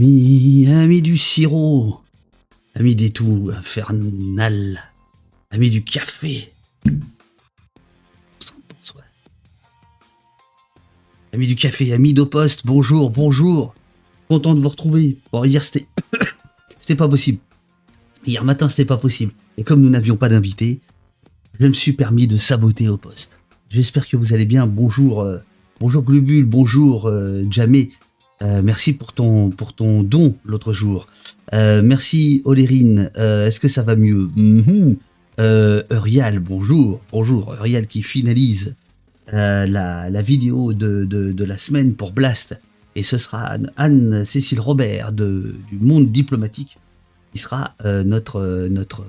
Ami du sirop, ami des toux infernal, ami du café. Ami du café, ami d'Au-Poste, bonjour. Content de vous retrouver. Bon, hier c'était pas possible. Hier matin c'était pas possible. Et comme nous n'avions pas d'invité, je me suis permis de saboter Au-Poste. J'espère que vous allez bien. Bonjour Glubule, bonjour Jamé. Merci pour ton don l'autre jour. Merci Olérine. Est-ce que ça va mieux? Eurial, bonjour. Eurial qui finalise la vidéo de la semaine pour Blast. Et ce sera Anne-Cécile Robert du Monde Diplomatique qui sera notre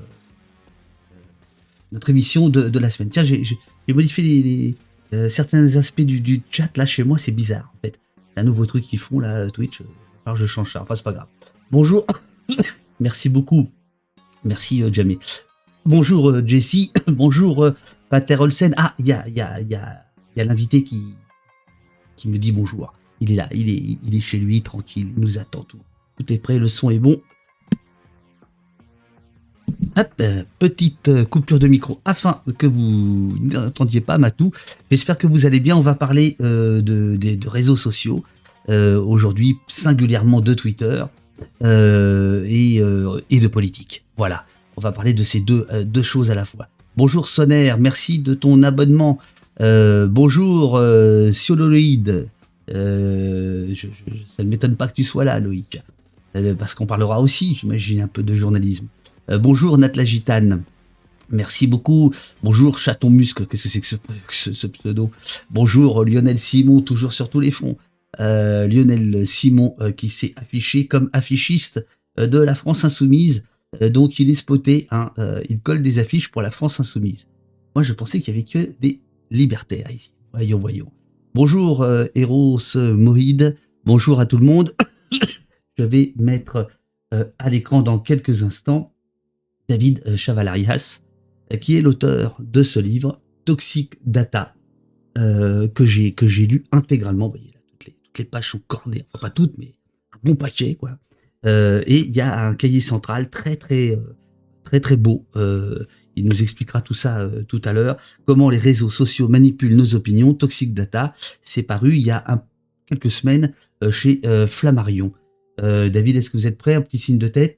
émission de la semaine. Tiens, j'ai modifié certains aspects du chat là chez moi, c'est bizarre en fait. C'est un nouveau truc qu'ils font là, Twitch. Alors je change ça, enfin c'est pas grave. Bonjour, merci beaucoup. Merci Jamie. Bonjour Jessie, bonjour Pater Olsen. Ah, il y a l'invité qui me dit bonjour. Il est là, il est chez lui, tranquille, il nous attend, tout est prêt, le son est bon. Hop, petite coupure de micro afin que vous n'entendiez pas Matou. J'espère que vous allez bien. On va parler de réseaux sociaux aujourd'hui, singulièrement de Twitter et de politique. Voilà, on va parler de ces deux choses à la fois. Bonjour Sonaire, merci de ton abonnement. Bonjour Sioloïde. Ça ne m'étonne pas que tu sois là, Loïc, parce qu'on parlera aussi, j'imagine, un peu de journalisme. Bonjour Nat la Gitane, merci beaucoup. Bonjour Chaton Muscle, qu'est-ce que c'est que ce pseudo? Bonjour Lionel Simon, toujours sur tous les fronts. Lionel Simon qui s'est affiché comme affichiste de la France Insoumise, donc il est spoté, il colle des affiches pour la France Insoumise. Moi je pensais qu'il n'y avait que des libertaires ici. Voyons. Bonjour Eros Mohid, bonjour à tout le monde. Je vais mettre à l'écran dans quelques instants David Chavalarias, qui est l'auteur de ce livre, Toxic Data, que j'ai lu intégralement. Vous voyez, là, toutes les pages sont cornées, enfin pas toutes, mais un bon paquet, quoi. Et il y a un cahier central très beau. Il nous expliquera tout ça tout à l'heure. Comment les réseaux sociaux manipulent nos opinions. Toxic Data, c'est paru il y a quelques semaines chez Flammarion. David, est-ce que vous êtes prêt? Un petit signe de tête.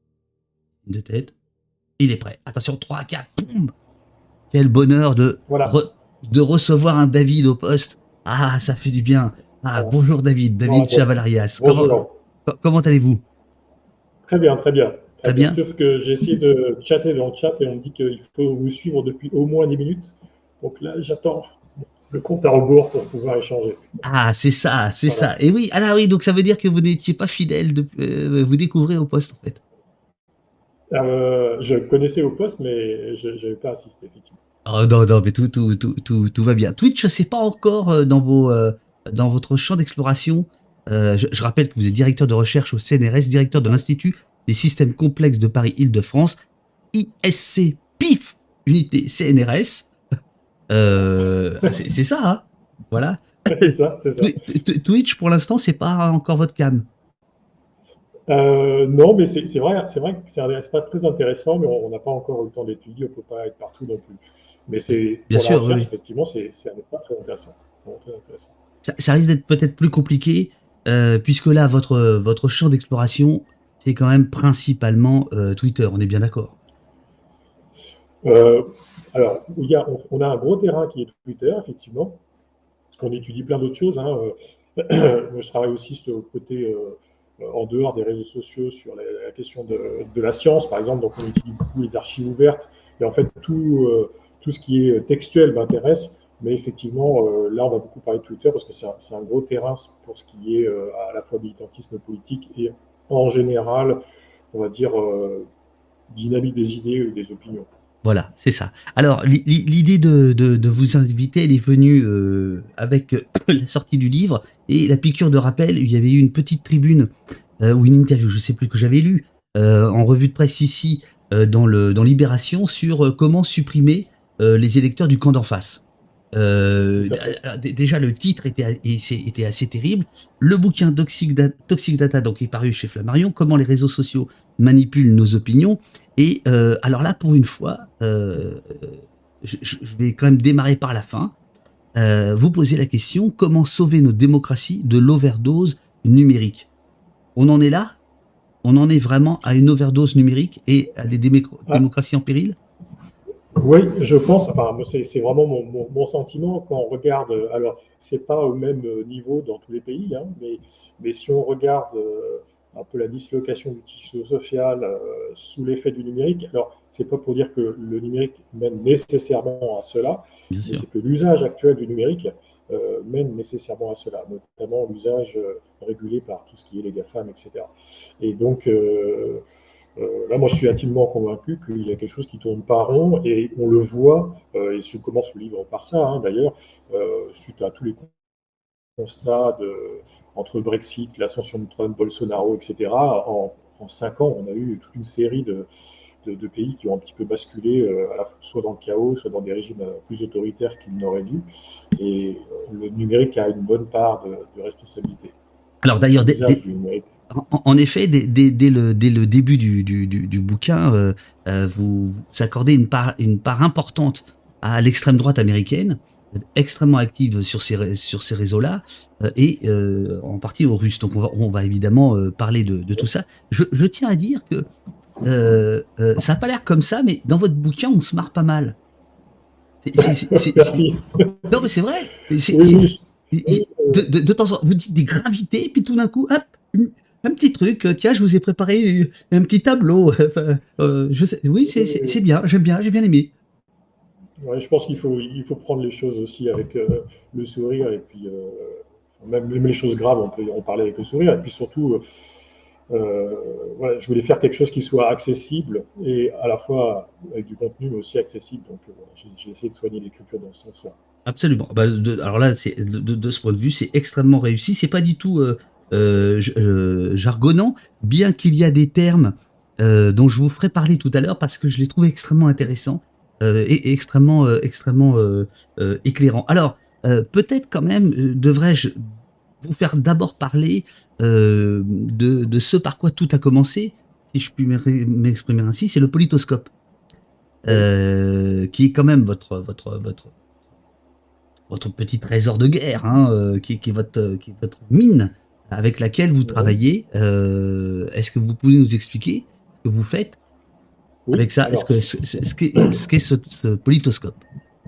Il est prêt. Attention, 3, 4, boum. Quel bonheur de recevoir un David au poste. Ah, ça fait du bien. Ah, bonjour David Chavalarias. Comment allez-vous? Très bien. Très bien. Sauf que j'ai essayé de chatter dans le chat et on me dit qu'il faut vous suivre depuis au moins 10 minutes. Donc là, j'attends le compte à rebours pour pouvoir échanger. Ah, c'est ça. Et oui, donc ça veut dire que vous n'étiez pas fidèle, vous découvrez au poste en fait. Je connaissais au poste, mais je n'avais pas assisté, effectivement. Oh non, mais tout va bien. Twitch, c'est pas encore dans votre champ d'exploration. Je rappelle que vous êtes directeur de recherche au CNRS, directeur de l'Institut des systèmes complexes de Paris-Île-de-France, ISC PIF, unité CNRS. C'est ça, hein? Voilà. C'est ça. Twitch, pour l'instant, c'est pas encore votre cam. Non, mais c'est vrai que c'est un espace très intéressant, mais on n'a pas encore eu le temps d'étudier, on ne peut pas être partout non plus. Mais c'est bien sûr, la recherche, oui. Effectivement, c'est un espace très intéressant. Ça risque d'être peut-être plus compliqué, puisque là, votre champ d'exploration, c'est quand même principalement Twitter, on est bien d'accord? Alors, on a un gros terrain qui est Twitter, effectivement. On étudie plein d'autres choses. Moi, je travaille aussi sur le côté... en dehors des réseaux sociaux sur la question de la science, par exemple. Donc, on utilise beaucoup les archives ouvertes. Et en fait, tout ce qui est textuel m'intéresse. Mais effectivement, là, on va beaucoup parler de Twitter parce que c'est un gros terrain pour ce qui est à la fois militantisme politique et en général, on va dire, dynamique des idées ou des opinions. Voilà, c'est ça. Alors, l'idée de vous inviter, elle est venue avec la sortie du livre et la piqûre de rappel. Il y avait eu une petite tribune ou une interview, je ne sais plus, que j'avais lu en revue de presse ici dans Libération sur comment supprimer les électeurs du camp d'en face. Tout à fait. Déjà, le titre était assez terrible. Le bouquin Toxic Data, donc, est paru chez Flammarion, Comment les réseaux sociaux manipulent nos opinions. Et alors là, pour une fois, je vais quand même démarrer par la fin. Vous posez la question, comment sauver nos démocraties de l'overdose numérique? On en est là? On en est vraiment à une overdose numérique et à des Ah, démocraties en péril? oui, je pense, enfin, c'est vraiment mon sentiment quand on regarde. Alors, c'est pas au même niveau dans tous les pays, hein, mais si on regarde un peu la dislocation du tissu social sous l'effet du numérique, alors, c'est pas pour dire que le numérique mène nécessairement à cela, Bien mais sûr. c'est que l'usage actuel du numérique mène nécessairement à cela, notamment l'usage régulé par tout ce qui est les GAFAM, etc. Et donc, là, moi, je suis intimement convaincu qu'il y a quelque chose qui tourne pas rond et on le voit, et je commence le livre par ça, hein, d'ailleurs, suite à tous les constats entre le Brexit, l'ascension de Trump, Bolsonaro, etc. En 5 ans, on a eu toute une série de pays qui ont un petit peu basculé, à la fois, soit dans le chaos, soit dans des régimes plus autoritaires qu'ils n'auraient dû. Et le numérique a une bonne part de responsabilité. Alors d'ailleurs, L'usage du numérique. en effet, dès le début du bouquin, vous accordez une part importante à l'extrême droite américaine, extrêmement active sur ces réseaux-là, et en partie aux Russes. Donc on va évidemment parler de tout ça. Je tiens à dire que ça n'a pas l'air comme ça, mais dans votre bouquin, on se marre pas mal. Merci. Non, mais c'est vrai. Oui, oui, oui, De temps en temps, vous dites des gravités, puis tout d'un coup, hop, un petit truc. Tiens, je vous ai préparé un petit tableau. Oui, c'est bien. J'ai bien aimé. ouais, je pense qu'il faut prendre les choses aussi avec le sourire et puis même les choses graves, on peut en parler avec le sourire. Et puis surtout, voilà, je voulais faire quelque chose qui soit accessible et à la fois avec du contenu, mais aussi accessible. Donc voilà, j'ai essayé de soigner l'écriture dans ce sens-là. Absolument. Bah, alors là, de ce point de vue, c'est extrêmement réussi. C'est pas du tout jargonnant, bien qu'il y a des termes dont je vous ferai parler tout à l'heure parce que je les trouve extrêmement intéressants et extrêmement éclairants. Alors, peut-être quand même devrais-je vous faire d'abord parler de ce par quoi tout a commencé, si je puis m'exprimer ainsi, c'est le politoscope, Oui, qui est quand même votre petit trésor de guerre, hein, qui est votre mine avec laquelle vous oui. travaillez. Est-ce que vous pouvez nous expliquer ce que vous faites avec Oui. ça? Est-ce Alors, que ce qu'est ce politoscope?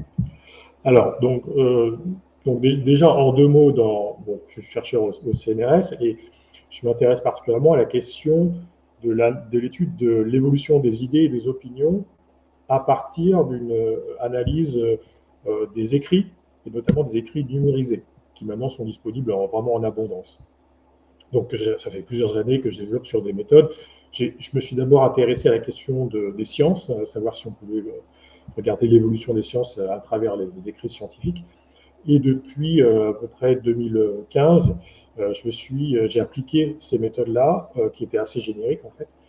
donc déjà en 2 mots, bon, je suis chercheur au CNRS et je m'intéresse particulièrement à la question de l'étude de l'évolution des idées et des opinions à partir d'une analyse des écrits, et notamment des écrits numérisés, qui maintenant sont disponibles vraiment en abondance. Donc ça fait plusieurs années que je développe sur des méthodes. Je me suis d'abord intéressé à la question des sciences, à savoir si on pouvait regarder l'évolution des sciences à travers les écrits scientifiques. Et depuis à peu près 2015, j'ai appliqué ces méthodes-là, qui étaient assez génériques en fait,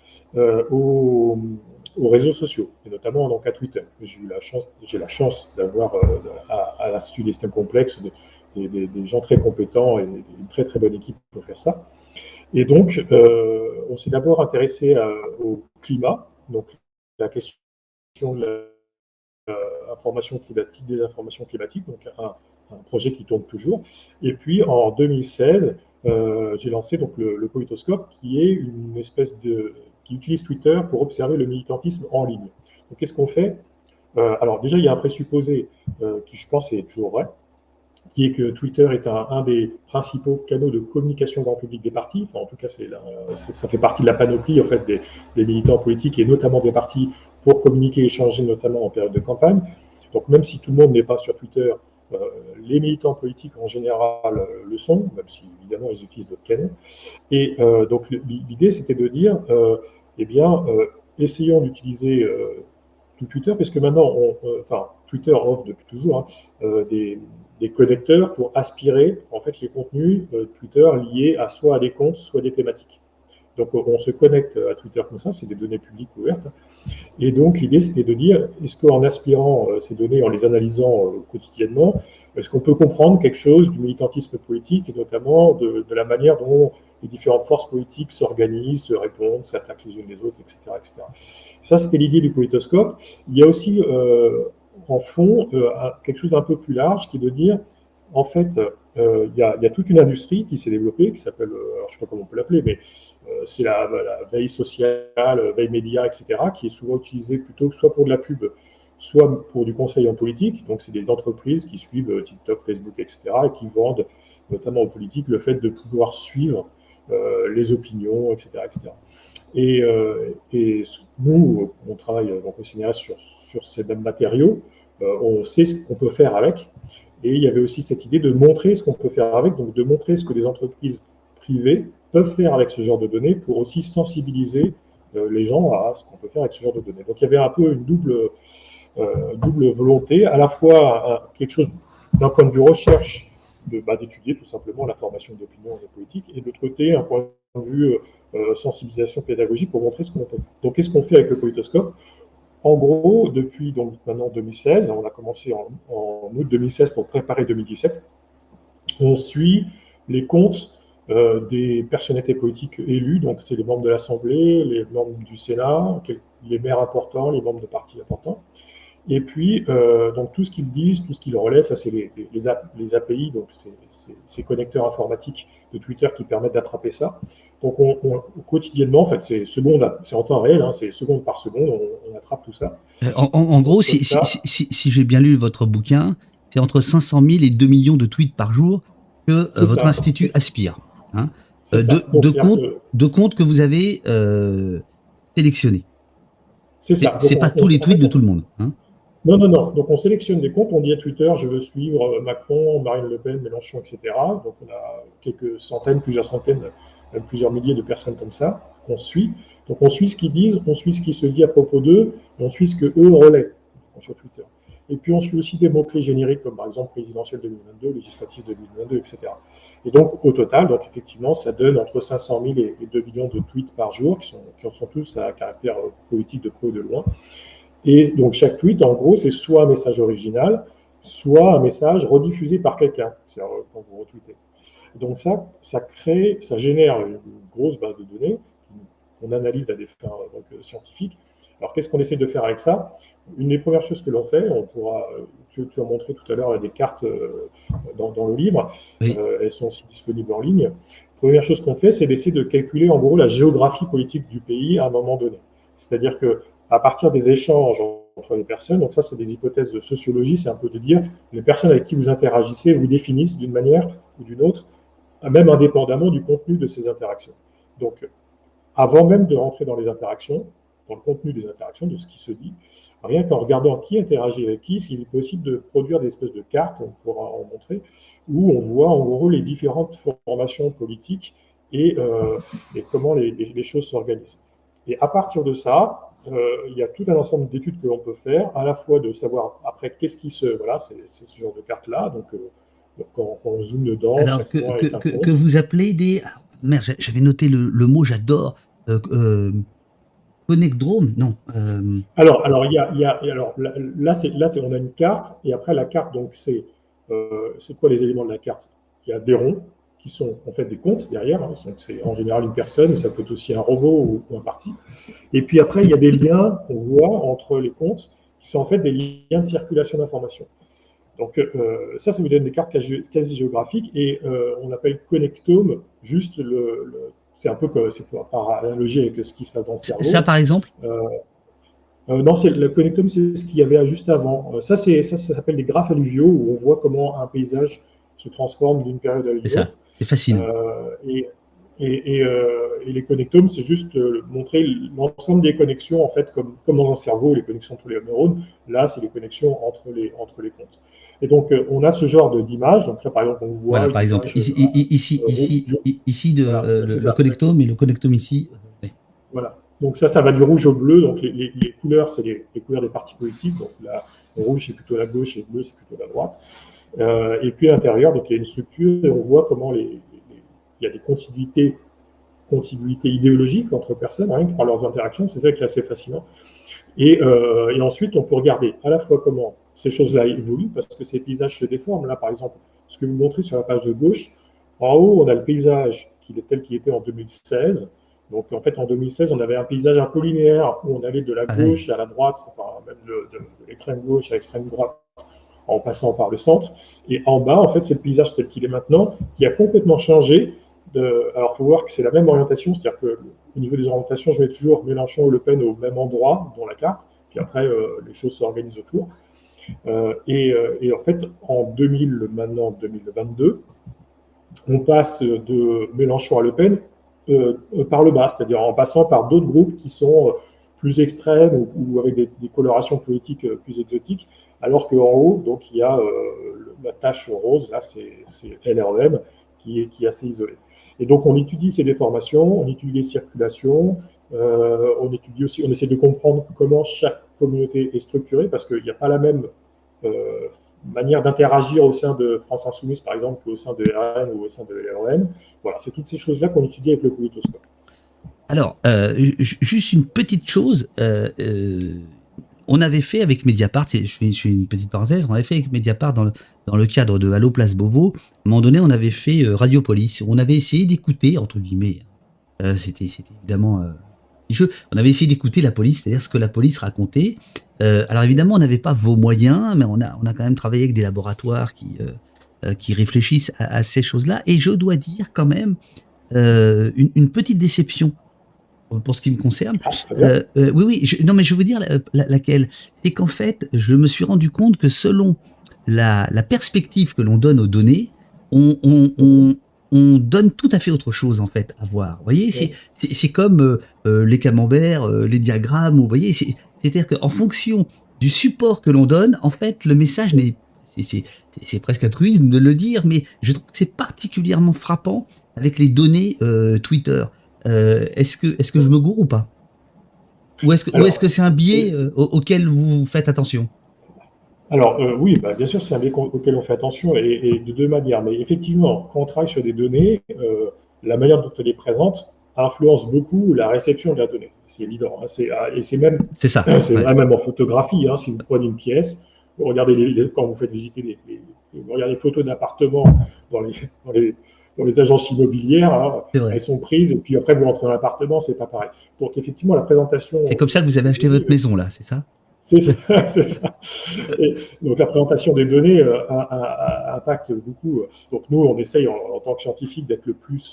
aux réseaux sociaux, et notamment donc à Twitter. J'ai la chance d'avoir à l'Institut des systèmes complexes des gens très compétents et une très très bonne équipe pour faire ça. Et donc, on s'est d'abord intéressé au climat, donc la question de l'information climatique, des informations climatiques, donc un projet qui tourne toujours. Et puis en 2016, j'ai lancé donc le Politoscope, qui est une espèce qui utilise Twitter pour observer le militantisme en ligne. Donc qu'est-ce qu'on fait? Alors déjà, il y a un présupposé qui, je pense, est toujours vrai, qui est que Twitter est un des principaux canaux de communication grand public des partis. Enfin, en tout cas, ça fait partie de la panoplie en fait, des militants politiques et notamment des partis pour communiquer et échanger, notamment en période de campagne. Donc, même si tout le monde n'est pas sur Twitter, les militants politiques en général le sont, même si évidemment ils utilisent d'autres canaux. Et donc, l'idée, c'était de dire, eh bien, essayons d'utiliser tout Twitter, parce que maintenant, enfin, Twitter offre depuis toujours des connecteurs pour aspirer en fait les contenus Twitter liés soit à des comptes, soit à des thématiques. Donc on se connecte à Twitter comme ça, c'est des données publiques ouvertes. Et donc l'idée c'était de dire, est-ce qu'en aspirant ces données, en les analysant quotidiennement, est-ce qu'on peut comprendre quelque chose du militantisme politique et notamment de la manière dont les différentes forces politiques s'organisent, se répondent, s'attaquent les unes les autres, etc. etc. Ça c'était l'idée du politoscope. Il y a aussi en fond quelque chose d'un peu plus large qui est de dire, en fait, il y a toute une industrie qui s'est développée, qui s'appelle, alors je ne sais pas comment on peut l'appeler, mais c'est la veille sociale, veille média, etc., qui est souvent utilisée plutôt soit pour de la pub, soit pour du conseil en politique. Donc, c'est des entreprises qui suivent TikTok, Facebook, etc., et qui vendent, notamment aux politiques, le fait de pouvoir suivre les opinions, etc., etc. Et nous, on travaille donc au CNRS sur ces mêmes matériaux, on sait ce qu'on peut faire avec. Et il y avait aussi cette idée de montrer ce qu'on peut faire avec, donc de montrer ce que les entreprises privées peuvent faire avec ce genre de données pour aussi sensibiliser les gens à ce qu'on peut faire avec ce genre de données. Donc il y avait un peu une double volonté, à la fois quelque chose d'un point de vue recherche, d'étudier tout simplement la formation d'opinion et de politique, et de l'autre côté, un point de vue sensibilisation pédagogique pour montrer ce qu'on peut faire. Donc qu'est-ce qu'on fait avec le politoscope ? En gros, depuis donc maintenant 2016, on a commencé en août 2016 pour préparer 2017, on suit les comptes des personnalités politiques élues, donc c'est les membres de l'Assemblée, les membres du Sénat, les maires importants, les membres de partis importants. Et puis, donc tout ce qu'ils disent, tout ce qu'ils relaient, ça c'est les API, donc ces connecteurs informatiques de Twitter qui permettent d'attraper ça. Donc quotidiennement, en fait, c'est en temps réel, hein, c'est seconde par seconde, on attrape tout ça. En gros, si j'ai bien lu votre bouquin, c'est entre 500 000 et 2 millions de tweets par jour que votre institut aspire. Hein, de comptes que vous avez sélectionnés. C'est ça. C'est pas tous les tweets de tout le monde. Hein. Non. Donc on sélectionne des comptes, on dit à Twitter, je veux suivre Macron, Marine Le Pen, Mélenchon, etc. Donc on a quelques centaines, plusieurs centaines, même plusieurs milliers de personnes comme ça qu'on suit. Donc on suit ce qu'ils disent, on suit ce qui se dit à propos d'eux, et on suit ce qu'eux relaient sur Twitter. Et puis on suit aussi des mots-clés génériques comme par exemple présidentielle 2022, législative 2022, etc. Et donc au total, donc effectivement, ça donne entre 500 000 et 2 millions de tweets par jour qui en sont tous à caractère politique de près ou de loin. Et donc chaque tweet, en gros, c'est soit un message original, soit un message rediffusé par quelqu'un, c'est-à-dire quand vous retweetez. Donc ça génère une grosse base de données qu'on analyse à des fins scientifiques. Alors qu'est-ce qu'on essaie de faire avec ça ? Une des premières choses que l'on fait, on pourra, tu as montré tout à l'heure des cartes dans le livre, oui. Elles sont aussi disponibles en ligne. Première chose qu'on fait, c'est d'essayer de calculer en gros la géographie politique du pays à un moment donné. C'est-à-dire que à partir des échanges entre les personnes, donc ça c'est des hypothèses de sociologie, c'est un peu de dire les personnes avec qui vous interagissez vous définissent d'une manière ou d'une autre, même indépendamment du contenu de ces interactions. Donc avant même de rentrer dans les interactions, dans le contenu des interactions, de ce qui se dit, rien qu'en regardant qui interagit avec qui, il est possible de produire des espèces de cartes, on pourra en montrer, où on voit en gros les différentes formations politiques et comment les choses s'organisent. Et à partir de ça, il y a tout un ensemble d'études que l'on peut faire, à la fois de savoir après qu'est-ce qui se... Voilà, c'est ce genre de cartes-là, donc quand on zoome dedans... Alors, que vous appelez des... Alors, merde, j'avais noté le mot, j'adore... Connectdrome, non. Alors, là, on a une carte, et après la carte, donc c'est quoi les éléments de la carte ? Il y a des ronds qui sont en fait des comptes derrière, hein, donc c'est en général une personne, mais ça peut être aussi un robot ou un parti. Et puis après, il y a des liens qu'on voit entre les comptes, qui sont en fait des liens de circulation d'informations. Donc ça vous donne des cartes quasi géographiques, et on appelle connectome juste c'est un peu par analogie avec ce qui se passe dans le cerveau. Ça, par exemple Non, le connectome, c'est ce qu'il y avait juste avant. Ça s'appelle des graphes alluviaux, où on voit comment un paysage se transforme d'une période à une autre. C'est fascinant. Et les connectomes, c'est juste montrer l'ensemble des connexions, en fait, comme dans un cerveau, les connexions entre les neurones. Là, c'est les connexions entre les comptes. Et donc, on a ce genre d'image. Donc là, par exemple, on voit... Voilà, par exemple, ici le connectome, et le connectome ici. Voilà. Donc ça va du rouge au bleu. Donc les couleurs, c'est les couleurs des partis politiques. Donc là, le rouge, c'est plutôt la gauche, et le bleu, c'est plutôt la droite. Et puis à l'intérieur, donc il y a une structure, et on voit comment il y a des continuités contiguïté idéologique entre personnes, rien que par leurs interactions, c'est ça qui est assez fascinant. Et ensuite, on peut regarder à la fois comment ces choses-là évoluent, parce que ces paysages se déforment. Là, par exemple, ce que vous montrez sur la page de gauche, en haut, on a le paysage tel qu'il était en 2016. Donc, en fait, en 2016, on avait un paysage un peu linéaire où on allait de la gauche à la droite, enfin, même de l'extrême gauche à l'extrême droite, en passant par le centre. Et en bas, en fait, c'est le paysage tel qu'il est maintenant, qui a complètement changé. Alors, il faut voir que c'est la même orientation, c'est-à-dire qu'au niveau des orientations, je mets toujours Mélenchon ou Le Pen au même endroit dans la carte, puis après, les choses s'organisent autour. Et en fait, maintenant 2022, on passe de Mélenchon à Le Pen par le bas, c'est-à-dire en passant par d'autres groupes qui sont plus extrêmes ou avec des colorations politiques plus exotiques, alors qu'en haut, donc, il y a la tache rose, là, c'est LREM, qui est assez isolée. Et donc, on étudie ces déformations, on étudie les circulations, on étudie aussi, on essaie de comprendre comment chaque communauté est structurée, parce qu'il n'y a pas la même manière d'interagir au sein de France Insoumise, par exemple, qu'au sein de RN ou au sein de LREM. Voilà, c'est toutes ces choses-là qu'on étudie avec le politoscope. Alors, juste une petite chose, on avait fait avec Mediapart, je fais une petite parenthèse, on avait fait avec Mediapart dans le cadre de Allo Place Beauvau, à un moment donné, on avait fait Radiopolis, on avait essayé d'écouter, entre guillemets, c'était évidemment on avait essayé d'écouter la police, c'est-à-dire ce que la police racontait. Alors évidemment, on n'avait pas vos moyens, mais on a quand même travaillé avec des laboratoires qui réfléchissent à ces choses-là, et je dois dire quand même une petite déception pour ce qui me concerne. Oui, non, mais je veux dire laquelle. C'est qu'en fait, je me suis rendu compte que selon la perspective que l'on donne aux données, on donne tout à fait autre chose en fait à voir. Vous voyez, c'est comme les camemberts, les diagrammes. Vous voyez, c'est-à-dire qu'en fonction du support que l'on donne, en fait, le message n'est c'est presque un truisme de le dire, mais je trouve que c'est particulièrement frappant avec les données Twitter. Est-ce que je me gourre ou pas? Ou est-ce que c'est un biais auquel vous faites attention? Alors oui, bien sûr, c'est un biais auquel on fait attention et de deux manières. Mais effectivement, quand on travaille sur des données, la manière dont on les présente influence beaucoup la réception de la donnée. C'est évident. Hein, et c'est même, vrai même en photographie. Hein, si vous prenez une pièce, vous regardez quand vous faites visiter vous regardez les photos d'appartements dans les agences immobilières, hein, elles sont prises et puis après vous rentrez dans l'appartement, c'est pas pareil. Donc effectivement, la présentation. C'est comme ça que vous avez acheté votre maison là, c'est ça? C'est ça. Et donc la présentation des données impacte beaucoup. Donc nous, on essaye en tant que scientifique d'être le plus,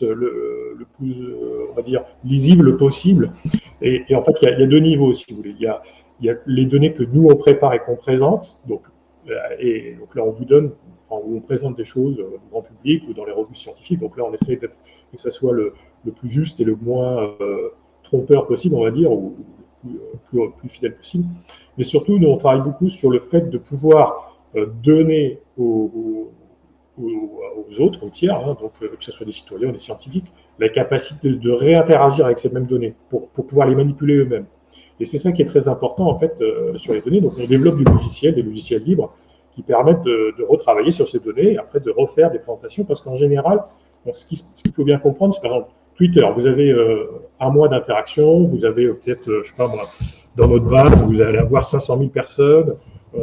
on va dire, lisible possible. Et en fait, il y a deux niveaux, si vous voulez. Il y a les données que nous on prépare et qu'on présente. Donc là, on vous donne, où on présente des choses au grand public ou dans les revues scientifiques. Donc là, on essaye que ça soit le plus juste et le moins trompeur possible, on va dire, ou plus fidèle possible. Mais surtout, nous, on travaille beaucoup sur le fait de pouvoir donner aux autres, aux tiers, hein, donc que ce soit des citoyens ou des scientifiques, la capacité de réinteragir avec ces mêmes données pour pouvoir les manipuler eux-mêmes. Et c'est ça qui est très important, en fait, sur les données. Donc, on développe des logiciels libres, qui permettent de retravailler sur ces données et après de refaire des présentations, parce qu'en général, ce qu'il faut bien comprendre, c'est par exemple Twitter, vous avez un mois d'interaction, vous avez peut-être, je sais pas moi, dans notre base, vous allez avoir 500 000 personnes,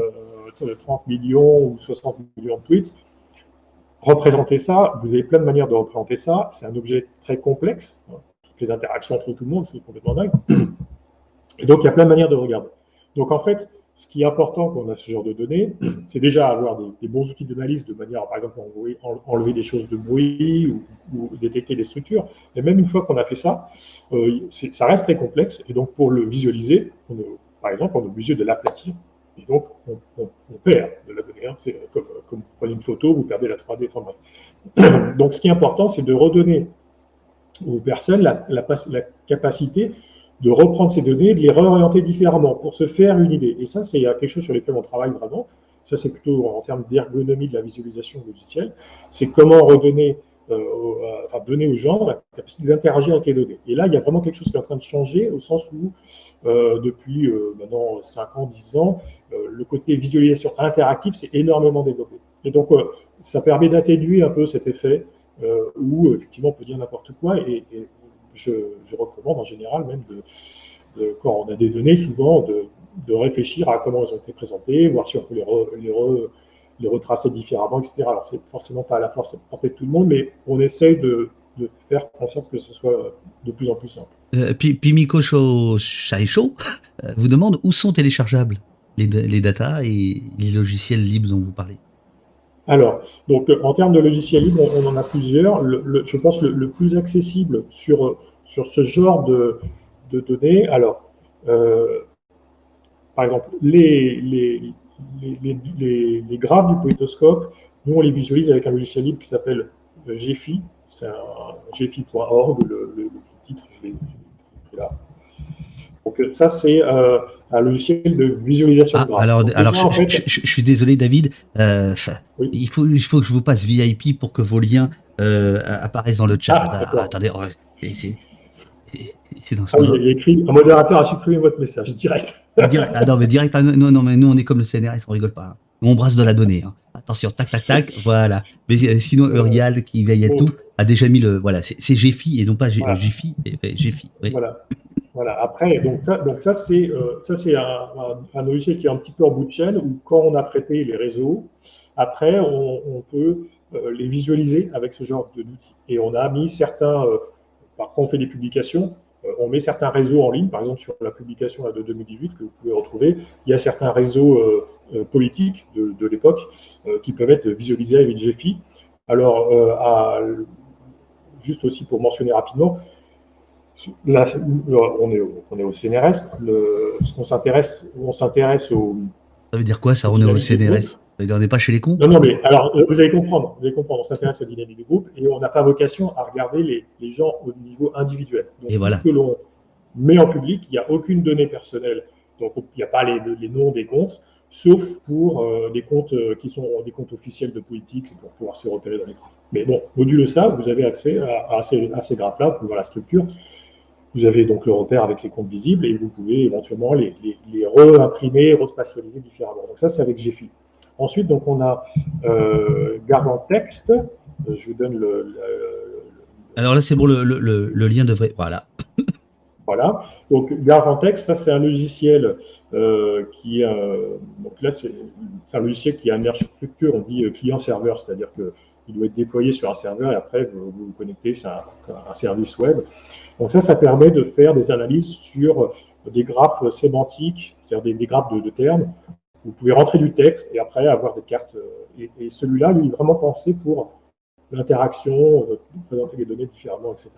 30 millions ou 60 millions de tweets. Représenter ça, vous avez plein de manières de représenter ça, c'est un objet très complexe, toutes les interactions entre tout le monde, c'est complètement dingue. Et donc, il y a plein de manières de regarder. Donc, en fait, ce qui est important quand on a ce genre de données, c'est déjà avoir des bons outils d'analyse de manière, par exemple, enlever des choses de bruit ou détecter des structures. Et même une fois qu'on a fait ça, ça reste très complexe. Et donc, pour le visualiser, par exemple, on est obligé de l'aplatir. Et donc, on perd de la donnée. Hein. C'est comme vous prenez une photo, vous perdez la 3D. Enfin, bref. Donc, ce qui est important, c'est de redonner aux personnes la capacité de reprendre ces données et de les réorienter différemment pour se faire une idée. Et ça, c'est quelque chose sur lequel on travaille vraiment. Ça, c'est plutôt en termes d'ergonomie de la visualisation logicielle. C'est comment redonner, donner aux gens la capacité d'interagir avec les données. Et là, il y a vraiment quelque chose qui est en train de changer au sens où, depuis maintenant 5 ans, 10 ans, le côté visualisation interactive s'est énormément développé. Et donc, ça permet d'atténuer un peu cet effet où, effectivement, on peut dire n'importe quoi et je recommande en général même quand on a des données, souvent de réfléchir à comment elles ont été présentées, voir si on peut les retracer différemment, etc. Alors, c'est forcément pas à la force à la portée de tout le monde, mais on essaye de faire en sorte que ce soit de plus en plus simple. Pimiko Shaisho vous demande où sont téléchargeables les datas et les logiciels libres dont vous parlez. Alors, donc en termes de logiciels libres, on en a plusieurs. Je pense le plus accessible sur ce genre de données. Alors, par exemple, les graphes du polytoscope, nous on les visualise avec un logiciel libre qui s'appelle Gephi. C'est un gephi.org, le titre, je l'ai écrit là. Donc ça, c'est un logiciel de visualisation de graphes. Alors, déjà, je suis désolé, David. Oui. Il faut que je vous passe VIP pour que vos liens apparaissent dans le chat. Attendez, c'est dans ce oui, il y a écrit un modérateur a supprimé votre message direct. Non, mais direct. Non, mais nous on est comme le CNRS, on rigole pas. Nous, on brasse de la donnée. Hein. Attention, tac, voilà. Mais sinon, Urial qui veille à tout a déjà mis le. Voilà, c'est Gephi et non pas Gephi. Gephi. Oui. Voilà. Après, donc ça c'est un logiciel qui est un petit peu en bout de chaîne où quand on a traité les réseaux, après on peut les visualiser avec ce genre d'outils. Et on a mis certains. Quand on fait des publications, on met certains réseaux en ligne, par exemple sur la publication de 2018 que vous pouvez retrouver, il y a certains réseaux politiques de l'époque qui peuvent être visualisés avec Gephi. Alors, juste aussi pour mentionner rapidement, là, on est au CNRS, on s'intéresse au... Ça veut dire quoi ça, on est au CNRS? On n'est pas chez les cons? Non, mais alors, vous allez comprendre, on s'intéresse aux dynamiques du groupe et on n'a pas vocation à regarder les gens au niveau individuel. Donc, et voilà. Tout ce que l'on met en public, il n'y a aucune donnée personnelle, donc il n'y a pas les noms des comptes, sauf pour des comptes qui sont des comptes officiels de politique, c'est pour pouvoir se repérer dans les graphes. Mais bon, modulo ça, vous avez accès à ces graphes-là, vous pouvez voir la structure. Vous avez donc le repère avec les comptes visibles et vous pouvez éventuellement les re-imprimer, respatialiser différemment. Donc ça, c'est avec Gephi. Ensuite, donc on a garde en texte. Je vous donne Alors là, c'est bon, le lien devrait... Voilà. Voilà. Donc garde en texte, ça c'est un logiciel qui donc là c'est un logiciel qui a une architecture, on dit client-serveur, c'est-à-dire qu'il doit être déployé sur un serveur et après vous vous connectez, c'est un service web. Donc ça permet de faire des analyses sur des graphes sémantiques, c'est-à-dire des graphes de termes. Vous pouvez rentrer du texte et après avoir des cartes. Et celui-là, lui, est vraiment pensé pour l'interaction, présenter les données différemment, etc.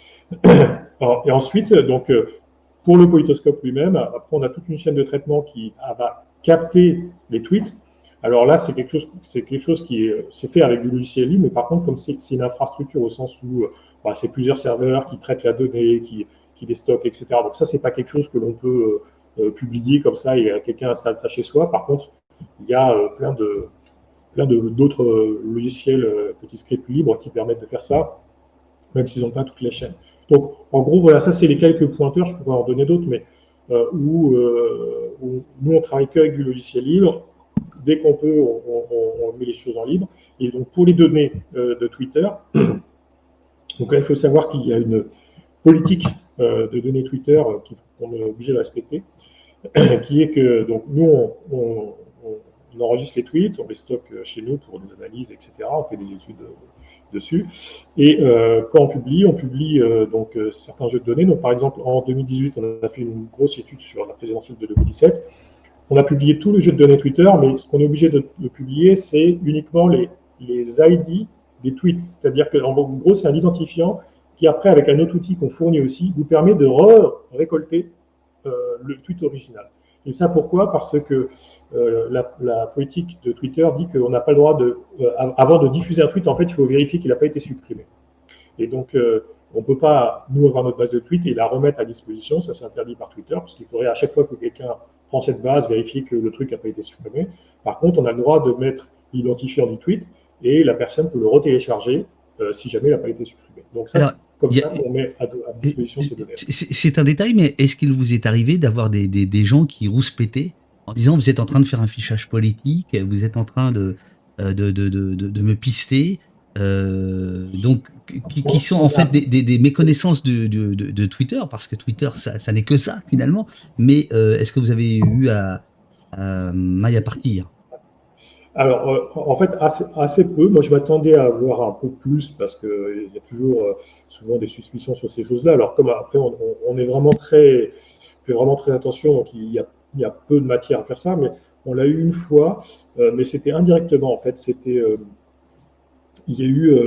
Et ensuite, donc, pour le polytoscope lui-même, après, on a toute une chaîne de traitement qui va capter les tweets. Alors là, c'est quelque chose qui c'est fait avec du logiciel libre, mais par contre, comme c'est une infrastructure au sens où c'est plusieurs serveurs qui traitent la donnée, qui les stockent, etc. Donc ça, c'est pas quelque chose que l'on peut publier comme ça et quelqu'un installe ça chez soi. Par contre, il y a plein d'autres logiciels, petits scripts libres qui permettent de faire ça, même s'ils n'ont pas toutes les chaînes. Donc, en gros, voilà, ça, c'est les quelques pointeurs. Je pourrais en donner d'autres, mais où nous, on travaille qu'avec du logiciel libre. Dès qu'on peut, on met les choses en libre. Et donc, pour les données de Twitter, donc là, il faut savoir qu'il y a une politique de données Twitter qu'on est obligé de respecter, qui est que donc nous, on enregistre les tweets, on les stocke chez nous pour des analyses, etc. On fait des études dessus. Et quand on publie donc certains jeux de données. Donc, par exemple, en 2018, on a fait une grosse étude sur la présidentielle de 2017. On a publié tous les jeux de données Twitter, mais ce qu'on est obligé de publier, c'est uniquement les ID des tweets. C'est-à-dire qu'en gros, c'est un identifiant qui, après, avec un autre outil qu'on fournit aussi, vous permet de récolter le tweet original. Et ça, pourquoi? Parce que la politique de Twitter dit qu'on n'a pas le droit avant de diffuser un tweet, en fait, il faut vérifier qu'il n'a pas été supprimé. Et donc, on ne peut pas, nous, avoir notre base de tweets et la remettre à disposition. Ça, c'est interdit par Twitter, parce qu'il faudrait, à chaque fois que quelqu'un prend cette base, vérifier que le truc n'a pas été supprimé. Par contre, on a le droit de mettre l'identifiant du tweet et la personne peut le retélécharger si jamais il n'a pas été supprimé. Donc ça, comme ça, on met à disposition ces données. C'est un détail, mais est-ce qu'il vous est arrivé d'avoir des gens qui rouspétaient en disant vous êtes en train de faire un fichage politique, vous êtes en train de me pister, donc qui sont en fait des méconnaissances de Twitter, parce que Twitter, ça n'est que ça finalement. Mais est-ce que vous avez eu à maille à partir? Alors, en fait, assez peu. Moi, je m'attendais à avoir un peu plus parce qu'il y a toujours souvent des suspicions sur ces choses-là. Alors, comme après, on est vraiment fait vraiment très attention, donc il y a peu de matière à faire ça, mais on l'a eu une fois, mais c'était indirectement, en fait. Il y a eu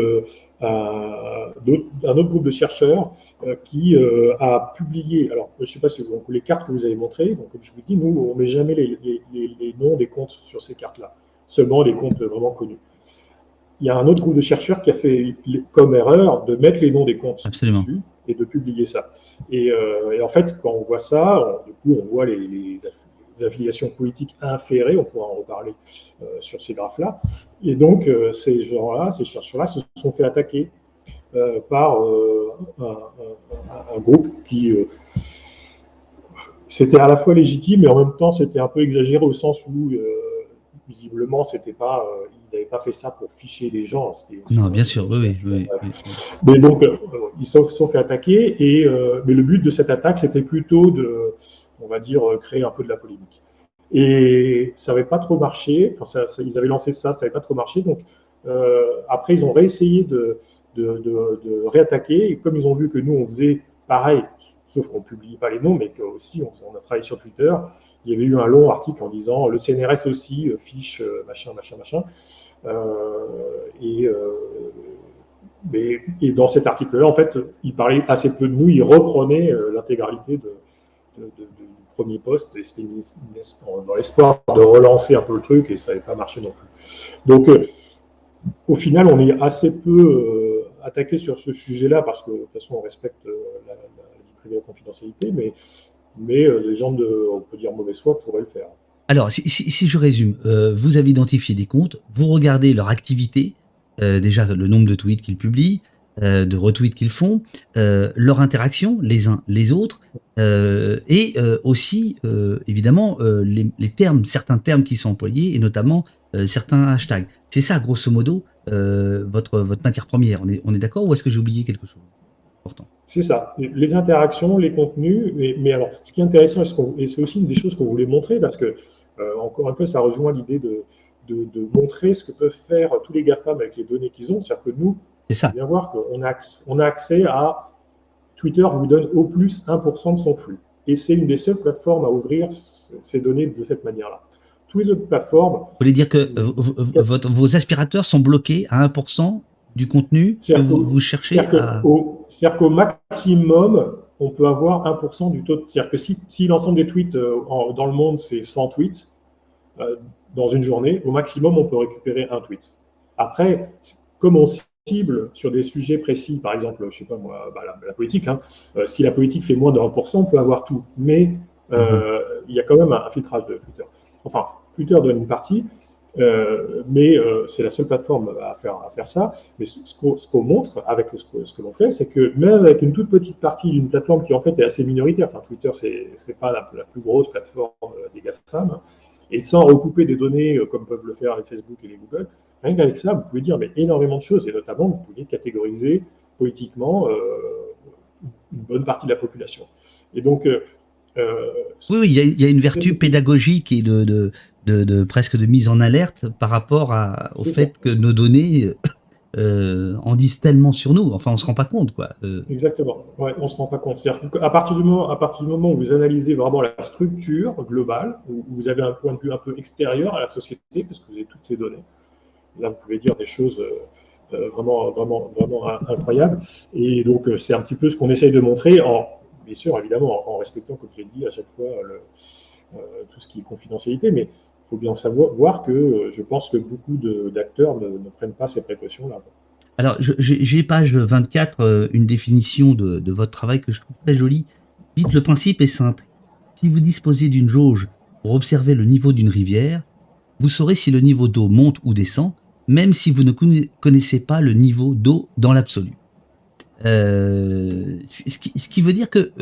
un autre groupe de chercheurs qui a publié, alors je ne sais pas si donc, les cartes que vous avez montrées, donc comme je vous dis, nous, on ne met jamais les noms des comptes sur ces cartes-là, seulement les comptes vraiment connus. Il y a un autre groupe de chercheurs qui a fait comme erreur de mettre les noms des comptes Absolument. dessus et de publier ça. Et en fait, quand on voit ça, du coup, on voit les affiliations politiques inférées, on pourra en reparler sur ces graphes-là. Et donc, ces gens-là, ces chercheurs-là se sont fait attaquer par un groupe qui c'était à la fois légitime, mais en même temps, c'était un peu exagéré au sens où visiblement, c'était pas, ils n'avaient pas fait ça pour ficher les gens. Non, bien sûr, oui. Mais donc, ils se sont fait attaquer, mais le but de cette attaque, c'était plutôt de, on va dire, créer un peu de la polémique. Et ça n'avait pas trop marché. Enfin, ils avaient lancé ça n'avait pas trop marché. Donc, après, ils ont réessayé de réattaquer. Et comme ils ont vu que nous, on faisait pareil, sauf qu'on ne publie pas les noms, mais qu'aussi, on a travaillé sur Twitter, il y avait eu un long article en disant le CNRS aussi fiche machin. Et dans cet article-là, en fait, il parlait assez peu de nous, il reprenait l'intégralité du premier poste, et c'était dans l'espoir de relancer un peu le truc, et ça n'avait pas marché non plus. Donc, au final, on est assez peu attaqué sur ce sujet-là, parce que de toute façon, on respecte la vie privée et la confidentialité, mais les gens on peut dire mauvaise foi, pourraient le faire. Alors, si je résume, vous avez identifié des comptes, vous regardez leur activité, déjà le nombre de tweets qu'ils publient, de retweets qu'ils font, leur interaction les uns les autres, et aussi évidemment certains termes qui sont employés, et notamment certains hashtags. C'est ça, grosso modo, votre matière première. On est d'accord, ou est-ce que j'ai oublié quelque chose d'important? C'est ça, les interactions, les contenus, mais alors, ce qui est intéressant, et c'est aussi une des choses qu'on voulait montrer, parce que, encore une fois, ça rejoint l'idée de montrer ce que peuvent faire tous les GAFAM avec les données qu'ils ont. C'est-à-dire que nous, il faut bien voir qu'on a accès à Twitter vous donne au plus 1% de son flux. Et c'est une des seules plateformes à ouvrir ces données de cette manière-là. Toutes les autres plateformes... Vous voulez dire que vos aspirateurs sont bloqués à 1% du contenu que vous cherchez à... C'est-à-dire qu'au maximum, on peut avoir 1% du taux. C'est-à-dire que si l'ensemble des tweets dans le monde, c'est 100 tweets, dans une journée, au maximum, on peut récupérer un tweet. Après, comme on cible sur des sujets précis, par exemple, je ne sais pas moi, la politique, hein, si la politique fait moins de 1%, on peut avoir tout. Mais il y a quand même un filtrage de Twitter. Enfin, Twitter donne une partie, mais c'est la seule plateforme à faire ça. Mais ce qu'on montre avec ce que l'on fait, c'est que même avec une toute petite partie d'une plateforme qui en fait est assez minoritaire, enfin Twitter c'est pas la plus grosse plateforme des GAFAM, et sans recouper des données comme peuvent le faire les Facebook et les Google, rien qu'avec ça, vous pouvez dire mais énormément de choses, et notamment vous pouvez catégoriser politiquement une bonne partie de la population. Et donc oui, il y a une vertu pédagogique et presque de mise en alerte par rapport au fait que nos données en disent tellement sur nous. Enfin, on se rend pas compte, quoi. Exactement. Ouais, on se rend pas compte. C'est-à-dire qu'à partir du moment où vous analysez vraiment la structure globale, où vous avez un point de vue un peu extérieur à la société, parce que vous avez toutes ces données, là, vous pouvez dire des choses vraiment incroyables. Et donc, c'est un petit peu ce qu'on essaye de montrer, bien sûr, évidemment, en respectant, comme je l'ai dit, à chaque fois, tout ce qui est confidentialité, mais il faut bien voir que je pense que beaucoup d'acteurs ne prennent pas ces précautions-là. Alors, j'ai page 24, une définition de votre travail que je trouve très jolie. Dites, le principe est simple. Si vous disposez d'une jauge pour observer le niveau d'une rivière, vous saurez si le niveau d'eau monte ou descend, même si vous ne connaissez pas le niveau d'eau dans l'absolu. Ce qui veut dire que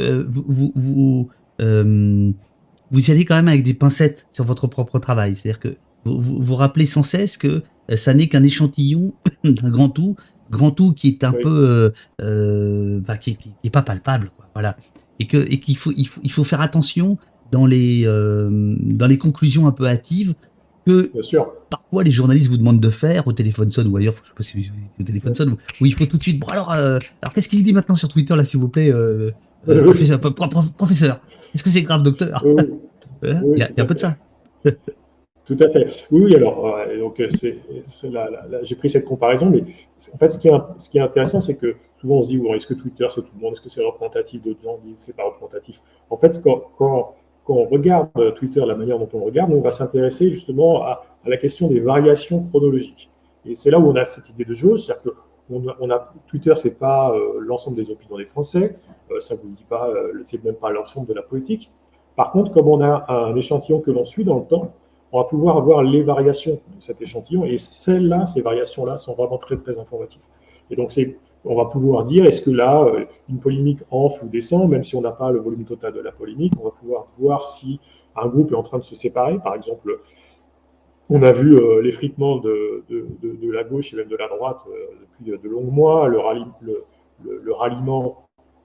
vous y allez quand même avec des pincettes sur votre propre travail. C'est-à-dire que vous rappelez sans cesse que ça n'est qu'un échantillon d'un grand tout qui est un Oui, peu, qui est pas palpable, quoi. Voilà. Et qu'il faut, il faut faire attention dans les conclusions un peu hâtives que bien sûr. parfois les journalistes vous demandent de faire au téléphone sonne ou ailleurs, je sais pas si au téléphone sonne, où il faut tout de suite. Bon alors qu'est-ce qu'il dit maintenant sur Twitter là, s'il vous plaît, Oui, oui, professeur? Est-ce que c'est grave, docteur? oui, Il oui, y a tout un à peu de fait. ça. Tout à fait. Oui, oui, alors, donc, j'ai pris cette comparaison, mais en fait, ce qui est intéressant, c'est que souvent on se dit, bon, est-ce que Twitter, c'est tout le monde, est-ce que c'est représentatif, d'autres gens disent, c'est pas représentatif. En fait, quand on regarde Twitter, la manière dont on le regarde, on va s'intéresser justement à la question des variations chronologiques. Et c'est là où on a cette idée de jeu, c'est-à-dire que Twitter, c'est pas l'ensemble des opinions des Français, ça ne vous dit pas, c'est même pas l'ensemble de la politique. Par contre, comme on a un échantillon que l'on suit dans le temps, on va pouvoir avoir les variations de cet échantillon, et celles-là, ces variations-là, sont vraiment très, très informatives. Et donc, on va pouvoir dire, est-ce que là, une polémique enfle ou descend, même si on n'a pas le volume total de la polémique, on va pouvoir voir si un groupe est en train de se séparer. Par exemple, on a vu l'effritement de la gauche et même de la droite depuis de longs mois, le ralliement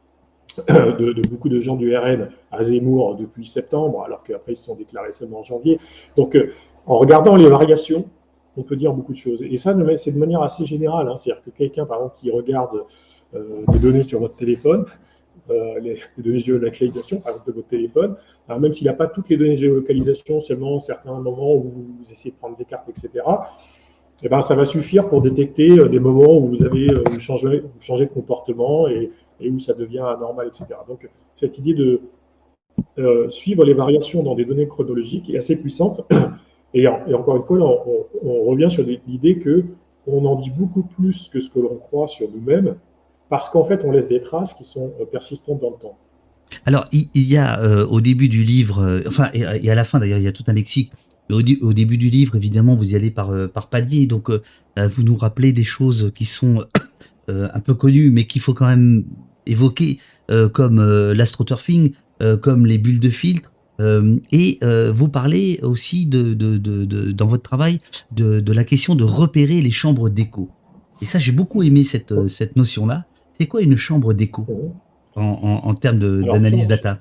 de beaucoup de gens du RN à Zemmour depuis septembre, alors qu'après ils se sont déclarés seulement en janvier. Donc, en regardant les variations, on peut dire beaucoup de choses. Et ça, c'est de manière assez générale. Hein. C'est-à-dire que quelqu'un, par exemple, qui regarde des données sur votre téléphone, les données de géolocalisation, par exemple, de votre téléphone, même s'il n'a pas toutes les données de géolocalisation, seulement certains moments où vous essayez de prendre des cartes, etc., eh ben, ça va suffire pour détecter des moments où vous changez de comportement et où ça devient anormal, etc. Donc, cette idée de suivre les variations dans des données chronologiques est assez puissante. Et encore une fois, là, on revient sur l'idée qu'on en dit beaucoup plus que ce que l'on croit sur nous-mêmes, parce qu'en fait, on laisse des traces qui sont persistantes dans le temps. Alors, il y a au début du livre, enfin, et à la fin d'ailleurs, il y a tout un lexique. Mais au début du livre, évidemment, vous y allez par palier. Donc, vous nous rappelez des choses qui sont un peu connues, mais qu'il faut quand même évoquer, comme l'astroturfing, comme les bulles de filtre. Et vous parlez aussi dans votre travail de la question de repérer les chambres d'écho. Et ça, j'ai beaucoup aimé cette notion-là. C'est quoi une chambre d'écho en termes Alors, d'analyse data?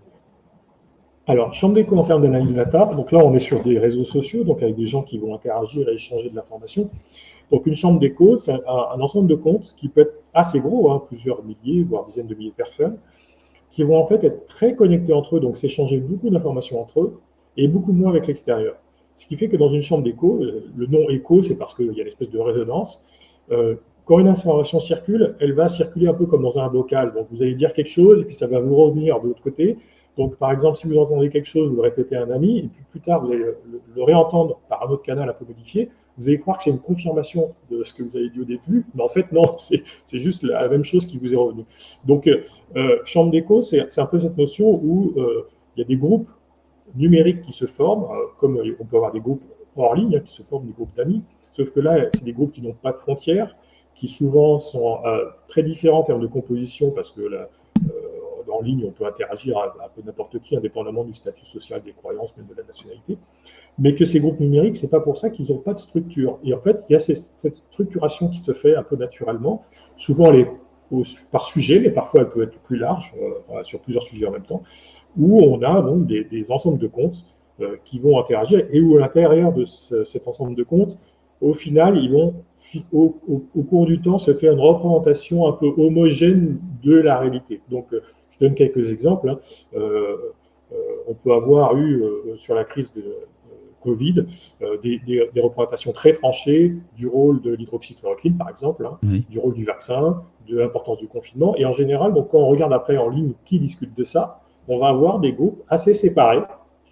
chambre d'écho en termes d'analyse data, donc là, on est sur des réseaux sociaux, donc avec des gens qui vont interagir et échanger de l'information. Donc, une chambre d'écho, c'est un ensemble de comptes qui peut être assez gros, hein, plusieurs milliers, voire dizaines de milliers de personnes, qui vont en fait être très connectés entre eux, donc s'échanger beaucoup d'informations entre eux et beaucoup moins avec l'extérieur. Ce qui fait que dans une chambre d'écho, le nom écho, c'est parce qu'il y a une espèce de résonance. Quand une information circule, elle va circuler un peu comme dans un bocal. Donc vous allez dire quelque chose et puis ça va vous revenir de l'autre côté. Donc par exemple, si vous entendez quelque chose, vous le répétez à un ami et puis plus tard vous allez le réentendre par un autre canal un peu modifié, vous allez croire que c'est une confirmation de ce que vous avez dit au début, mais en fait non, c'est juste la même chose qui vous est revenue. Donc chambre d'écho, c'est un peu cette notion où il y a des groupes numériques qui se forment, comme on peut avoir des groupes hors ligne, hein, qui se forment des groupes d'amis, sauf que là, c'est des groupes qui n'ont pas de frontières, qui souvent sont très différents en termes de composition, parce que là, en ligne, on peut interagir à peu n'importe qui, indépendamment du statut social, des croyances, même de la nationalité. Mais que ces groupes numériques, c'est pas pour ça qu'ils n'ont pas de structure. Et en fait, il y a cette structuration qui se fait un peu naturellement. Souvent, elle est par sujet, mais parfois elle peut être plus large, sur plusieurs sujets en même temps, où on a donc des ensembles de comptes qui vont interagir et où à l'intérieur de cet ensemble de comptes, au final, ils vont, au cours du temps, se faire une représentation un peu homogène de la réalité. Donc, je donne quelques exemples. Hein. On peut avoir eu, sur la crise de Covid, des représentations très tranchées du rôle de l'hydroxychloroquine, par exemple, hein, Oui. du rôle du vaccin, de l'importance du confinement. Et en général, donc, quand on regarde après en ligne qui discute de ça, on va avoir des groupes assez séparés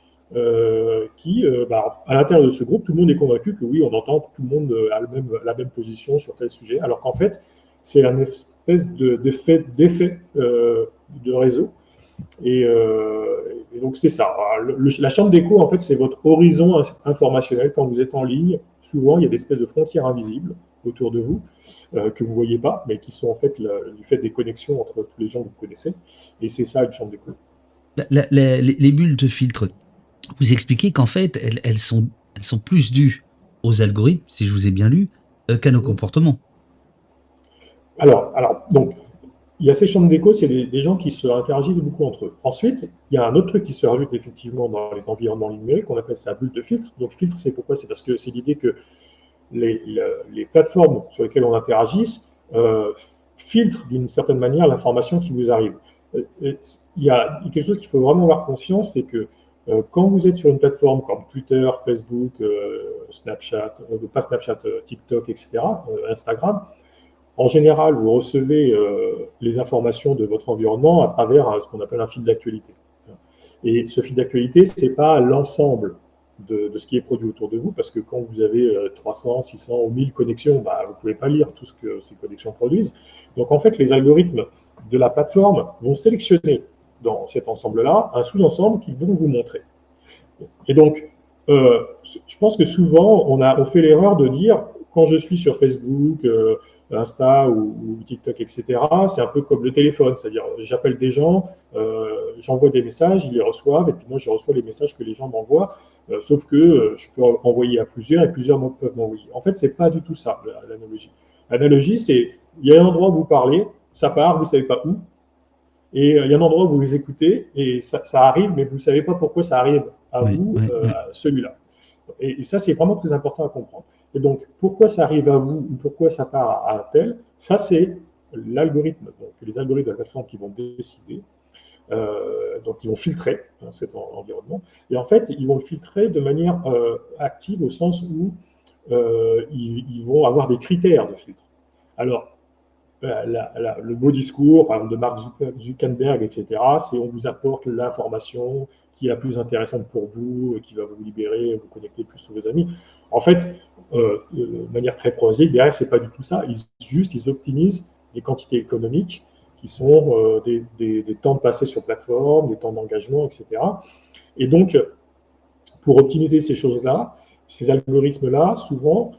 à l'intérieur de ce groupe, tout le monde est convaincu que oui, on entend, tout le monde a la même position sur tel sujet, alors qu'en fait, c'est une espèce d'effet de réseau. Et donc, c'est ça. La chambre d'écho, en fait, c'est votre horizon informationnel. Quand vous êtes en ligne, souvent, il y a des espèces de frontières invisibles autour de vous que vous ne voyez pas, mais qui sont en fait du fait des connexions entre tous les gens que vous connaissez. Et c'est ça, une chambre d'écho. Les bulles de filtre, vous expliquez qu'en fait, elles sont plus dues aux algorithmes, si je vous ai bien lu, qu'à nos comportements. Alors, donc, il y a ces chambres d'écho, c'est des gens qui se interagissent beaucoup entre eux. Ensuite, il y a un autre truc qui se rajoute effectivement dans les environnements numériques, on appelle ça bulle de filtre. Donc, filtre, c'est pourquoi? C'est parce que c'est l'idée que les plateformes sur lesquelles on interagisse filtrent d'une certaine manière l'information qui vous arrive. Il y a quelque chose qu'il faut vraiment avoir conscience, c'est que quand vous êtes sur une plateforme comme Twitter, Facebook, Snapchat, pas Snapchat, TikTok, etc., Instagram, en général, vous recevez les informations de votre environnement à travers ce qu'on appelle un fil d'actualité. Et ce fil d'actualité, ce n'est pas l'ensemble de ce qui est produit autour de vous, parce que quand vous avez 300, 600 ou 1000 connexions, bah, vous ne pouvez pas lire tout ce que ces connexions produisent. Donc en fait, les algorithmes de la plateforme vont sélectionner dans cet ensemble-là un sous-ensemble qu'ils vont vous montrer. Et donc, je pense que souvent, on fait l'erreur de dire, quand je suis sur Facebook, Insta ou TikTok, etc., c'est un peu comme le téléphone, c'est-à-dire j'appelle des gens, j'envoie des messages, ils les reçoivent, et puis moi je reçois les messages que les gens m'envoient, sauf que je peux envoyer à plusieurs, et plusieurs peuvent m'envoyer. En fait, c'est pas du tout ça, l'analogie. L'analogie, c'est, il y a un endroit où vous parlez, ça part, vous ne savez pas où, et il y a un endroit où vous les écoutez, et ça arrive, mais vous ne savez pas pourquoi ça arrive à vous, à celui-là. Et ça, c'est vraiment très important à comprendre. Et donc, pourquoi ça arrive à vous ou pourquoi ça part à un tel, ça, c'est l'algorithme. Donc, les algorithmes de la plateforme qui vont décider, donc ils vont filtrer cet environnement. Et en fait, ils vont le filtrer de manière active au sens où ils vont avoir des critères de filtre. Alors, le beau discours, par exemple, de Mark Zuckerberg, etc., c'est on vous apporte l'information qui est la plus intéressante pour vous, qui va vous libérer, vous connecter plus sur vos amis. En fait, de manière très prosaïque, derrière, c'est pas du tout ça. Ils optimisent les quantités économiques qui sont des temps passés sur plateforme, des temps d'engagement, etc. Et donc, pour optimiser ces choses-là, ces algorithmes-là, souvent,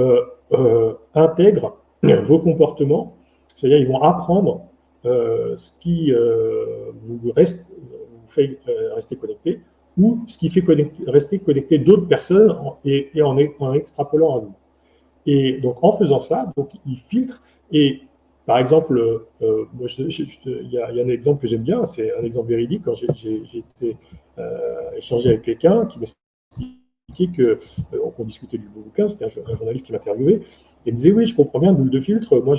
intègrent vos comportements, c'est-à-dire ils vont apprendre ce qui vous fait rester connecté ou ce qui fait rester connecté d'autres personnes et en extrapolant à vous. Et donc, en faisant ça, donc, ils filtrent. Et par exemple, moi, il y a un exemple que j'aime bien, c'est un exemple véridique. Quand j'ai été échangé avec quelqu'un qui m'expliquait qu'on discutait du bouquin, c'était un journaliste qui m'interviewait, et il me disait, oui, je comprends bien, boule de filtre, moi,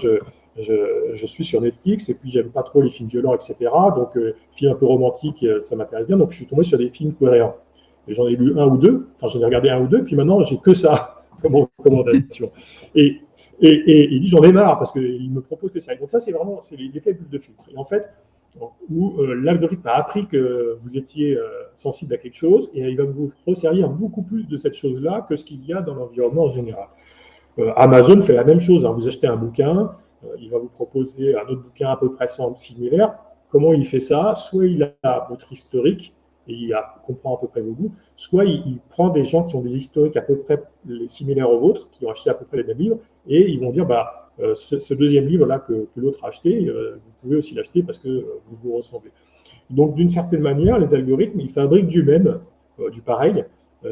je suis sur Netflix, et puis j'aime pas trop les films violents, etc. Donc, films un peu romantiques, ça m'intéresse bien, donc je suis tombé sur des films coréens. Et j'en ai lu un ou deux, enfin, j'en ai regardé un ou deux, puis maintenant, j'ai que ça comme recommandation. Et il dit, j'en ai marre, parce qu'il me propose que ça. Et donc ça, c'est vraiment l'effet bulle de filtre. Et en fait, où l'algorithme a appris que vous étiez sensible à quelque chose, et il va vous resservir beaucoup plus de cette chose-là que ce qu'il y a dans l'environnement en général. Amazon fait la même chose, hein. Vous achetez un bouquin, il va vous proposer un autre bouquin à peu près similaire. Comment il fait ça? Soit il a votre historique, et il comprend à peu près vos goûts, soit il prend des gens qui ont des historiques à peu près similaires aux vôtres, qui ont acheté à peu près les mêmes livres, et ils vont dire, bah, ce deuxième livre-là que l'autre a acheté, vous pouvez aussi l'acheter parce que vous vous ressemblez. Donc, d'une certaine manière, les algorithmes, ils fabriquent du même, du pareil,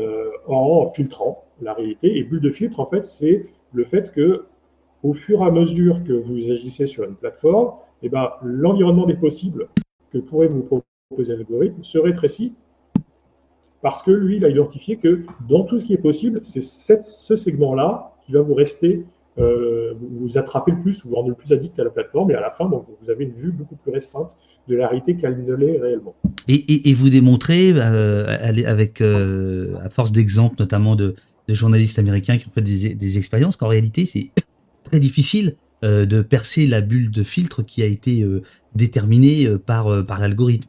en filtrant la réalité. Et bulle de filtre, en fait, c'est le fait que, au fur et à mesure que vous agissez sur une plateforme, eh ben, l'environnement des possibles que pourrait vous proposer l'algorithme se rétrécit parce que lui, il a identifié que dans tout ce qui est possible, c'est ce segment-là qui va vous rester, vous attraper le plus, vous rendre le plus addict à la plateforme, et à la fin, donc, vous avez une vue beaucoup plus restreinte de la réalité qu'elle ne l'est réellement. Et vous démontrez, avec, à force d'exemples, notamment de journalistes américains qui ont fait des expériences, qu'en réalité, c'est très difficile de percer la bulle de filtre qui a été déterminée par l'algorithme.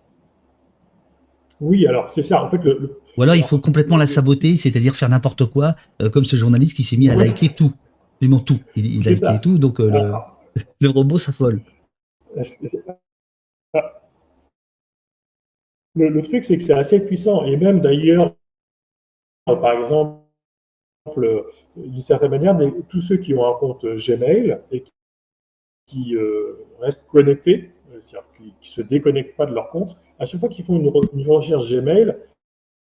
Oui, alors c'est ça. En fait, Ou alors il faut complètement la saboter, c'est-à-dire faire n'importe quoi, comme ce journaliste qui s'est mis à liker tout, absolument tout. Il a liké tout, donc le robot s'affole. Le truc, c'est que c'est assez puissant. Et même d'ailleurs, par exemple, d'une certaine manière, tous ceux qui ont un compte Gmail et qui restent connectés, c'est-à-dire qui ne se déconnectent pas de leur compte, à chaque fois qu'ils font une recherche Gmail,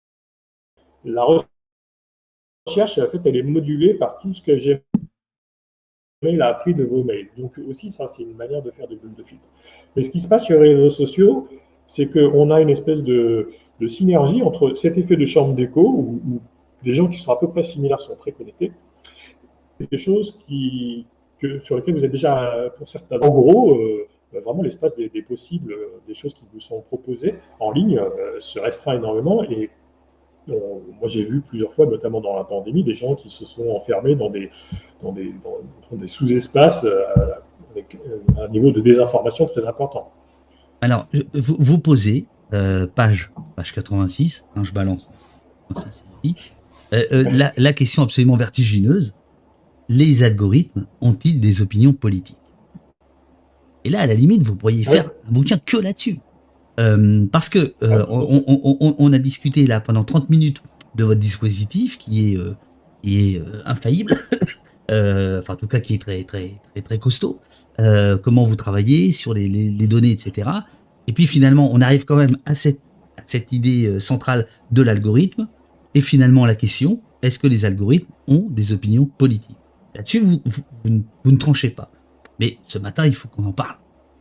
la recherche, en fait, elle est modulée par tout ce que Gmail mail a appris de vos mails. Donc aussi, ça, c'est une manière de faire des bulles de filtre. Mais ce qui se passe sur les réseaux sociaux, c'est qu'on a une espèce de synergie entre cet effet de chambre d'écho, où des gens qui sont à peu près similaires sont très connectés, et des choses sur lesquelles vous êtes déjà, pour certains, en gros, vraiment l'espace des possibles, des choses qui vous sont proposées en ligne se restreint énormément. Et moi, j'ai vu plusieurs fois, notamment dans la pandémie, des gens qui se sont enfermés dans des sous-espaces avec un niveau de désinformation très important. Alors, vous posez, page 86, hein, je balance. La question absolument vertigineuse, les algorithmes ont-ils des opinions politiques? Et là, à la limite, vous pourriez faire un bouquin que là-dessus. Parce que on a discuté là pendant 30 minutes de votre dispositif qui est infaillible, enfin en tout cas qui est très costaud, comment vous travaillez sur les données, etc. Et puis finalement, on arrive quand même à cette idée centrale de l'algorithme, et finalement la question, est-ce que les algorithmes ont des opinions politiques? Là-dessus, vous ne tranchez pas. Mais ce matin, il faut qu'on en parle.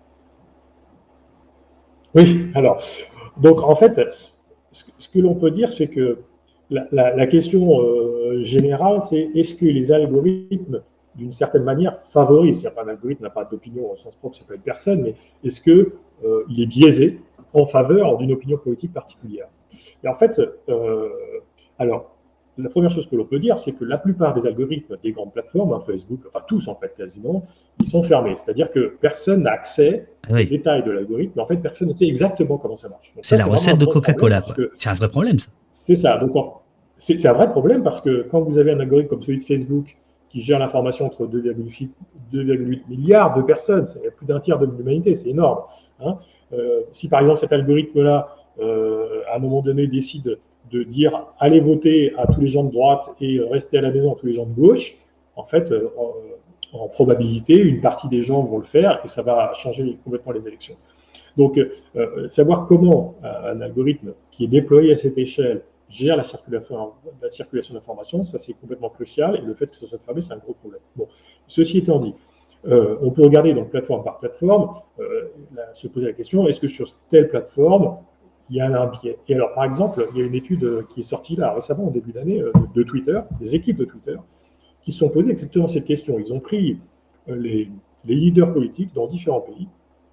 Oui, alors, donc en fait, ce que l'on peut dire, c'est que la question générale, c'est est-ce que les algorithmes, d'une certaine manière, favorisent, c'est-à-dire qu'un algorithme n'a pas d'opinion au sens propre, c'est pas une personne, mais est-ce qu'il est biaisé en faveur d'une opinion politique particulière? Et en fait, alors, la première chose que l'on peut dire, c'est que la plupart des algorithmes des grandes plateformes, hein, Facebook, enfin tous en fait quasiment, ils sont fermés. C'est-à-dire que personne n'a accès aux détails de l'algorithme, mais en fait personne ne sait exactement comment ça marche. C'est la recette de Coca-Cola. C'est un vrai problème, ça. C'est ça. Donc c'est un vrai problème parce que quand vous avez un algorithme comme celui de Facebook qui gère l'information entre 2,8 milliards de personnes, c'est plus d'un tiers de l'humanité, c'est énorme. Hein. Si par exemple cet algorithme-là, à un moment donné, décide de dire allez voter à tous les gens de droite et rester à la maison à tous les gens de gauche, en fait, en probabilité, une partie des gens vont le faire et ça va changer complètement les élections. Donc, savoir comment un algorithme qui est déployé à cette échelle gère la circulation d'informations, ça c'est complètement crucial, et le fait que ça soit fermé, c'est un gros problème. Bon, ceci étant dit, on peut regarder donc plateforme par plateforme, se poser la question, est-ce que sur telle plateforme, il y a un biais? Et alors, par exemple, il y a une étude qui est sortie là récemment, au début d'année, de Twitter, des équipes de Twitter, qui se sont posées exactement cette question. Ils ont pris les leaders politiques dans différents pays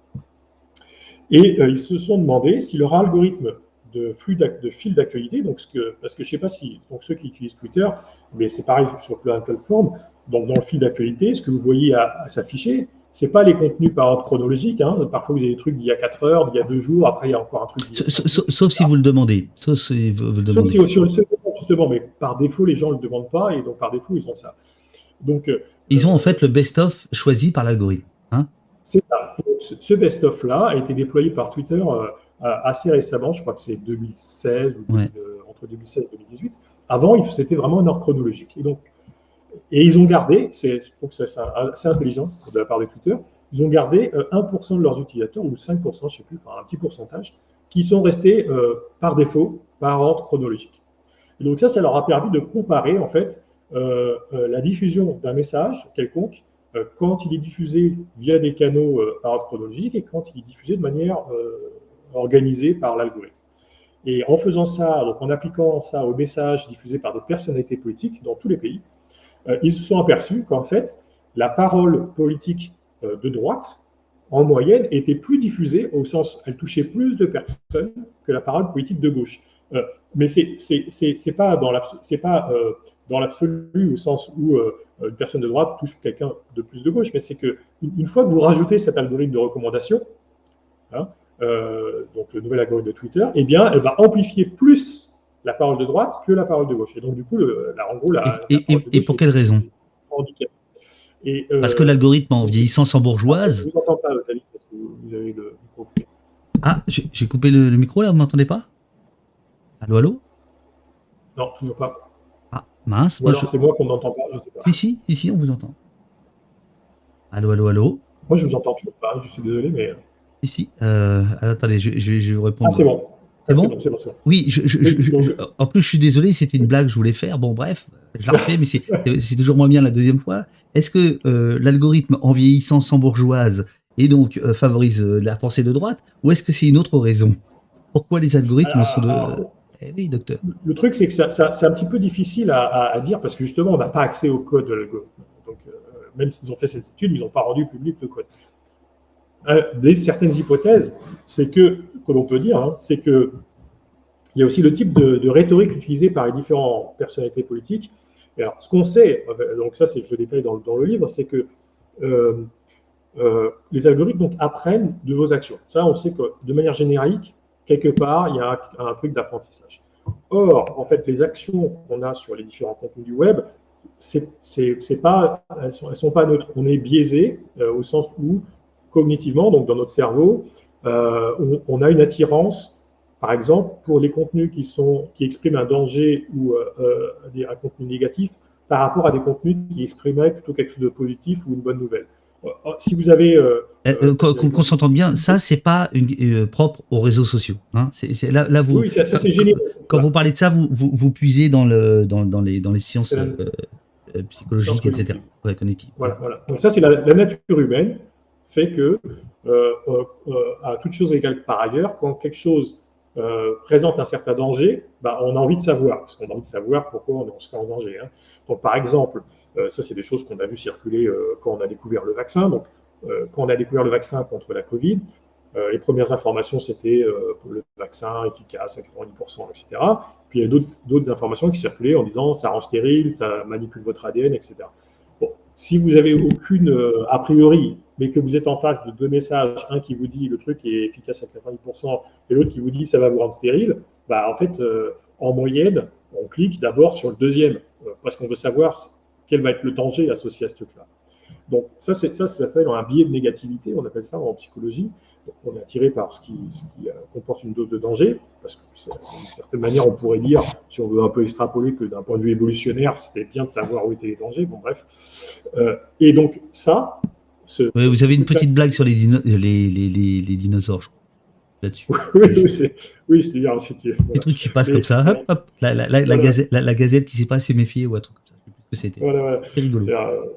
et ils se sont demandé si leur algorithme de fil d'actualité, parce que je ne sais pas si ceux qui utilisent Twitter, mais c'est pareil sur plein de plateformes, donc dans le fil d'actualité, ce que vous voyez à s'afficher, ce n'est pas les contenus par ordre chronologique. Hein. Parfois, vous avez des trucs d'il y a 4 heures, d'il y a 2 jours, après, il y a encore un truc d'il y a 5 jours. Sauf si vous le demandez. Sauf si vous le demandez. Sauf si justement, mais par défaut, les gens ne le demandent pas, et donc par défaut, ils ont ça. Donc, ils ont en fait le best-of choisi par l'algorithme. Hein, c'est ça. Ce best-of-là a été déployé par Twitter assez récemment, je crois que c'est 2016, entre 2016 et 2018. Avant, c'était vraiment un ordre chronologique. Et ils ont gardé, je trouve que c'est assez intelligent de la part de Twitter, ils ont gardé 1% de leurs utilisateurs, ou 5%, je ne sais plus, enfin un petit pourcentage, qui sont restés par défaut, par ordre chronologique. Et donc ça leur a permis de comparer en fait la diffusion d'un message quelconque quand il est diffusé via des canaux par ordre chronologique et quand il est diffusé de manière organisée par l'algorithme. Et en faisant ça, donc en appliquant ça aux messages diffusés par des personnalités politiques dans tous les pays, ils se sont aperçus qu'en fait, la parole politique de droite, en moyenne, était plus diffusée, au sens, elle touchait plus de personnes que la parole politique de gauche. Mais c'est pas dans l'absolu, au sens où une personne de droite touche quelqu'un de plus de gauche, mais c'est qu'une fois que vous rajoutez cet algorithme de recommandation, hein, donc le nouvel algorithme de Twitter, eh bien, elle va amplifier plus la parole de droite que la parole de gauche. Et donc, du coup, et pour quelle raison? Parce que l'algorithme, en vieillissant s'embourgeoise. Je ne vous entends pas, David, parce que vous avez le micro coupé. Ah, j'ai coupé le micro, là, vous ne m'entendez pas? Allô, allô? Non, toujours pas. Ah, mince. Ou alors c'est moi qu'on n'entend pas, je ne sais pas. Si, on vous entend. Allô, allô, allô? Moi, je ne vous entends toujours pas, je suis désolé, mais... Attendez, je vais vous répondre. Ah, c'est bon. C'est bon? C'est bon, c'est bon. Oui, Oui, donc, en plus, je suis désolé, c'était une blague que je voulais faire. Bon, bref, je la refais, mais c'est toujours moins bien la deuxième fois. Est-ce que l'algorithme, en vieillissant, s'embourgeoise et donc favorise la pensée de droite, ou est-ce que c'est une autre raison? Pourquoi les algorithmes sont de... alors, Eh oui, docteur. le truc, c'est que c'est un petit peu difficile à dire parce que justement, on n'a pas accès au code de l'algorithme. Donc, même s'ils ont fait cette étude, ils n'ont pas rendu public le code. Certaines hypothèses, c'est que l'on peut dire, hein, c'est que il y a aussi le type de rhétorique utilisée par les différentes personnalités politiques. Et alors, ce qu'on sait, donc ça, je le détaille dans le livre, c'est que euh, les algorithmes donc, apprennent de vos actions. Ça, on sait que de manière générique, quelque part, il y a un truc d'apprentissage. Or, en fait, les actions qu'on a sur les différents contenus du web, elles sont pas neutres. On est biaisé au sens où, cognitivement, donc dans notre cerveau, on a une attirance, par exemple, pour les contenus qui expriment un danger ou un contenu négatif par rapport à des contenus qui exprimeraient plutôt quelque chose de positif ou une bonne nouvelle. Si vous avez... Qu'on s'entende bien, ça, c'est pas propre aux réseaux sociaux. Hein. Là, vous, oui, ça c'est génial. Quand vous parlez de ça, vous puisez dans les sciences psychologiques, etc. Ouais, cognitives. Voilà. Donc ça, c'est la nature humaine fait que, à toute chose égale par ailleurs, quand quelque chose présente un certain danger, bah, on a envie de savoir, parce qu'on a envie de savoir pourquoi on se fait en danger. Hein. Donc, par exemple, ça, c'est des choses qu'on a vu circuler quand on a découvert le vaccin. Donc, quand on a découvert le vaccin contre la Covid, les premières informations, c'était le vaccin efficace à 90%, etc. Puis il y a d'autres informations qui circulaient en disant ça rend stérile, ça manipule votre ADN, etc. Bon, si vous avez aucune a priori, mais que vous êtes en face de deux messages, un qui vous dit le truc est efficace à 90% et l'autre qui vous dit ça va vous rendre stérile, bah en fait, en moyenne, on clique d'abord sur le deuxième parce qu'on veut savoir quel va être le danger associé à ce truc-là. Donc ça s'appelle un biais de négativité, on appelle ça en psychologie. Donc, on est attiré par ce qui comporte une dose de danger, parce que d'une certaine manière, on pourrait dire, si on veut un peu extrapoler, que d'un point de vue évolutionnaire, c'était bien de savoir où étaient les dangers. Bon, bref. Et donc ça... Oui, vous avez une petite blague sur les dinosaures, je crois, là-dessus. Oui, c'est-à-dire... Des trucs qui passent comme ça, hop, hop, la gazelle qui ne sait pas se méfier ou un truc comme ça. Je sais plus ce que c'était. Voilà. C'est rigolo.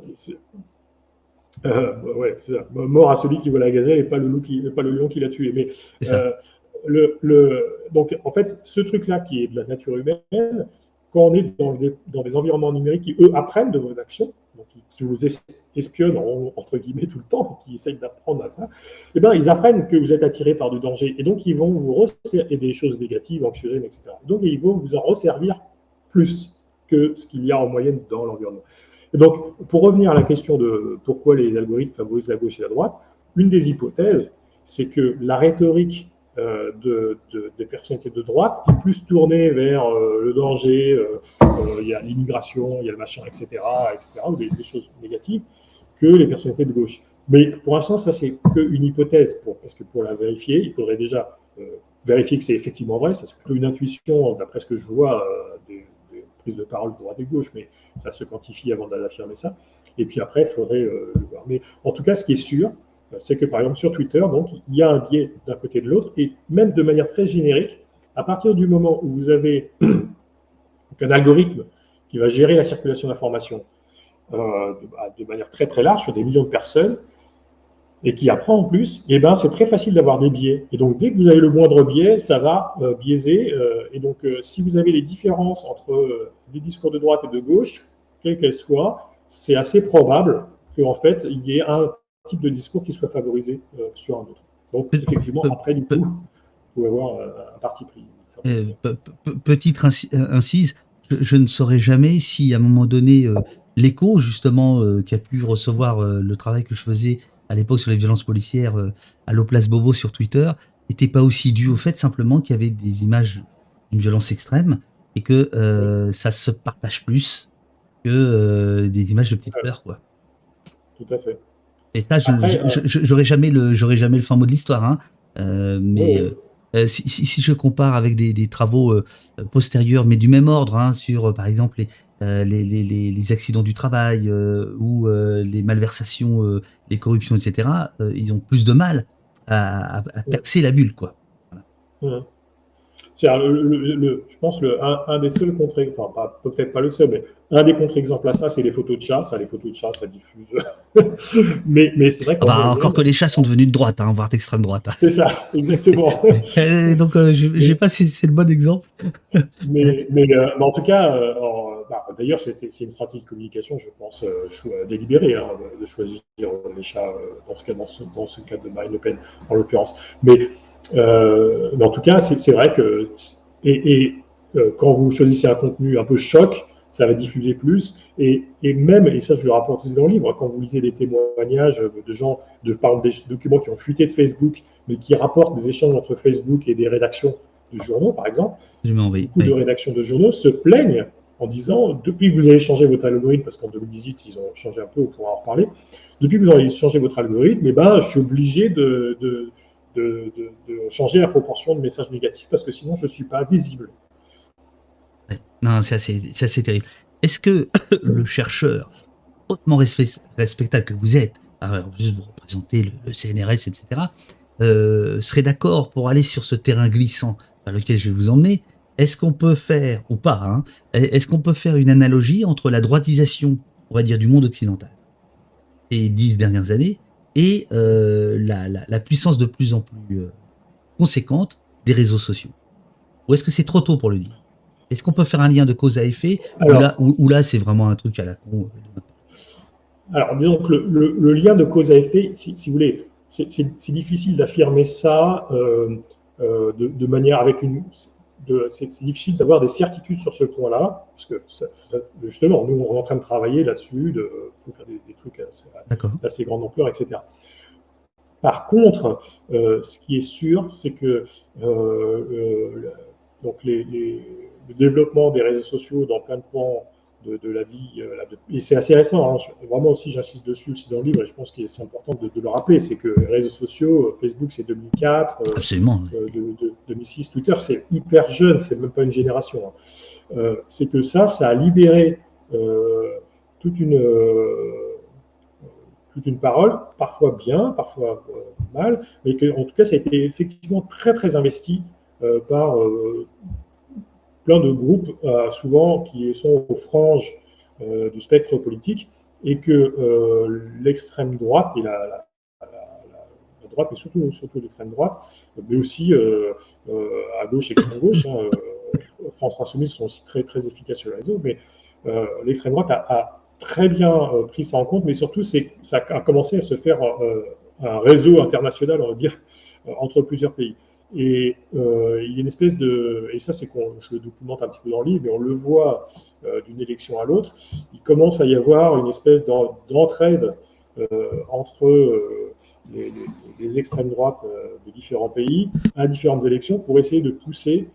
Ouais, c'est ça. Mort à celui qui voit la gazelle et pas le lion qui l'a tué. Mais donc en fait, ce truc-là qui est de la nature humaine, quand on est dans des environnements numériques qui eux apprennent de vos actions, donc qui vous espionnent entre guillemets tout le temps, qui essayent d'apprendre à ça, eh ben ils apprennent que vous êtes attiré par du danger et donc ils vont vous resservir des choses négatives, anxiogènes, etc. Donc ils vont vous en resservir plus que ce qu'il y a en moyenne dans l'environnement. Et donc, pour revenir à la question de pourquoi les algorithmes favorisent la gauche et la droite, une des hypothèses, c'est que la rhétorique des personnalités de droite est plus tournée vers le danger, il y a l'immigration, il y a le machin, etc., ou des choses négatives, que les personnalités de gauche. Mais pour l'instant, ça, c'est qu'une hypothèse, parce que pour la vérifier, il faudrait déjà vérifier que c'est effectivement vrai. Ça, c'est plutôt une intuition, d'après ce que je vois, des prises de parole de droite et gauche, mais ça se quantifie avant d'affirmer ça. Et puis après, il faudrait le voir. Mais en tout cas, ce qui est sûr, c'est que par exemple sur Twitter, donc, il y a un biais d'un côté et de l'autre, et même de manière très générique, à partir du moment où vous avez un algorithme qui va gérer la circulation d'informations de manière très très large sur des millions de personnes, et qui apprend en plus, eh ben, c'est très facile d'avoir des biais. Et donc, dès que vous avez le moindre biais, ça va biaiser. Et donc, si vous avez les différences entre des discours de droite et de gauche, quelles qu'elles soient, c'est assez probable qu'en fait, il y ait un type de discours qui soit favorisé sur un autre. Donc, effectivement, après, du coup, vous pouvez avoir un parti pris. Petite incise, je ne saurais jamais si, à un moment donné, l'écho, justement, qui a pu recevoir le travail que je faisais à l'époque sur les violences policières à l'Oplace Beauvau sur Twitter, n'était pas aussi dû au fait simplement qu'il y avait des images d'une violence extrême et que ça se partage plus que des images de petites fleurs, quoi. Tout à fait. Et ça, j'aurais jamais le fin mot de l'histoire, hein. Si je compare avec des travaux postérieurs, mais du même ordre, hein, sur par exemple les accidents du travail ou les malversations, les corruptions, etc., ils ont plus de mal à percer la bulle, quoi. Voilà. Je pense un des seuls contre-exemples, enfin peut-être pas le seul, mais un des contre-exemples à ça, c'est les photos de chats. Ça, les photos de chats, ça diffuse. mais c'est vrai Ah qu'en bah, encore que moyenne, les chats sont devenus de droite, hein, voire d'extrême droite. c'est ça, exactement. Donc, je ne sais pas si c'est le bon exemple. Mais en tout cas, d'ailleurs, c'est une stratégie de communication, je pense, délibérée, hein, de choisir les chats dans ce cas de Marine Le Pen, en l'occurrence. Mais en tout cas, c'est vrai que quand vous choisissez un contenu un peu choc, ça va diffuser plus. Et même, et ça je le rapporte aussi dans le livre, quand vous lisez des témoignages de gens, par exemple des documents qui ont fuité de Facebook, mais qui rapportent des échanges entre Facebook et des rédactions de journaux, par exemple, beaucoup de rédactions de journaux se plaignent en disant, depuis que vous avez changé votre algorithme, parce qu'en 2018, ils ont changé un peu, on pourra en reparler, depuis que vous avez changé votre algorithme, je suis obligé de changer la proportion de messages négatifs parce que sinon je ne suis pas visible. Non, c'est assez terrible. Est-ce que le chercheur hautement respectable que vous êtes, alors juste vous représentez le CNRS, etc., serait d'accord pour aller sur ce terrain glissant vers lequel je vais vous emmener? Est-ce qu'on peut faire, ou pas, hein, est-ce qu'on peut faire une analogie entre la droitisation, on va dire, du monde occidental ces 10 dernières années et la puissance de plus en plus conséquente des réseaux sociaux? Ou est-ce que c'est trop tôt pour le dire? Est-ce qu'on peut faire un lien de cause à effet, ou là c'est vraiment un truc à la con? Alors, disons que le lien de cause à effet, si vous voulez, c'est difficile d'affirmer ça de manière avec une... C'est difficile d'avoir des certitudes sur ce point-là, parce que justement, nous, on est en train de travailler là-dessus, pour faire des trucs assez grande ampleur, etc. Par contre, ce qui est sûr, c'est que donc le développement des réseaux sociaux dans plein de pans de la vie, et c'est assez récent, hein, vraiment aussi j'insiste dessus aussi dans le livre, et je pense que c'est important de le rappeler, c'est que les réseaux sociaux, Facebook c'est 2004, absolument, 2006, Twitter c'est hyper jeune, c'est même pas une génération, hein. C'est que ça a libéré toute une parole, parfois bien, parfois mal, mais qu'en tout cas ça a été effectivement très très investi par plein de groupes, souvent qui sont aux franges du spectre politique, et que l'extrême droite et la droite, mais surtout l'extrême droite, mais aussi à gauche et extrême gauche, hein, France Insoumise sont aussi très, très efficaces sur le réseau, mais l'extrême droite a très bien pris ça en compte, mais surtout ça a commencé à se faire un réseau international, on va dire, entre plusieurs pays. Et il y a une espèce de... Et ça, je le documente un petit peu dans le livre, mais on le voit d'une élection à l'autre. Il commence à y avoir une espèce d'entraide entre les extrêmes droites de différents pays à différentes élections pour essayer de pousser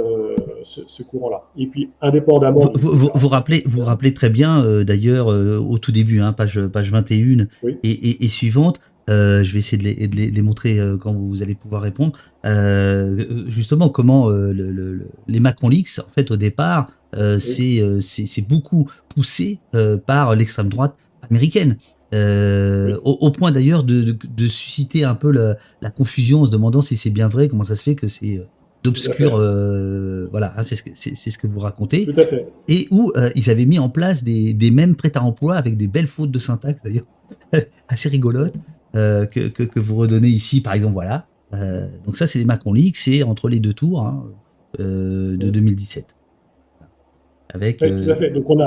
ce courant-là. Et puis, indépendamment... Vous rappelez très bien, d'ailleurs, au tout début, hein, page 21 oui. et suivante, je vais essayer de les montrer quand vous allez pouvoir répondre. Justement, comment les Macron Leaks, en fait, au départ, oui. c'est beaucoup poussé par l'extrême droite américaine. Oui. Au point d'ailleurs de susciter un peu la confusion en se demandant si c'est bien vrai, comment ça se fait que c'est d'obscur, voilà, hein, c'est ce que vous racontez. Tout à fait. Et où ils avaient mis en place des mêmes prêts à emploi avec des belles fautes de syntaxe d'ailleurs, assez rigolotes. Que vous redonnez ici, par exemple, voilà. Donc ça, c'est les Macron Leaks, c'est entre les deux tours, hein, de 2017. Avec, oui, tout à fait. Donc on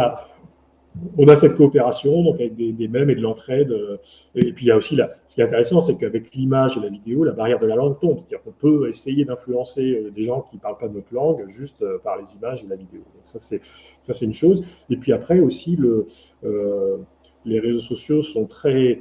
a cette coopération, donc avec des mèmes et de l'entraide. Et puis il y a aussi, ce qui est intéressant, c'est qu'avec l'image et la vidéo, la barrière de la langue tombe. C'est-à-dire qu'on peut essayer d'influencer des gens qui ne parlent pas de notre langue juste par les images et la vidéo. Donc ça, c'est une chose. Et puis après aussi, les réseaux sociaux sont très...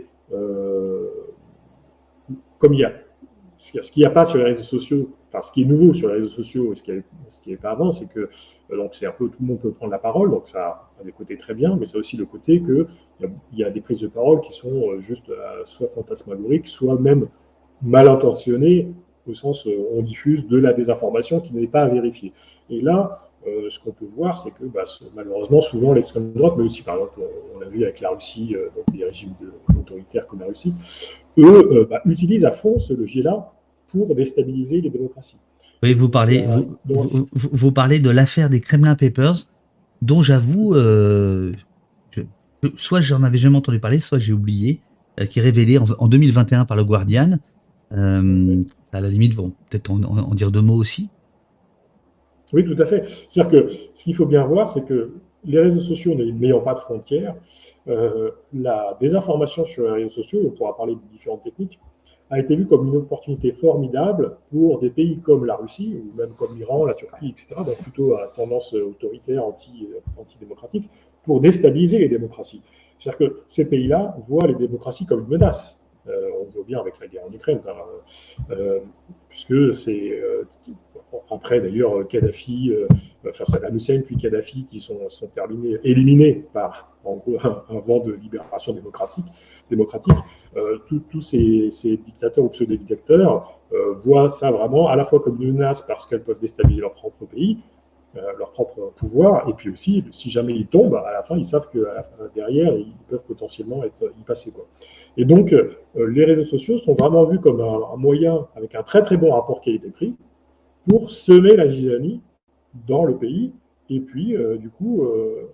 comme ce qu'il n'y a pas sur les réseaux sociaux, enfin ce qui est nouveau sur les réseaux sociaux et ce qui n'est pas avant, c'est que donc c'est un peu tout le monde peut prendre la parole, donc ça a des côtés très bien, mais ça a aussi le côté qu'il y a des prises de parole qui sont juste soit fantasmagoriques, soit même mal intentionnées, au sens où on diffuse de la désinformation qui n'est pas à vérifier. Et là, ce qu'on peut voir, c'est que malheureusement, souvent l'extrême droite, mais aussi par exemple, on l'a vu avec la Russie, donc les régimes autoritaires comme la Russie, eux utilisent à fond ce levier-là pour déstabiliser les démocraties. Oui, vous parlez de l'affaire des Kremlin Papers, dont j'avoue, je- soit j'en avais jamais entendu parler, soit j'ai oublié, qui est révélé en 2021 par le Guardian. Euh, à la limite, bon, peut-être en dire deux mots aussi. Oui, tout à fait. C'est-à-dire que ce qu'il faut bien voir, c'est que les réseaux sociaux n'ayant pas de frontières, la désinformation sur les réseaux sociaux, on pourra parler de différentes techniques, a été vue comme une opportunité formidable pour des pays comme la Russie, ou même comme l'Iran, la Turquie, etc., donc plutôt à tendance autoritaire, antidémocratique, pour déstabiliser les démocraties. C'est-à-dire que ces pays-là voient les démocraties comme une menace. On le voit bien avec la guerre en Ukraine, puisque c'est après d'ailleurs Kadhafi, enfin Saddam Hussein puis Kadhafi qui sont terminés, éliminés par en gros un vent de libération démocratique. Tous ces dictateurs ou pseudo-dictateurs voient ça vraiment à la fois comme une menace parce qu'elles peuvent déstabiliser leur propre pays, leur propre pouvoir, et puis aussi, si jamais ils tombent, à la fin, ils savent que derrière, ils peuvent potentiellement y passer, quoi. Et donc, les réseaux sociaux sont vraiment vus comme un moyen, avec un très très bon rapport qualité-prix, pour semer la zizanie dans le pays, et puis, du coup,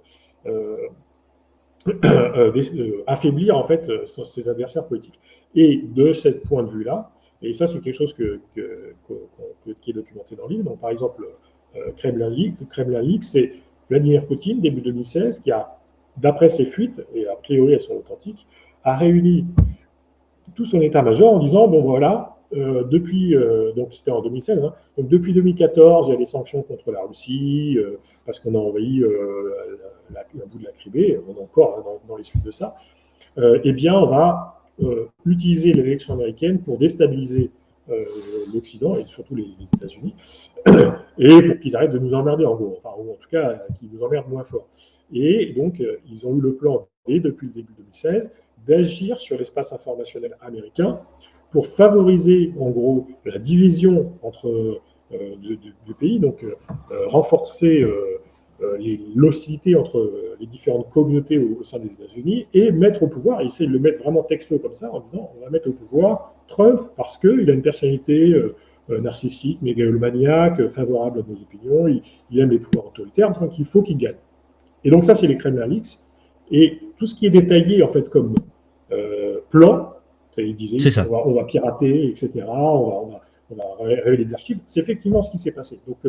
affaiblir en fait ses adversaires politiques. Et de ce point de vue-là, et ça c'est quelque chose qui est documenté dans le livre, donc par exemple Kremlin Leaks, c'est Vladimir Poutine, début 2016, qui a, d'après ses fuites, et a priori elles sont authentiques, a réuni tout son état-major en disant, bon voilà, donc c'était en 2016, hein, donc depuis 2014, il y a des sanctions contre la Russie, parce qu'on a envahi la bout de la Crimée, on est encore hein, dans les suites de ça, eh bien on va utiliser l'élection américaine pour déstabiliser l'Occident et surtout les États-Unis, et pour qu'ils arrêtent de nous emmerder en gros, enfin, ou en tout cas qu'ils nous emmerdent moins fort. Et donc ils ont eu le plan depuis le début 2016 d'agir sur l'espace informationnel américain pour favoriser en gros la division entre deux pays, donc renforcer l'hostilité entre les différentes communautés au sein des États-Unis et mettre au pouvoir, et essayer de le mettre vraiment texto comme ça, en disant on va mettre au pouvoir Trump parce qu'il a une personnalité narcissique, mégalomaniaque, favorable à nos opinions, il aime les pouvoirs autoritaires, donc il faut qu'il gagne. Et donc ça, c'est les Kremlin Leaks. Et tout ce qui est détaillé en fait comme plan, il disait on va pirater, etc., on va révéler des archives, c'est effectivement ce qui s'est passé. Donc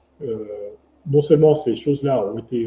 non seulement ces choses-là ont été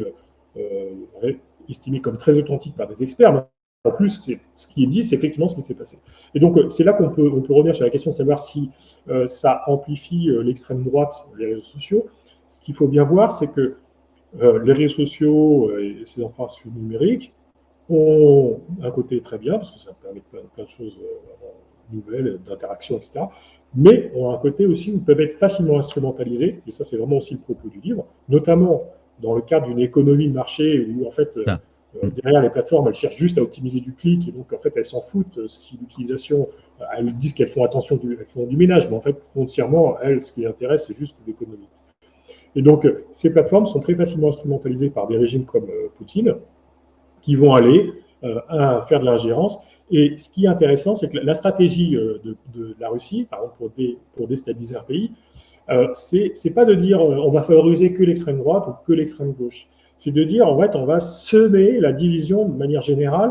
estimées comme très authentiques par des experts, mais en plus, ce qui est dit, c'est effectivement ce qui s'est passé. Et donc, c'est là qu'on peut revenir sur la question de savoir si ça amplifie l'extrême droite, les réseaux sociaux. Ce qu'il faut bien voir, c'est que les réseaux sociaux et ces infrastructures numériques ont un côté très bien, parce que ça permet plein de choses nouvelles, d'interaction, etc., mais ont un côté aussi où ils peuvent être facilement instrumentalisés, et ça c'est vraiment aussi le propos du livre, notamment dans le cadre d'une économie de marché où en fait derrière les plateformes elles cherchent juste à optimiser du clic, et donc en fait elles s'en foutent si l'utilisation, elles disent qu'elles font attention, elles font du ménage, mais en fait foncièrement elles ce qui les intéresse c'est juste l'économie. Et donc ces plateformes sont très facilement instrumentalisées par des régimes comme Poutine, qui vont aller faire de l'ingérence. Et ce qui est intéressant, c'est que la stratégie de la Russie, par exemple pour déstabiliser un pays, c'est pas de dire on va favoriser que l'extrême droite ou que l'extrême gauche. C'est de dire en fait on va semer la division de manière générale.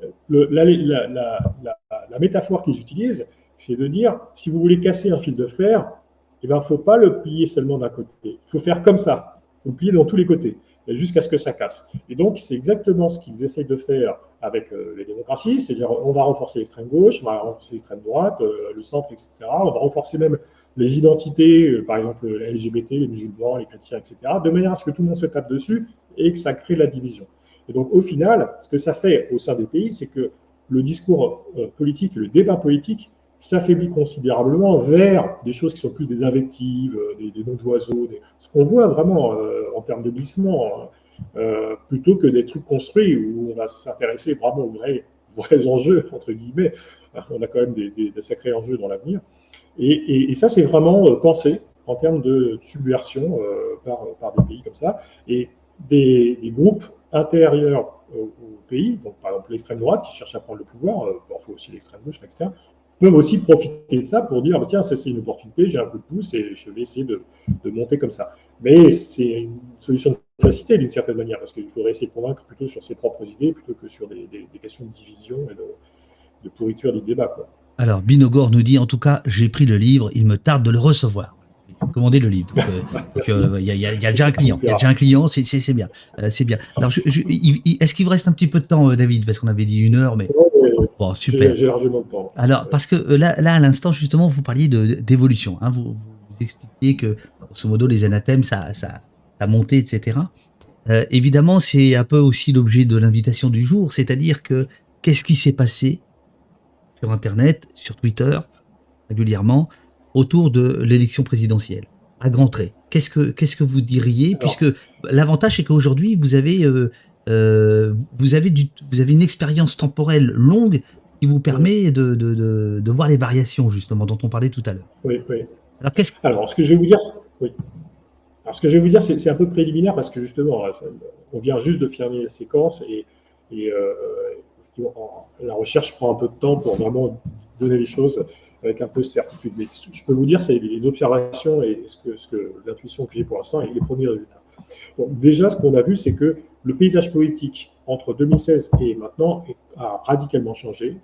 La métaphore qu'ils utilisent, c'est de dire si vous voulez casser un fil de fer, il ne faut pas le plier seulement d'un côté. Il faut faire comme ça. Il faut le plier dans tous les côtés jusqu'à ce que ça casse. Et donc, c'est exactement ce qu'ils essayent de faire avec les démocraties, c'est-à-dire on va renforcer l'extrême gauche, on va renforcer l'extrême droite, le centre, etc. On va renforcer même les identités, par exemple les LGBT, les musulmans, les chrétiens, etc., de manière à ce que tout le monde se tape dessus et que ça crée la division. Et donc, au final, ce que ça fait au sein des pays, c'est que le discours politique, le débat politique s'affaiblit considérablement vers des choses qui sont plus des invectives, des noms d'oiseaux, ce qu'on voit vraiment en termes de glissement, plutôt que des trucs construits où on va s'intéresser vraiment aux vrais enjeux, entre guillemets. On a quand même des sacrés enjeux dans l'avenir. Et ça, c'est vraiment pensé en termes de subversion par des pays comme ça. Et des groupes intérieurs au pays, donc par exemple l'extrême droite qui cherche à prendre le pouvoir, il faut aussi l'extrême gauche, etc., peuvent aussi profiter de ça pour dire bah, tiens, ça c'est une opportunité, j'ai un coup de pouce et je vais essayer de monter comme ça. Mais c'est une solution de facilité d'une certaine manière, parce qu'il faudrait essayer de convaincre plutôt sur ses propres idées plutôt que sur des questions de division et de pourriture du débat, quoi. Alors, Binogor nous dit, en tout cas, j'ai pris le livre, il me tarde de le recevoir. J'ai commandé le livre. Il y a déjà un client. Il y a déjà un client, c'est bien. C'est bien. Alors, est-ce qu'il vous reste un petit peu de temps, David? Parce qu'on avait dit 1 heure, mais... Bon, super. J'ai largement le temps. Alors, parce que là à l'instant, justement, vous parliez d'évolution. Hein, vous expliquiez que, grosso modo, les anathèmes, ça a monté, etc. Évidemment, c'est un peu aussi l'objet de l'invitation du jour, c'est-à-dire que qu'est-ce qui s'est passé sur Internet, sur Twitter, régulièrement, autour de l'élection présidentielle, à grands traits. Qu'est-ce que vous diriez? Alors, puisque l'avantage, c'est qu'aujourd'hui, vous avez une expérience temporelle longue qui vous permet de voir les variations, justement, dont on parlait tout à l'heure. Oui, oui. Alors, ce que je vais vous dire, oui. Alors, ce que je vais vous dire, c'est un peu préliminaire parce que justement, on vient juste de fermer la séquence et la recherche prend un peu de temps pour vraiment donner les choses avec un peu de certitude. Mais je peux vous dire, c'est les observations et l'intuition que j'ai pour l'instant et les premiers résultats. Bon, déjà, ce qu'on a vu, c'est que le paysage politique entre 2016 et maintenant a radicalement changé.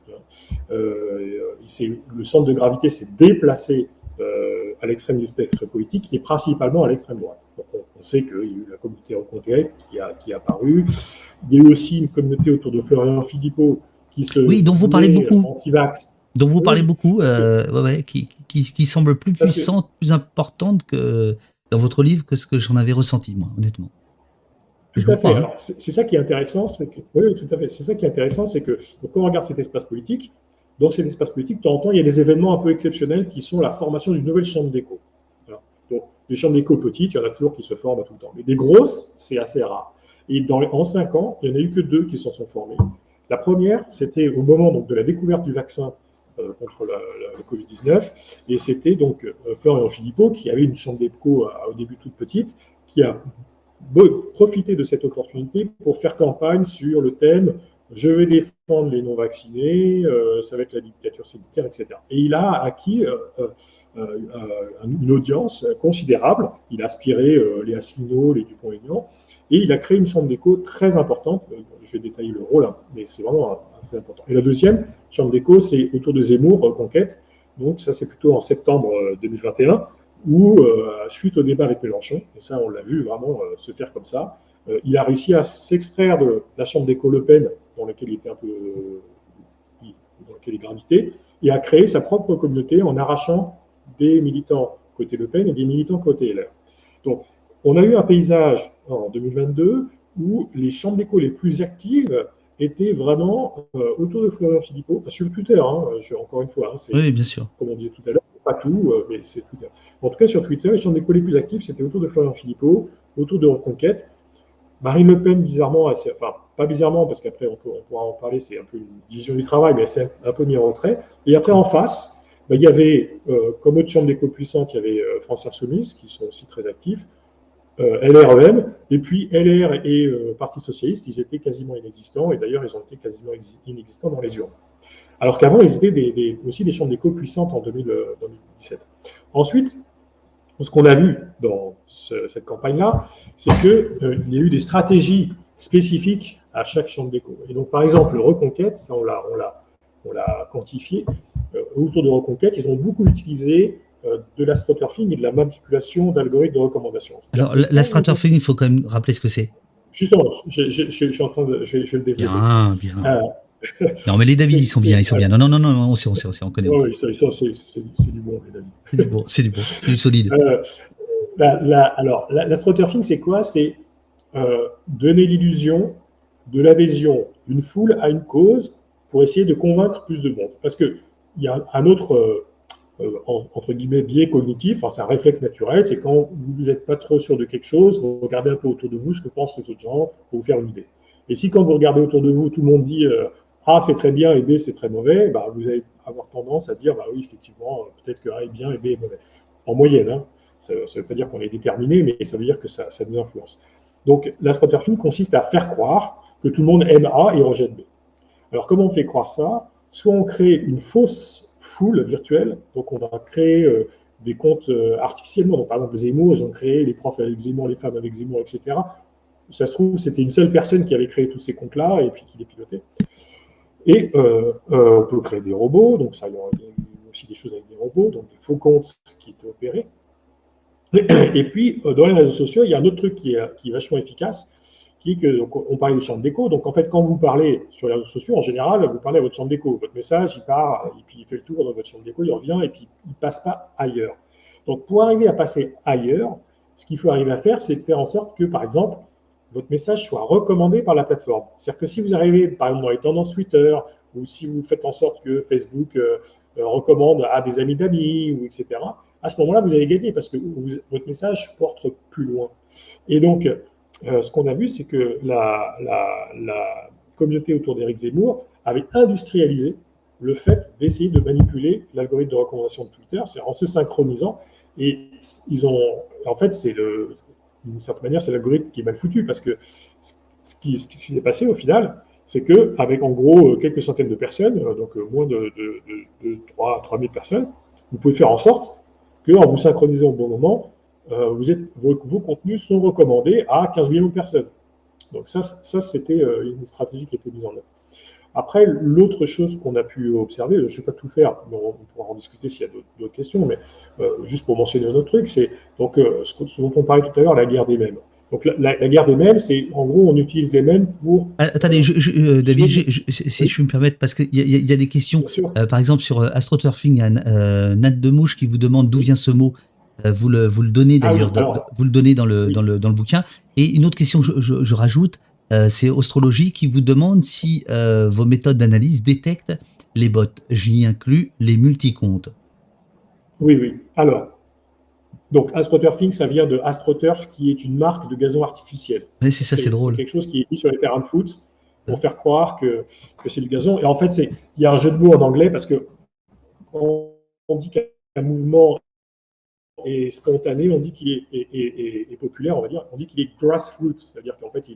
Le centre de gravité s'est déplacé à l'extrême du spectre politique et principalement à l'extrême droite. Donc, on sait qu'il y a eu la communauté Reconquête qui est apparue. Il y a eu aussi une communauté autour de Florian Philippot qui se dont vous parlez beaucoup. Anti-vax. Dont vous parlez beaucoup, qui semble plus puissante, plus importante que dans votre livre que ce que j'en avais ressenti, moi, honnêtement. Tout à fait. Alors, c'est ça qui est intéressant, c'est que oui, tout à fait. C'est ça qui est intéressant, c'est que quand on regarde cet espace politique, dans cet espace politique, de temps en temps, il y a des événements un peu exceptionnels qui sont la formation d'une nouvelle chambre d'écho. Donc, les chambres d'écho petites, il y en a toujours qui se forment tout le temps. Mais des grosses, c'est assez rare. Et en 5 ans, il n'y en a eu que 2 qui s'en sont formées. La première, c'était au moment donc, de la découverte du vaccin contre le Covid-19. Et c'était donc Florian Philippot, qui avait une chambre d'écho au début toute petite, qui a profité de cette opportunité pour faire campagne sur le thème « Je vais défendre les non-vaccinés, ça va être la dictature sanitaire, etc. » Et il a acquis une audience considérable. Il a aspiré les Asselineau, les Dupont-Aignan, et il a créé une chambre d'écho très importante. Je vais détailler le rôle, mais c'est vraiment très important. Et la deuxième chambre d'écho, c'est autour de Zemmour, Reconquête. Donc ça, c'est plutôt en septembre 2021, où, suite au débat avec Mélenchon, et ça, on l'a vu vraiment se faire comme ça, il a réussi à s'extraire de la chambre d'écho Le Pen, dans laquelle il était un peu... dans laquelle il gravitait, et a créé sa propre communauté en arrachant des militants côté Le Pen et des militants côté LR. Donc, on a eu un paysage en 2022 où les chambres d'écho les plus actives étaient vraiment autour de Florian Philippot, sur Twitter, encore une fois. Oui, bien sûr. Comme on disait tout à l'heure, pas tout, mais c'est Twitter. En tout cas, sur Twitter, les chambres d'écho les plus actives, c'était autour de Florian Philippot, autour de Reconquête. Marine Le Pen, bizarrement, pas bizarrement, parce qu'après, on pourra en parler, c'est un peu une division du travail, mais c'est un peu mis en retrait. Et après, en face, il y avait, comme autre chambre d'écho puissante, il y avait France Insoumise, qui sont aussi très actifs, LREM, et puis LR et Parti Socialiste, ils étaient quasiment inexistants, et d'ailleurs, ils ont été quasiment inexistants dans les urnes. Alors qu'avant, ils étaient aussi des chambres d'écho puissantes en 2017. Ensuite, ce qu'on a vu dans cette campagne-là, c'est qu'il y a eu des stratégies spécifiques à chaque chambre d'écho. Et donc, par exemple, Reconquête, ça on l'a quantifié, autour de Reconquête, ils ont beaucoup utilisé de l'astroturfing et de la manipulation d'algorithmes de recommandation. Alors, l'astroturfing, il faut quand même rappeler ce que c'est. Justement, je suis en train de... Je le développer. Bien. Non, mais les David, ils sont bien. Non, on sait, on connaît. Oui, c'est du bon, les David. C'est du solide. Alors, l'astroturfing, c'est quoi? C'est donner l'illusion de l'adhésion d'une foule à une cause pour essayer de convaincre plus de monde. Parce qu'il y a un autre, entre guillemets, biais cognitif, c'est un réflexe naturel, c'est quand vous n'êtes pas trop sûr de quelque chose, vous regardez un peu autour de vous ce que pensent les autres gens pour vous faire une idée. Et si quand vous regardez autour de vous, tout le monde dit A c'est très bien et B c'est très mauvais, vous allez avoir tendance à dire oui, effectivement, peut-être que A est bien et B est mauvais. En moyenne, ça ne veut pas dire qu'on est déterminé, mais ça veut dire que ça nous influence. Donc, l'astroturfing consiste à faire croire que tout le monde aime A et rejette B. Alors, comment on fait croire ça? Soit on crée une fausse full virtuels. Donc, on va créer des comptes artificiellement. Donc, par exemple, Zemmour, ils ont créé les profs avec Zemmour, les femmes avec Zemmour, etc. Ça se trouve, c'était une seule personne qui avait créé tous ces comptes-là et puis qui les pilotait. Et on peut créer des robots, donc ça, il y a aussi des choses avec des robots, donc des faux comptes qui étaient opérés. Et puis, dans les réseaux sociaux, il y a un autre truc qui est vachement efficace, qui est que, donc, on parlait de chambre d'écho. Donc, en fait, quand vous parlez sur les réseaux sociaux, en général, vous parlez à votre chambre d'écho. Votre message, il part, et puis il fait le tour dans votre chambre d'écho, il revient, et puis il ne passe pas ailleurs. Donc, pour arriver à passer ailleurs, ce qu'il faut arriver à faire, c'est de faire en sorte que, par exemple, votre message soit recommandé par la plateforme. C'est-à-dire que si vous arrivez, par exemple, dans les tendances Twitter, ou si vous faites en sorte que Facebook recommande à des amis d'amis, ou etc., à ce moment-là, vous allez gagner parce que votre message porte plus loin. Et donc, ce qu'on a vu, c'est que la communauté autour d'Éric Zemmour avait industrialisé le fait d'essayer de manipuler l'algorithme de recommandation de Twitter, c'est en se synchronisant. Et ils ont, en fait, d'une certaine manière, c'est l'algorithme qui est mal foutu parce que ce qui s'est passé au final, c'est qu'avec en gros quelques centaines de personnes, donc moins de 3 000 personnes, vous pouvez faire en sorte qu'en vous synchronisant au bon moment, vos contenus sont recommandés à 15 millions de personnes. Donc ça c'était une stratégie qui a été mise en œuvre. Après, l'autre chose qu'on a pu observer, je ne vais pas tout faire, mais on pourra en discuter s'il y a d'autres questions, mais juste pour mentionner un autre truc, c'est donc ce dont on parlait tout à l'heure, la guerre des mèmes. Donc la guerre des mèmes, c'est en gros, on utilise les mèmes pour... Attendez, David, si je puis me permettre, parce qu'il y a des questions, par exemple sur AstroTurfing, il y a Nat Demouche qui vous demande d'où vient ce mot. Vous le donnez d'ailleurs, vous le donnez dans le bouquin. Et une autre question que je rajoute, c'est Astrologie qui vous demande si vos méthodes d'analyse détectent les bots. J'y inclus les multicomptes. Oui. Alors, donc AstroTurfing, ça vient de AstroTurf, qui est une marque de gazon artificiel. Oui, c'est ça, c'est drôle. C'est quelque chose qui est mis sur les terrains de foot pour faire croire que c'est du gazon. Et en fait, il y a un jeu de mots en anglais parce que quand on dit qu'un mouvement est spontané, on dit qu'il est populaire, on va dire. On dit qu'il est grassroots, c'est-à-dire qu'en fait,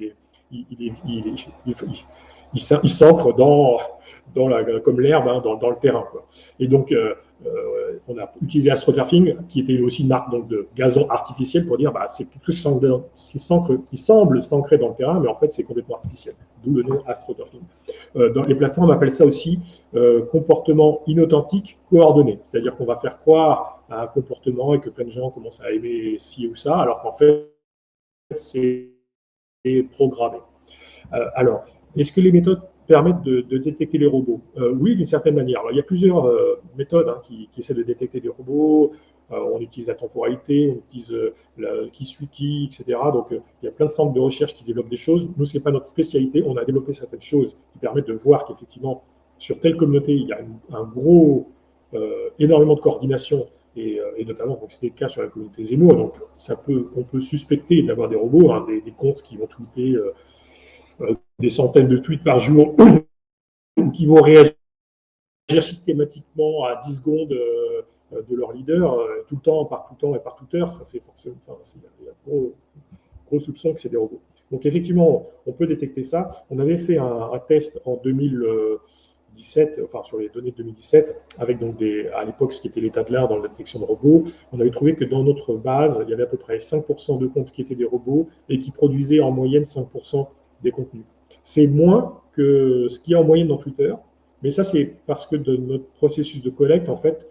il s'ancre comme l'herbe dans le terrain, quoi. Et donc, on a utilisé AstroTurfing, qui était aussi une marque donc, de gazon artificiel, pour dire c'est quelque chose qui semble s'ancrer dans le terrain, mais en fait, c'est complètement artificiel. D'où le nom AstroTurfing. Dans les plateformes, on appelle ça aussi comportement inauthentique coordonné. C'est-à-dire qu'on va faire croire à un comportement et que plein de gens commencent à aimer ci ou ça, alors qu'en fait, c'est programmé. Alors, est-ce que les méthodes permettent de détecter les robots? Oui, d'une certaine manière. Alors, il y a plusieurs méthodes qui essaient de détecter les robots. On utilise la temporalité, on utilise qui suit qui, etc. Donc, il y a plein de centres de recherche qui développent des choses. Nous, ce n'est pas notre spécialité. On a développé certaines choses qui permettent de voir qu'effectivement, sur telle communauté, il y a énormément de coordination. Et notamment, c'était le cas sur la communauté Zemmour. Donc, on peut suspecter d'avoir des robots, des comptes qui vont tweeter des centaines de tweets par jour, qui vont réagir systématiquement à 10 secondes de leur leader, tout le temps, par tout temps et par toute heure. Ça, c'est forcément, il y a un gros soupçon que c'est des robots. Donc, effectivement, on peut détecter ça. On avait fait un test en 2017, enfin sur les données de 2017, avec donc à l'époque ce qui était l'état de l'art dans la détection de robots. On avait trouvé que dans notre base, il y avait à peu près 5% de comptes qui étaient des robots et qui produisaient en moyenne 5% des contenus. C'est moins que ce qu'il y a en moyenne dans Twitter, mais ça, c'est parce que de notre processus de collecte, en fait,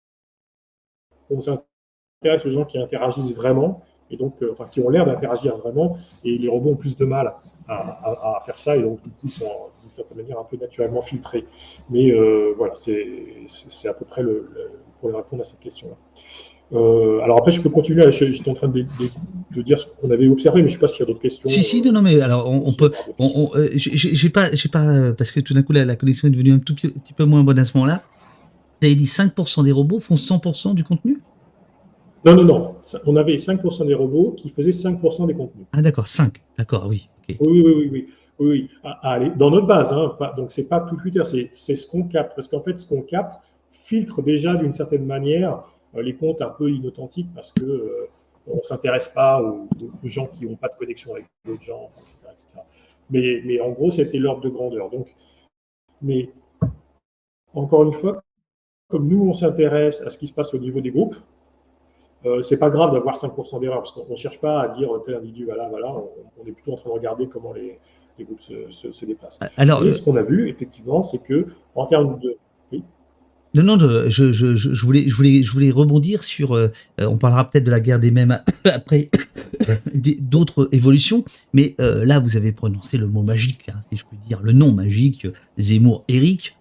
on s'intéresse aux gens qui interagissent vraiment, et donc, qui ont l'air d'interagir vraiment, et les robots ont plus de mal à faire ça, et donc, du coup, ils sont, d'une certaine manière, un peu naturellement filtrés. Mais voilà, c'est à peu près pour répondre à cette question-là. Alors après, je peux continuer. J'étais en train de dire ce qu'on avait observé, mais je ne sais pas s'il y a d'autres questions. Si, non, mais alors on peut. J'ai pas, parce que tout d'un coup la connexion est devenue un tout petit peu moins bonne à ce moment-là. Vous avez dit 5% des robots font 100% du contenu? Non. On avait 5% des robots qui faisaient 5% des contenus. Ah d'accord, 5. D'accord, oui. Okay. Oui. Allez, dans notre base, donc c'est pas tout Twitter, c'est ce qu'on capte, parce qu'en fait, ce qu'on capte filtre déjà d'une certaine manière les comptes un peu inauthentiques parce que on ne s'intéresse pas aux gens qui n'ont pas de connexion avec d'autres gens, etc. Mais en gros, c'était l'ordre de grandeur. Donc, mais encore une fois, comme nous, on s'intéresse à ce qui se passe au niveau des groupes, c'est pas grave d'avoir 5% d'erreur, parce qu'on ne cherche pas à dire tel individu, voilà, on est plutôt en train de regarder comment les groupes se déplacent. Alors, et ce qu'on a vu, effectivement, c'est que en termes de... Oui. non, je voulais rebondir sur. On parlera peut-être de la guerre des mèmes après d'autres évolutions, mais là, vous avez prononcé le mot magique, hein, si je peux dire, le nom magique, Zemmour-Éric.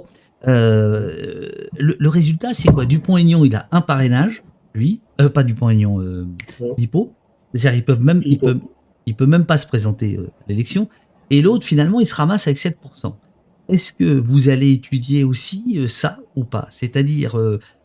Le résultat, c'est quoi? Dupont-Aignan, il a un parrainage, lui, pas Dupont-Aignan, Philippot. C'est-à-dire, il peut même pas se présenter à l'élection. Et l'autre, finalement, il se ramasse avec 7%. Est-ce que vous allez étudier aussi ça ou pas? C'est-à-dire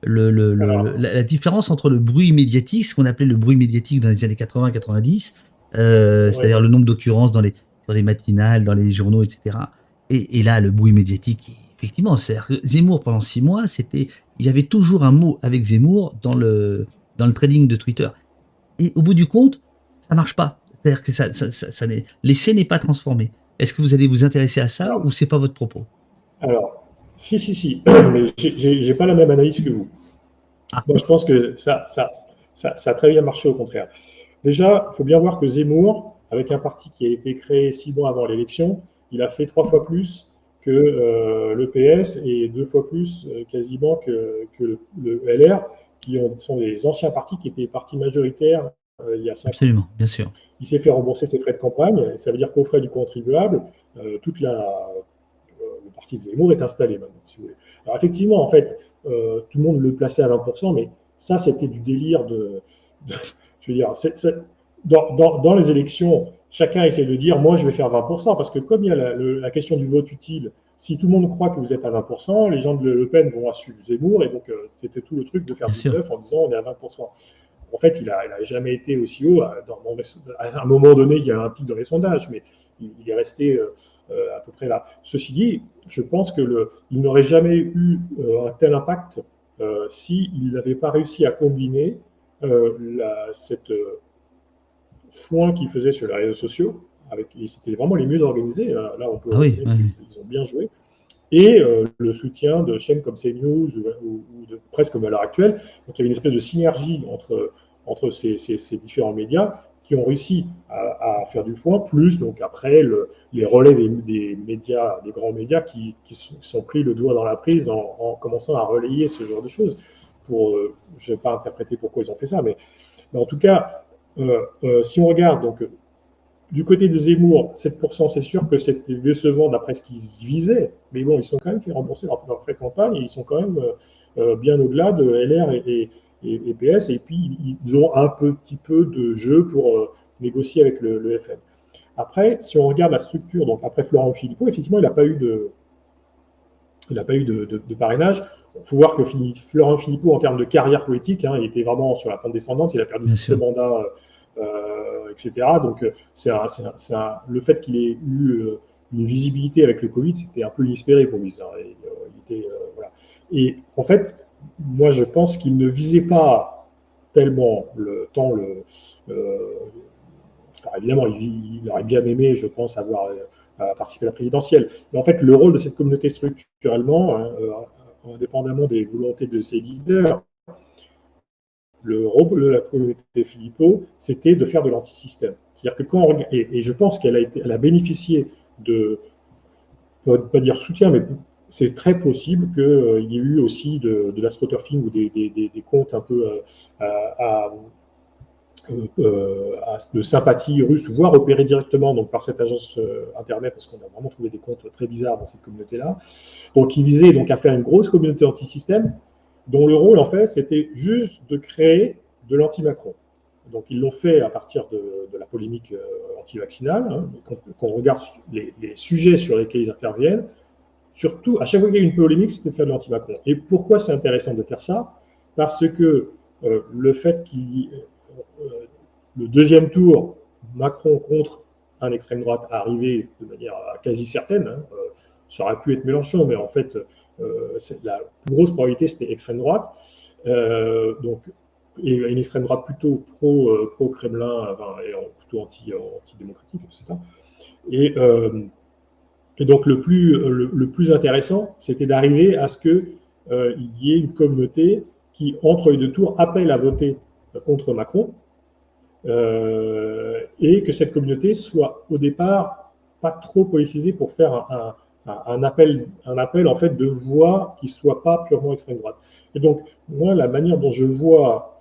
la différence entre le bruit médiatique, ce qu'on appelait le bruit médiatique dans les années 80-90, c'est-à-dire le nombre d'occurrences dans les matinales, dans les journaux, etc. Et là, le bruit médiatique, effectivement, c'est-à-dire que Zemmour, pendant 6 mois, il y avait toujours un mot avec Zemmour dans le trading de Twitter. Et au bout du compte, ça marche pas. C'est-à-dire que l'essai n'est pas transformé. Est-ce que vous allez vous intéresser à ça ou c'est pas votre propos? Alors, si, mais j'ai pas la même analyse que vous. Moi, je pense que ça a très bien marché, au contraire. Déjà, il faut bien voir que Zemmour, avec un parti qui a été créé 6 mois avant l'élection, il a fait 3 fois plus que le PS et 2 fois plus quasiment que le LR, qui sont des anciens partis qui étaient partis majoritaires il y a 5 ans. Absolument, bien sûr. Il s'est fait rembourser ses frais de campagne, ça veut dire qu'aux frais du contribuable, le parti de Zemmour est installé maintenant, si vous voulez. Alors effectivement, en fait, tout le monde le plaçait à 20%, mais ça, c'était du délire je veux dire, dans les élections, chacun essaie de dire, moi, je vais faire 20%, parce que comme il y a la question du vote utile, si tout le monde croit que vous êtes à 20%, les gens de Le Pen vont suivre Zemmour, et donc c'était tout le truc de faire du bluff en disant, on est à 20%. En fait, il n'a jamais été aussi haut. À un moment donné, il y a un pic dans les sondages, mais il est resté à peu près là. Ceci dit, je pense qu'il n'aurait jamais eu un tel impact s'il n'avait pas réussi à combiner cette foin qu'il faisait sur les réseaux sociaux. C'était vraiment les mieux organisés. Là, on peut dire qu'ils ont bien joué. Et le soutien de chaînes comme CNews ou de presse comme à l'heure actuelle. Donc, il y avait une espèce de synergie entre ces différents médias qui ont réussi à faire du foin, plus donc après les relais des médias, des grands médias qui sont pris le doigt dans la prise en commençant à relayer ce genre de choses. Je ne vais pas interpréter pourquoi ils ont fait ça, mais en tout cas, si on regarde donc du côté de Zemmour, 7%, c'est sûr que c'était décevant d'après ce qu'ils visaient, mais bon, ils sont quand même fait rembourser leur frais de campagne et ils sont quand même bien au-delà de LR et PS, et puis ils ont un petit peu de jeu pour négocier avec le FN. Après, si on regarde la structure, donc après Florent Philippot, effectivement, il n'a pas eu de parrainage. Il faut voir que Florent Philippot, en termes de carrière politique, il était vraiment sur la pente descendante, il a perdu ses mandats, etc. Donc, le fait qu'il ait eu une visibilité avec le Covid, c'était un peu inespéré pour lui. Voilà. Et en fait, moi, je pense qu'il ne visait pas tellement évidemment, il aurait bien aimé, je pense, avoir participé à la présidentielle. Mais en fait, le rôle de cette communauté structurellement, indépendamment des volontés de ses leaders, le rôle de la communauté Philippot, c'était de faire de l'antisystème. C'est-à-dire que quand on regarde, et je pense qu'elle a bénéficié de, on ne peut pas dire soutien, mais c'est très possible qu'il y ait eu aussi de l'astroturfing ou des comptes un peu de sympathie russe, voire opérés directement donc, par cette agence Internet, parce qu'on a vraiment trouvé des comptes très bizarres dans cette communauté-là. Donc, ils visaient donc, à faire une grosse communauté anti-système, dont le rôle, en fait, c'était juste de créer de l'anti-Macron. Donc, ils l'ont fait à partir de la polémique anti-vaccinale. Quand on regarde les sujets sur lesquels ils interviennent, surtout, à chaque fois qu'il y a une polémique, c'était de faire de l'anti-Macron. Et pourquoi c'est intéressant de faire ça? Parce que le fait le deuxième tour, Macron contre un extrême droite arrivé de manière quasi certaine, ça aurait pu être Mélenchon, mais en fait, la plus grosse probabilité, c'était extrême droite. Et une extrême droite plutôt pro-Kremlin, et plutôt anti-démocratique, etc. Et donc, le plus intéressant, c'était d'arriver à ce que il y ait une communauté qui, entre les deux tours, appelle à voter contre Macron, et que cette communauté soit au départ pas trop politisée pour faire un appel en fait de voix qui soit pas purement extrême droite. Et donc moi, la manière dont je vois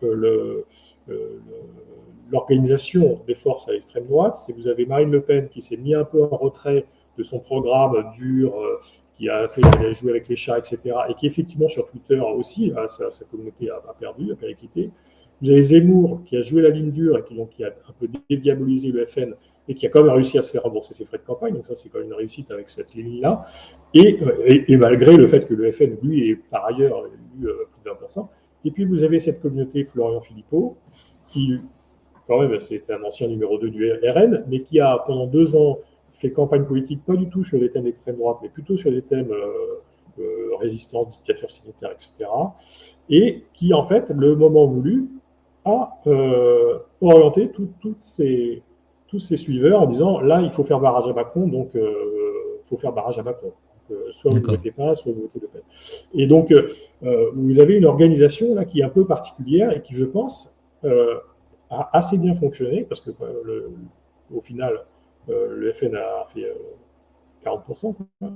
l'organisation des forces à l'extrême droite, c'est que vous avez Marine Le Pen qui s'est mis un peu en retrait de son programme dur, qui a fait jouer avec les chats, etc., et qui effectivement sur Twitter aussi, sa communauté a perdu, a périclité. Vous avez Zemmour qui a joué la ligne dure et qui a un peu dédiabolisé le FN et qui a quand même réussi à se faire rembourser ses frais de campagne, donc ça c'est quand même une réussite avec cette ligne-là, et malgré le fait que le FN, lui, est par ailleurs eu plus de 20%. Et puis vous avez cette communauté Florian Philippot, qui quand même c'est un ancien numéro 2 du RN, mais qui a pendant 2 ans fait campagne politique pas du tout sur des thèmes d'extrême droite, mais plutôt sur des thèmes résistance, dictature sanitaire, etc. Et qui, en fait, le moment voulu, a orienté tous ces suiveurs en disant là, il faut faire barrage à Macron, donc il faut faire barrage à Macron. Donc, soit vous ne votez pas, soit vous votez Le Pen. Et donc, vous avez une organisation là qui est un peu particulière et qui, je pense, a assez bien fonctionné, parce que au final, le FN a fait 40%,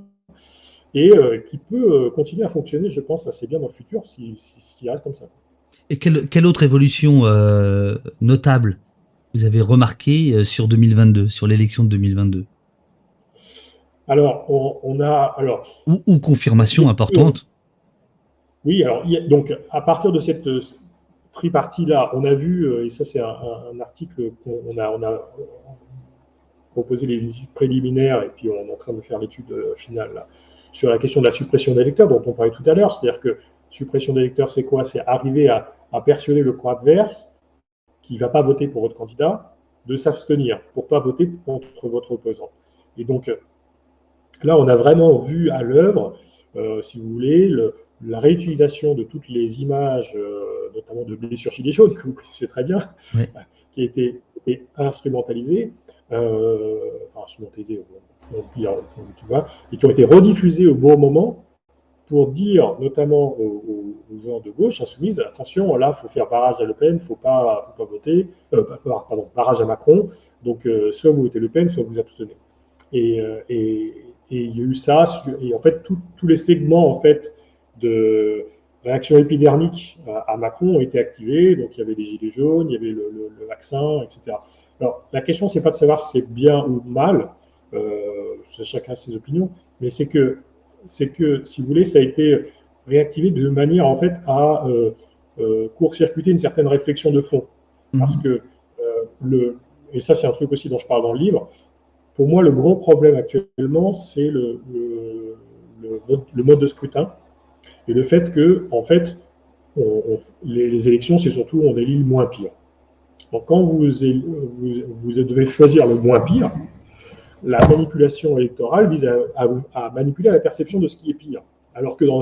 et qui peut continuer à fonctionner, je pense, assez bien dans le futur s'il reste comme ça. Et quelle autre évolution notable vous avez remarqué sur 2022, sur l'élection de 2022? Alors, on a... Ou confirmation importante. Oui, alors, donc, à partir de cette tripartie-là, on a vu, et ça c'est un article qu'on a proposé les études préliminaires, et puis on est en train de faire l'étude finale là, sur la question de la suppression d'électeurs dont on parlait tout à l'heure. C'est-à-dire que suppression d'électeurs, c'est quoi? C'est arriver à persuader le camp adverse qui ne va pas voter pour votre candidat de s'abstenir pour ne pas voter contre votre opposant. Et donc là, on a vraiment vu à l'œuvre, si vous voulez, la réutilisation de toutes les images, notamment de blessures gilets jaunes, que vous connaissez très bien, oui, qui a été instrumentalisées, instrumentalisées, et qui ont été rediffusées au bon moment pour dire, notamment aux gens de gauche insoumise, attention, là, il faut faire barrage à Le Pen, il ne faut pas voter, barrage à Macron, donc soit vous votez Le Pen, soit vous abstenez. Et il y a eu ça, et en fait, tous les segments en fait, de réaction épidermique à Macron ont été activés, donc il y avait les gilets jaunes, il y avait le vaccin, etc. Alors, la question, c'est pas de savoir si c'est bien ou mal, chacun a ses opinions, mais c'est que, si vous voulez, ça a été réactivé de manière, en fait, à court-circuiter une certaine réflexion de fond. Parce que, et ça, c'est un truc aussi dont je parle dans le livre, pour moi, le gros problème actuellement, c'est le mode de scrutin et le fait que, en fait, les élections, c'est surtout on élit le moins pire. Donc, quand vous devez choisir le moins pire, la manipulation électorale vise à manipuler la perception de ce qui est pire. Alors que dans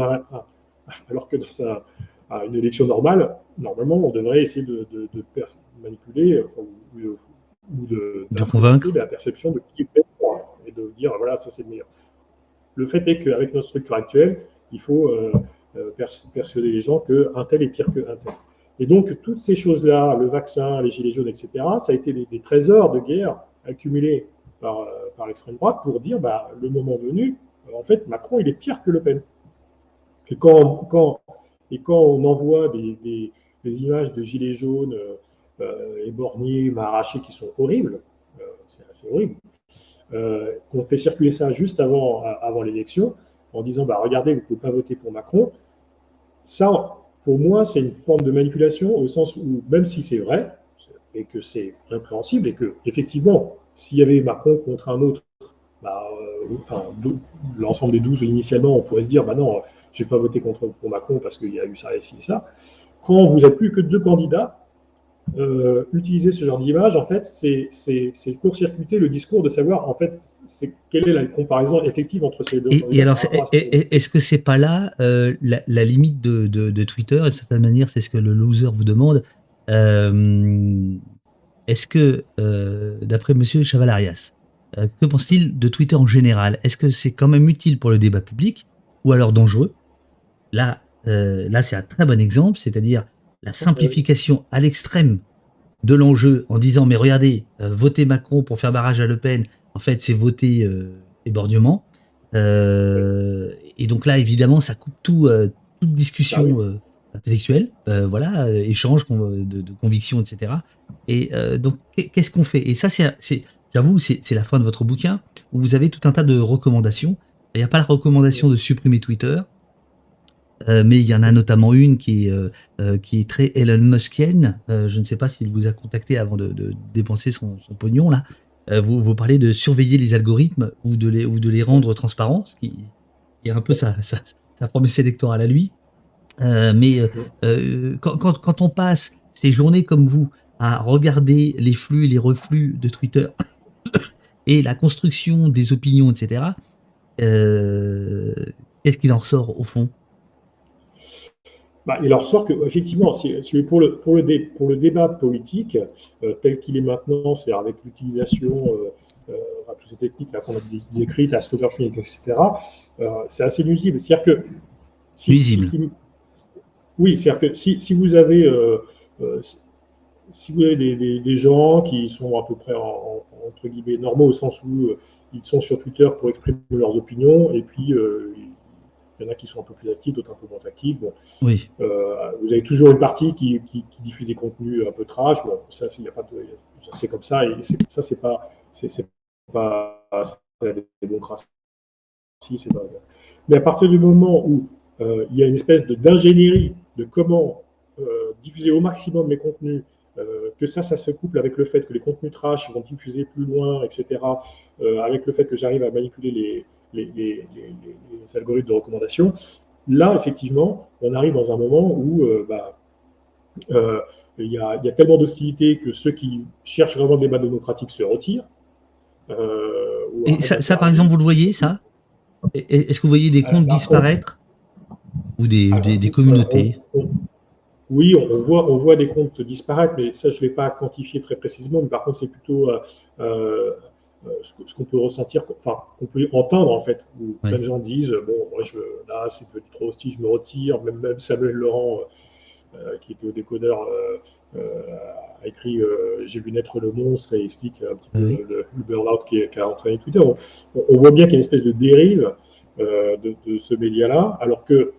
une élection normale, normalement, on devrait essayer de manipuler ou de convaincre la perception de qui est meilleur et de dire voilà, ça c'est le meilleur. Le fait est qu'avec notre structure actuelle, il faut persuader les gens qu'un tel est pire qu'un tel. Et donc, toutes ces choses-là, le vaccin, les gilets jaunes, etc., ça a été des trésors de guerre accumulés par l'extrême droite pour dire, le moment venu, en fait, Macron, il est pire que Le Pen. Et quand on envoie des images de gilets jaunes éborgnés, arrachés, qui sont horribles, c'est assez horrible, qu'on fait circuler ça juste avant l'élection, en disant, regardez, vous ne pouvez pas voter pour Macron, ça, pour moi, c'est une forme de manipulation au sens où, même si c'est vrai, et que c'est répréhensible, et que, effectivement, s'il y avait Macron contre un autre, l'ensemble des 12 initialement, on pourrait se dire, non, je n'ai pas voté pour Macron parce qu'il y a eu ça, et ci et ça. Quand vous n'avez plus que 2 candidats, utiliser ce genre d'image, en fait, c'est court-circuiter le discours de savoir, en fait, quelle est la comparaison effective entre ces deux. Et alors, est-ce que c'est pas là la limite de Twitter, et de certaine manière, c'est ce que le loser vous demande. Est-ce que, d'après Monsieur Chavalarias, que pense-t-il de Twitter en général? Est-ce que c'est quand même utile pour le débat public, ou alors dangereux? Là, Là, c'est un très bon exemple, c'est-à-dire la simplification à l'extrême de l'enjeu en disant mais regardez, voter Macron pour faire barrage à Le Pen, en fait, c'est voter éborgnement. Et donc là, évidemment, ça coupe toute discussion intellectuelle, voilà, échange de convictions, etc. Et donc, qu'est-ce qu'on fait? Et ça, j'avoue, c'est la fin de votre bouquin où vous avez tout un tas de recommandations. Il n'y a pas la recommandation de supprimer Twitter, mais il y en a notamment une qui est très Elon Muskienne. Je ne sais pas s'il vous a contacté avant de dépenser son pognon là. Vous parlez de surveiller les algorithmes ou de les rendre transparents, ce qui est un peu sa promesse électorale à lui. Mais quand on passe ces journées comme vous à regarder les flux, les reflux de Twitter et la construction des opinions, etc., qu'est-ce qu'il en ressort au fond? Il en ressort qu'effectivement, pour le débat politique, tel qu'il est maintenant, c'est-à-dire avec l'utilisation de toutes ces techniques qu'on a décrites, la photographie, etc., c'est assez nuisible. C'est-à-dire que nuisible. Oui, c'est-à-dire que si vous avez des gens qui sont à peu près entre guillemets normaux au sens où ils sont sur Twitter pour exprimer leurs opinions et puis il y en a qui sont un peu plus actifs, d'autres un peu moins actifs. Bon. Oui. Vous avez toujours une partie qui diffuse des contenus un peu trash. Bon, ça, il y a pas de, c'est comme ça et ça, c'est pas la démocratie. C'est pas. Mais à partir du moment où il y a une espèce d'ingénierie de comment diffuser au maximum les contenus, que ça se couple avec le fait que les contenus trash vont diffuser plus loin, etc., avec le fait que j'arrive à manipuler les algorithmes de recommandation, là, effectivement, on arrive dans un moment où il y a tellement d'hostilité que ceux qui cherchent vraiment le débat démocratique se retirent. Et ça, par exemple, vous le voyez, ça? Est-ce que vous voyez des comptes disparaître ou des communautés? Oui, on voit des comptes disparaître, mais ça, je ne l'ai pas quantifié très précisément. Mais par contre, c'est plutôt ce qu'on peut ressentir, enfin, qu'on peut entendre, en fait, où plein de gens disent bon, moi, là, c'est devenu trop hostile, je me retire. Même Samuel Laurent, qui était au décodeur, a écrit j'ai vu naître le monstre et explique un petit peu le burn-out qu'a entraîné Twitter. On voit bien qu'il y a une espèce de dérive de ce média-là, alors que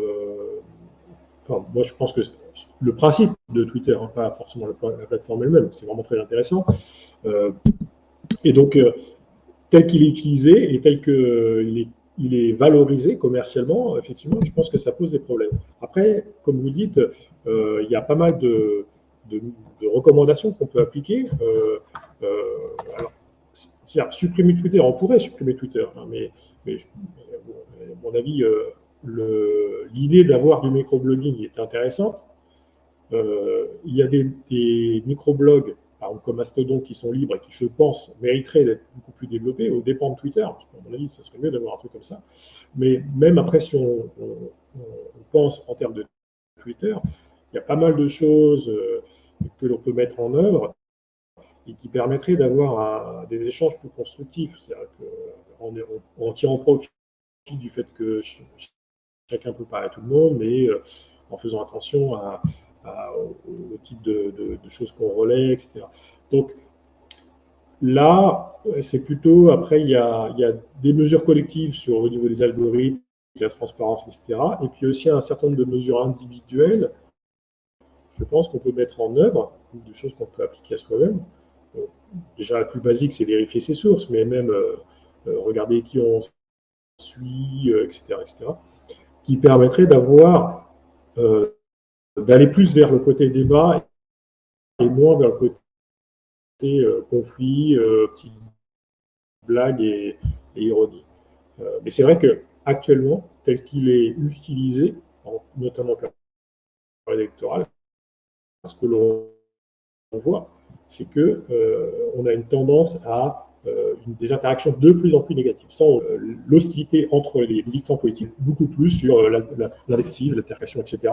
moi, je pense que le principe de Twitter, pas forcément la plateforme elle-même, c'est vraiment très intéressant. Et donc, tel qu'il est utilisé et tel qu'il est valorisé commercialement, effectivement, je pense que ça pose des problèmes. Après, comme vous dites, il y a pas mal de recommandations qu'on peut appliquer. Alors, c'est-à-dire, supprimer Twitter, on pourrait supprimer Twitter, hein, mais à mon avis, l'idée d'avoir du microblogging est intéressante. Il y a des microblogs, par exemple comme Mastodon, qui sont libres et qui, je pense, mériteraient d'être beaucoup plus développés aux dépens de Twitter. À mon avis, ça serait mieux d'avoir un truc comme ça. Mais même après, si on pense en termes de Twitter, il y a pas mal de choses que l'on peut mettre en œuvre et qui permettraient d'avoir des échanges plus constructifs. C'est-à-dire en tirant profit du fait que chacun peut parler à tout le monde, mais en faisant attention au type de choses qu'on relaie, etc. Donc là, c'est plutôt, après, il y a des mesures collectives au niveau des algorithmes, de la transparence, etc. Et puis aussi un certain nombre de mesures individuelles, je pense qu'on peut mettre en œuvre, des choses qu'on peut appliquer à soi-même. Déjà, la plus basique, c'est vérifier ses sources, mais même regarder qui on suit, etc., qui permettrait d'aller plus vers le côté débat et moins vers le côté conflit, petite blague et ironie. Mais c'est vrai qu'actuellement, tel qu'il est utilisé, notamment par l'électoral, ce que l'on voit, c'est qu'on a une tendance à des interactions de plus en plus négatives, sans l'hostilité entre les militants politiques, beaucoup plus sur l'invective, l'altercation, etc.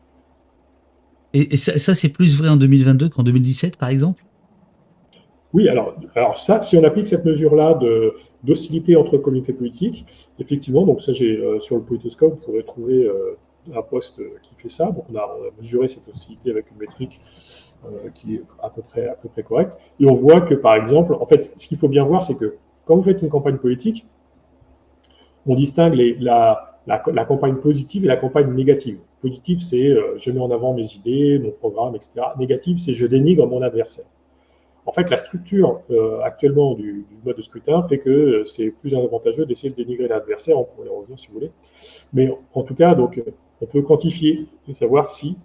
Et ça c'est plus vrai en 2022 qu'en 2017, par exemple? Oui, alors ça, si on applique cette mesure-là d'hostilité entre communautés politiques, effectivement, donc ça, sur le Politoscope, vous pourrez trouver un post qui fait ça. Donc on a mesuré cette hostilité avec une métrique qui est à peu près correcte. Et on voit que, par exemple, en fait, ce qu'il faut bien voir, c'est que quand vous faites une campagne politique, on distingue la campagne positive et la campagne négative. Positive, c'est je mets en avant mes idées, mon programme, etc. Négative, c'est je dénigre mon adversaire. En fait, la structure actuellement du mode de scrutin fait que c'est plus avantageux d'essayer de dénigrer l'adversaire, on pourrait y revenir si vous voulez. Mais en tout cas, donc, on peut quantifier, savoir si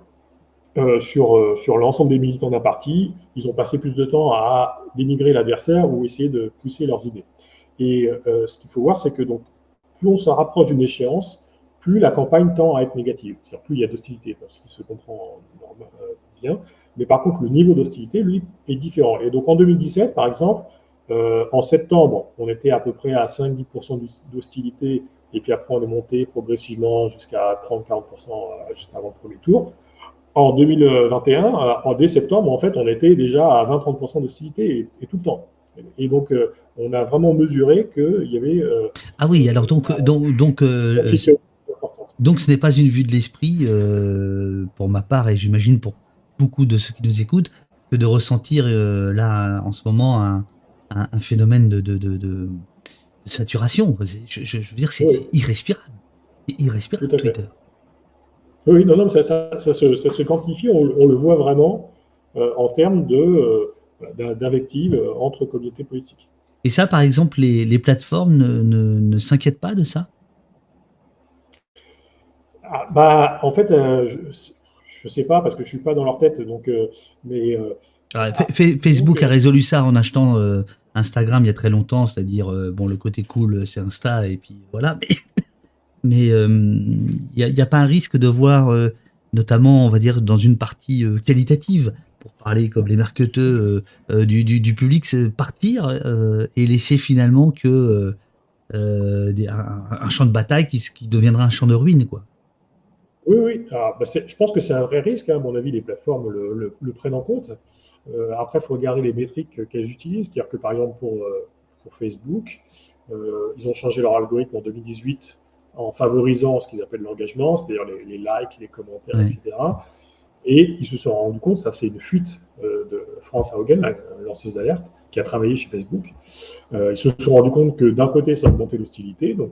sur l'ensemble des militants d'un parti, ils ont passé plus de temps à dénigrer l'adversaire ou essayer de pousser leurs idées. Et ce qu'il faut voir, c'est que donc, plus on se rapproche d'une échéance, plus la campagne tend à être négative. C'est-à-dire plus il y a d'hostilité, parce qu'il se comprend bien. Mais par contre, le niveau d'hostilité, lui, est différent. Et donc en 2017, par exemple, en septembre, on était à peu près à 5-10% d'hostilité, et puis après on est monté progressivement jusqu'à 30-40% juste avant le premier tour. En 2021, dès septembre, en fait, on était déjà à 20-30% d'hostilité, et tout le temps. Et donc, on a vraiment mesuré qu'il y avait... ah oui, alors donc ce n'est pas une vue de l'esprit, pour ma part, et j'imagine pour beaucoup de ceux qui nous écoutent, que de ressentir là, en ce moment, un phénomène de saturation. Je veux dire, c'est irrespirable. C'est irrespirable, Twitter. Oui, non, ça se quantifie, on le voit vraiment en termes d'invectives entre communautés politiques. Et ça, par exemple, les plateformes ne s'inquiètent pas de ça? En fait, je sais pas, parce que je suis pas dans leur tête, donc, Facebook a résolu ça en achetant Instagram il y a très longtemps, c'est-à-dire, bon, le côté cool, c'est Insta, et puis voilà, mais il n'y a pas un risque de voir, notamment, on va dire, dans une partie qualitative, pour parler comme les marketeurs du public, partir et laisser finalement que un champ de bataille qui deviendra un champ de ruine, quoi. Oui. Je pense que c'est un vrai risque, à mon avis, les plateformes le prennent en compte. Après, il faut regarder les métriques qu'elles utilisent. C'est-à-dire que, par exemple, pour Facebook, ils ont changé leur algorithme en 2018 en favorisant ce qu'ils appellent l'engagement, c'est-à-dire les likes, les commentaires, etc. Et ils se sont rendus compte, ça c'est une fuite de France Haugen, la lanceuse d'alerte, qui a travaillé chez Facebook. Ils se sont rendus compte que d'un côté, ça augmentait l'hostilité, donc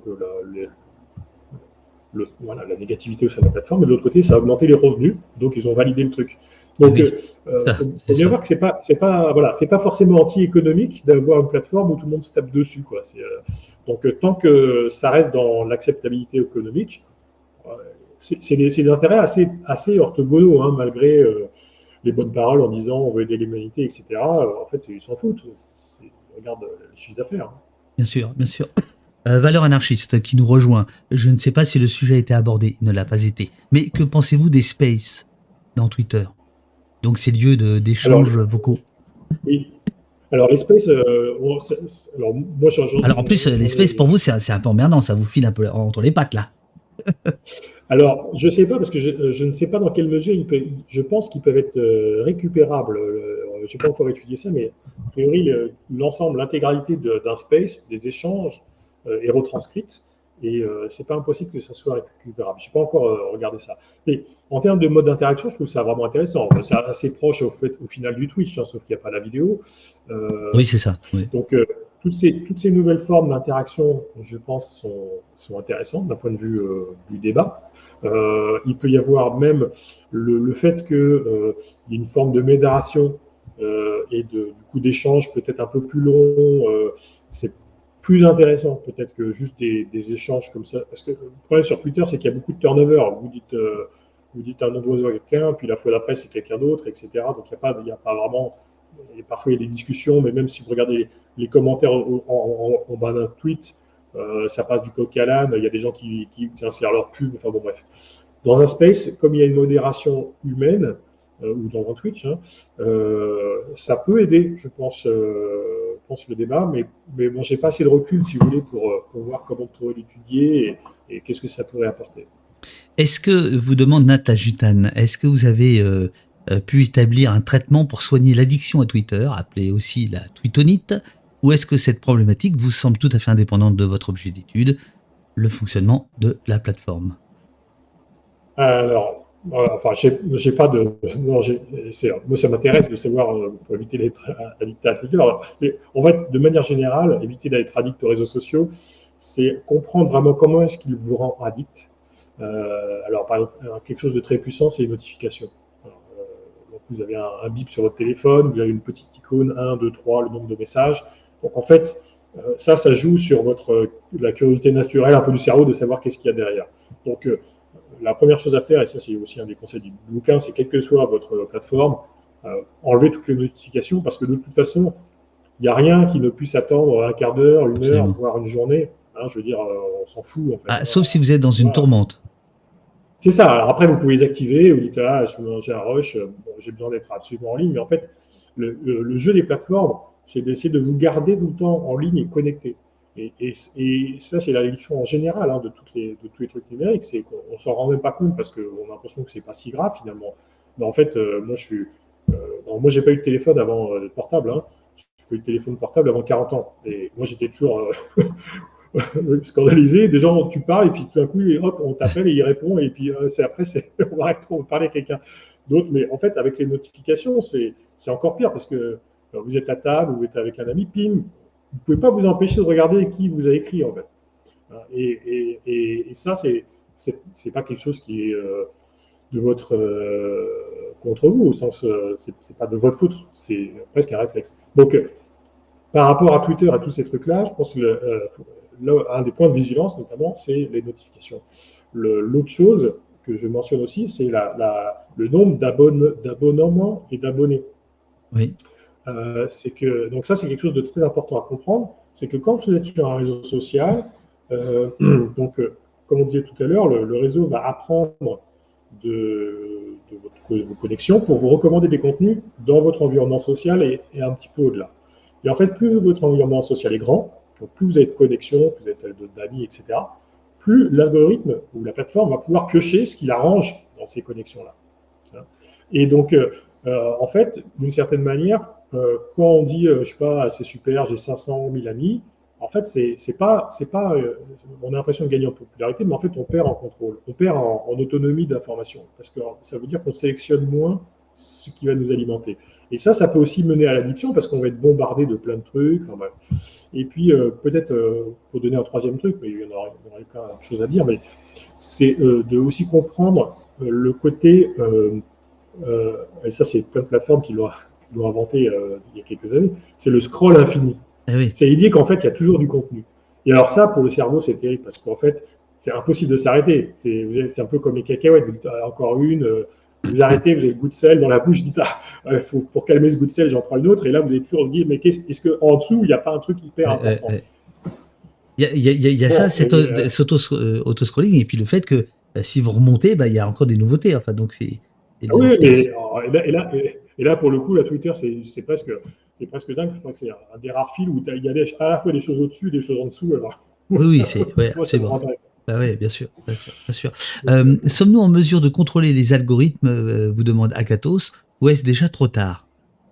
la négativité au sein de la plateforme, et de l'autre côté, ça a augmenté les revenus, donc ils ont validé le truc. Donc, il faut bien voir que c'est pas forcément anti-économique d'avoir une plateforme où tout le monde se tape dessus, quoi. Donc, tant que ça reste dans l'acceptabilité économique, c'est des intérêts assez orthogonaux, hein, malgré les bonnes paroles en disant on veut aider l'humanité, etc. En fait, ils s'en foutent. Regarde les chiffres d'affaires. Hein. Bien sûr. Valeur anarchiste qui nous rejoint. Je ne sais pas si le sujet a été abordé, il ne l'a pas été. Mais que pensez-vous des spaces dans Twitter? Donc ces lieux d'échange vocaux. Oui. Alors les spaces, alors en plus, les spaces pour vous, c'est un peu emmerdant, ça vous file un peu entre les pattes là. Alors, je ne sais pas, parce que je ne sais pas dans quelle mesure je pense qu'ils peuvent être récupérables. Je n'ai pas encore étudié ça, mais a priori, l'ensemble, l'intégralité d'un space, des échanges, est retranscrite. Et c'est pas impossible que ça soit récupérable. Je n'ai pas encore regardé ça. Mais en termes de mode d'interaction, je trouve ça vraiment intéressant. C'est assez proche au final du Twitch, hein, sauf qu'il n'y a pas la vidéo. Oui, c'est ça. Oui. Donc, toutes ces nouvelles formes d'interaction, je pense, sont intéressantes d'un point de vue du débat. Il peut y avoir même le fait qu'il y ait une forme de modération et du coup d'échange peut-être un peu plus long. C'est plus intéressant peut-être que juste des échanges comme ça. Parce que le problème sur Twitter, c'est qu'il y a beaucoup de turnover. Vous dites un nom d'oiseau à quelqu'un, puis la fois d'après, c'est quelqu'un d'autre, etc. Donc, il n'y a pas vraiment... Et parfois, il y a des discussions, mais même si vous regardez les commentaires en bas d'un tweet, ça passe du coq à l'âne, il y a des gens qui insèrent leur pub, enfin bon, bref. Dans un space, comme il y a une modération humaine, ou dans un Twitch, hein, ça peut aider, je pense le débat, mais bon, j'ai pas assez de recul, si vous voulez, pour voir comment on pourrait l'étudier et qu'est-ce que ça pourrait apporter. Est-ce que, vous demande Nata Jutan, est-ce que vous avez pu établir un traitement pour soigner l'addiction à Twitter, appelée aussi la twittonite, ou est-ce que cette problématique vous semble tout à fait indépendante de votre objet d'étude, le fonctionnement de la plateforme? Alors, enfin, j'ai pas de. Non, moi, ça m'intéresse de savoir pour éviter d'être addict à la Twitter. Alors, on va, de manière générale, éviter d'être addict aux réseaux sociaux, c'est comprendre vraiment comment est-ce qu'il vous rend addict. Alors, par exemple, quelque chose de très puissant, c'est les notifications. Alors, donc vous avez un bip sur votre téléphone, vous avez une petite icône, 1, 2, 3, le nombre de messages. Donc, en fait, ça joue sur la curiosité naturelle un peu du cerveau de savoir qu'est-ce qu'il y a derrière. Donc, la première chose à faire, et ça c'est aussi un des conseils du bouquin, c'est quelle que soit votre plateforme, enlevez toutes les notifications parce que de toute façon, il n'y a rien qui ne puisse attendre un quart d'heure, une heure, Absolument. voire une journée. Hein, je veux dire, on s'en fout en fait. Ah, sauf si vous êtes dans une Voilà. tourmente. C'est ça. Alors après, vous pouvez les activer. Vous dites, ah, j'ai un rush, bon, j'ai besoin d'être absolument en ligne. Mais en fait, le jeu des plateformes, c'est d'essayer de vous garder tout le temps en ligne et connecté. Et ça, c'est la lecture en général de tous les trucs numériques. C'est qu'on ne s'en rend même pas compte parce qu'on a l'impression que c'est pas si grave finalement. Mais en fait, moi, j'ai pas eu de téléphone avant le portable. Hein. J'ai pas eu de téléphone portable avant 40 ans. Et moi, j'étais toujours scandalisé. Des gens, tu parles et puis tout d'un coup, hop, on t'appelle et il répond. Et puis on va parler à quelqu'un d'autre. Mais en fait, avec les notifications, c'est encore pire parce que vous êtes à table, vous êtes avec un ami, ping, vous ne pouvez pas vous empêcher de regarder qui vous a écrit en fait. Et ça, c'est pas quelque chose qui est de votre contre vous, au sens c'est pas de votre faute, c'est presque un réflexe. Donc par rapport à Twitter et tous ces trucs-là, je pense que un des points de vigilance notamment, c'est les notifications. L'autre chose que je mentionne aussi, c'est le nombre d'abonnements et d'abonnés. Oui. Donc ça, c'est quelque chose de très important à comprendre. C'est que quand vous êtes sur un réseau social, donc comme on disait tout à l'heure, le réseau va apprendre vos connexions pour vous recommander des contenus dans votre environnement social et un petit peu au-delà. Et en fait, plus votre environnement social est grand, donc plus vous avez de connexions, plus vous avez d'amis, etc., plus l'algorithme ou la plateforme va pouvoir piocher ce qu'il arrange dans ces connexions-là. Et donc, en fait, d'une certaine manière, quand on dit, je sais pas, c'est super, j'ai 500 000 amis, en fait, on a l'impression de gagner en popularité, mais en fait, on perd en contrôle, on perd en autonomie d'information, parce que ça veut dire qu'on sélectionne moins ce qui va nous alimenter. Et ça peut aussi mener à l'addiction, parce qu'on va être bombardé de plein de trucs. Enfin, bref. Et puis, peut-être, pour donner un troisième truc, mais il y en aurait plein de choses à dire, mais c'est de aussi comprendre le côté, et ça, c'est plein de plateformes qui l'ont inventé il y a quelques années, c'est le scroll infini. Eh oui. C'est l'idée qu'en fait, il y a toujours du contenu. Et alors ça, pour le cerveau, c'est terrible parce qu'en fait, c'est impossible de s'arrêter. C'est un peu comme les cacahuètes. Vous dites, ah, encore une, vous arrêtez, vous avez le goût de sel dans la bouche, vous dites, pour calmer ce goût de sel, j'en prends une autre. Et là, vous avez toujours dit, mais est-ce qu'en dessous, il n'y a pas un truc hyper important Il y a ça, cet auto-scrolling, et puis le fait que si vous remontez, il y a encore des nouveautés. Enfin, donc oui, et là, pour le coup, la Twitter, c'est presque dingue. Je crois que c'est un des rares fils où il y a à la fois des choses au-dessus et des choses en dessous. Alors, oui, ça me absolument. rend dingue. Oui, bien sûr, bien sûr, bien sûr. Sommes-nous en mesure de contrôler les algorithmes, vous demande Agathos, ou est-ce déjà trop tard?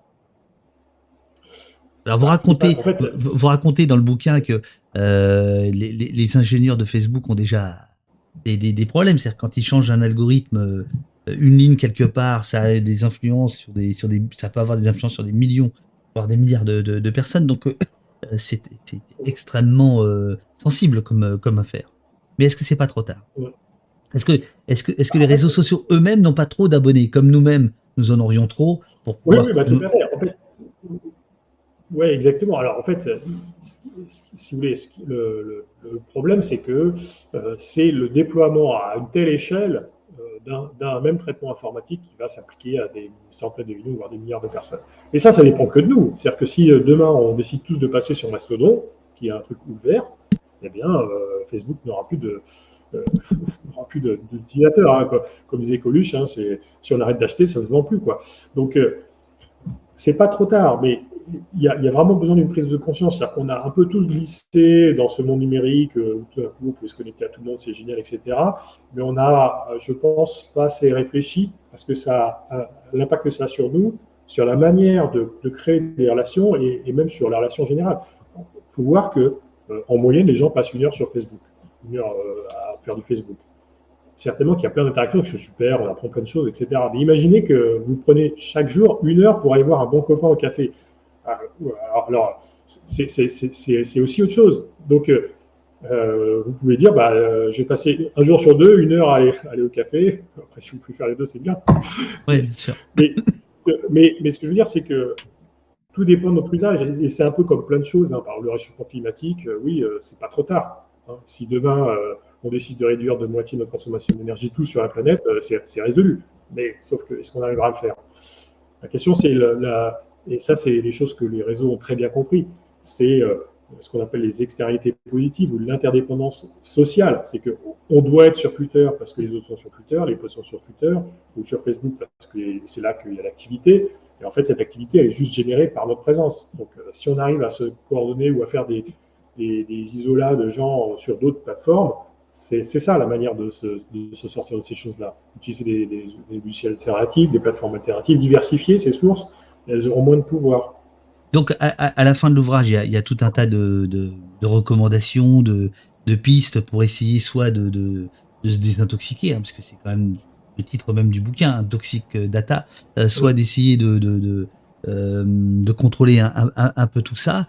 Alors En fait, vous racontez dans le bouquin que les ingénieurs de Facebook ont déjà des problèmes. C'est-à-dire quand ils changent un algorithme, une ligne quelque part, ça a des influences ça peut avoir des influences sur des millions, voire des milliards de personnes. Donc c'est extrêmement sensible comme affaire. Mais est-ce que c'est pas trop tard? Est-ce que les en fait, réseaux sociaux eux-mêmes n'ont pas trop d'abonnés, comme nous-mêmes nous en aurions trop pour oui, pouvoir tout à fait. En fait, oui, exactement. Alors, en fait, si vous voulez, le problème, c'est que c'est le déploiement à une telle échelle d'un même traitement informatique qui va s'appliquer à des centaines de millions, voire des milliards de personnes. Et ça dépend que de nous. C'est-à-dire que si demain, on décide tous de passer sur Mastodon, qui est un truc ouvert, eh bien, Facebook n'aura plus d'utilisateurs. Hein, comme disait Coluche, hein, si on arrête d'acheter, ça ne se vend plus. Quoi. Donc, c'est pas trop tard, mais il y a vraiment besoin d'une prise de conscience. C'est-à-dire qu'on a un peu tous glissé dans ce monde numérique où tout d'un coup, vous pouvez se connecter à tout le monde, c'est génial, etc. Mais on a, je pense, pas assez réfléchi parce que l'impact que ça a sur nous, sur la manière de créer des relations et même sur la relation générale. Il faut voir que en moyenne, les gens passent 1 heure sur Facebook, 1 heure à faire du Facebook. certainement qu'il y a plein d'interactions qui sont super, on apprend plein de choses, etc. Mais imaginez que vous prenez chaque jour 1 heure pour aller voir un bon copain au café. Alors c'est aussi autre chose. Donc, vous pouvez dire, j'ai passé un jour sur 2, 1 heure à aller au café. Après, si vous pouvez faire les deux, c'est bien. Oui, bien sûr. Mais ce que je veux dire, c'est que tout dépend de notre usage. Et c'est un peu comme plein de choses. Par exemple, le réchauffement climatique, oui, c'est pas trop tard. Si demain, on décide de réduire de moitié notre consommation d'énergie, tout sur la planète, c'est résolu. Mais sauf que, est-ce qu'on arrivera à le faire? La question, c'est et ça, c'est des choses que les réseaux ont très bien compris. C'est ce qu'on appelle les externalités positives ou l'interdépendance sociale. C'est qu'on doit être sur Twitter parce que les autres sont sur Twitter, les posts sont sur Twitter, ou sur Facebook parce que c'est là qu'il y a l'activité. Et en fait, cette activité, elle est juste générée par notre présence. Donc, si on arrive à se coordonner ou à faire des isolats de gens sur d'autres plateformes, c'est ça la manière de se sortir de ces choses-là. Utiliser des logiciels alternatifs, des plateformes alternatives, diversifier ces sources, elles auront moins de pouvoir. Donc, à la fin de l'ouvrage, il y a tout un tas de recommandations, de pistes pour essayer soit de se désintoxiquer, parce que c'est quand même le titre même du bouquin, Toxic Data, soit d'essayer de contrôler un peu tout ça.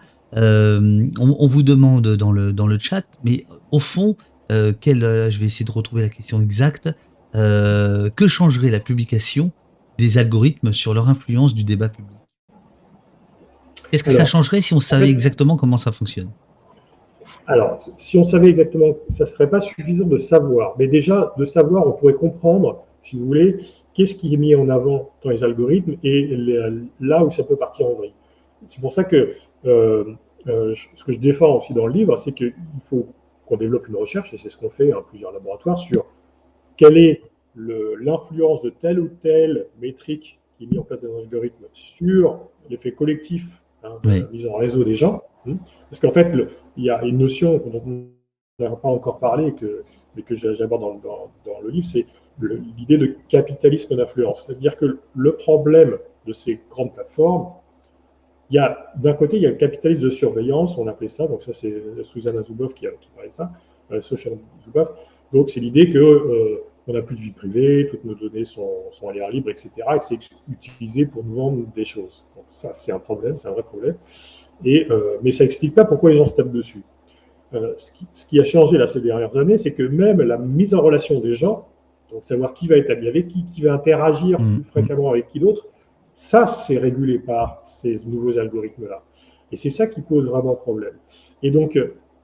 On vous demande dans le chat, mais au fond, je vais essayer de retrouver la question exacte, que changerait la publication des algorithmes sur leur influence du débat public? Qu'est-ce que ça changerait si on savait exactement comment ça fonctionne? Alors, si on savait exactement, ça ne serait pas suffisant de savoir. Mais déjà, de savoir, on pourrait comprendre, si vous voulez, qu'est-ce qui est mis en avant dans les algorithmes et là où ça peut partir en vrille. C'est pour ça que ce que je défends aussi dans le livre, c'est qu'il faut qu'on développe une recherche, et c'est ce qu'on fait dans plusieurs laboratoires, sur quelle est l'influence de telle ou telle métrique qui est mise en place dans l'algorithme sur l'effet collectif de la mise en réseau des gens. Parce qu'en fait, il y a une notion dont on n'a pas encore parlé, mais que j'aborde dans le livre, c'est l'idée de capitalisme d'influence. C'est-à-dire que le problème de ces grandes plateformes, d'un côté, il y a le capitalisme de surveillance, on appelait ça, donc ça c'est Susanna Zuboff qui parlait de ça, Social Zuboff. Donc c'est l'idée qu'on n'a plus de vie privée, toutes nos données sont à l'air libre, etc., et que c'est utilisé pour nous vendre des choses. Donc ça, c'est un problème, c'est un vrai problème. Mais ça n'explique pas pourquoi les gens se tapent dessus. Ce qui a changé là ces dernières années, c'est que même la mise en relation des gens, donc savoir qui va être ami avec qui va interagir plus fréquemment avec qui d'autre, ça, c'est régulé par ces nouveaux algorithmes-là. Et c'est ça qui pose vraiment problème. Et donc,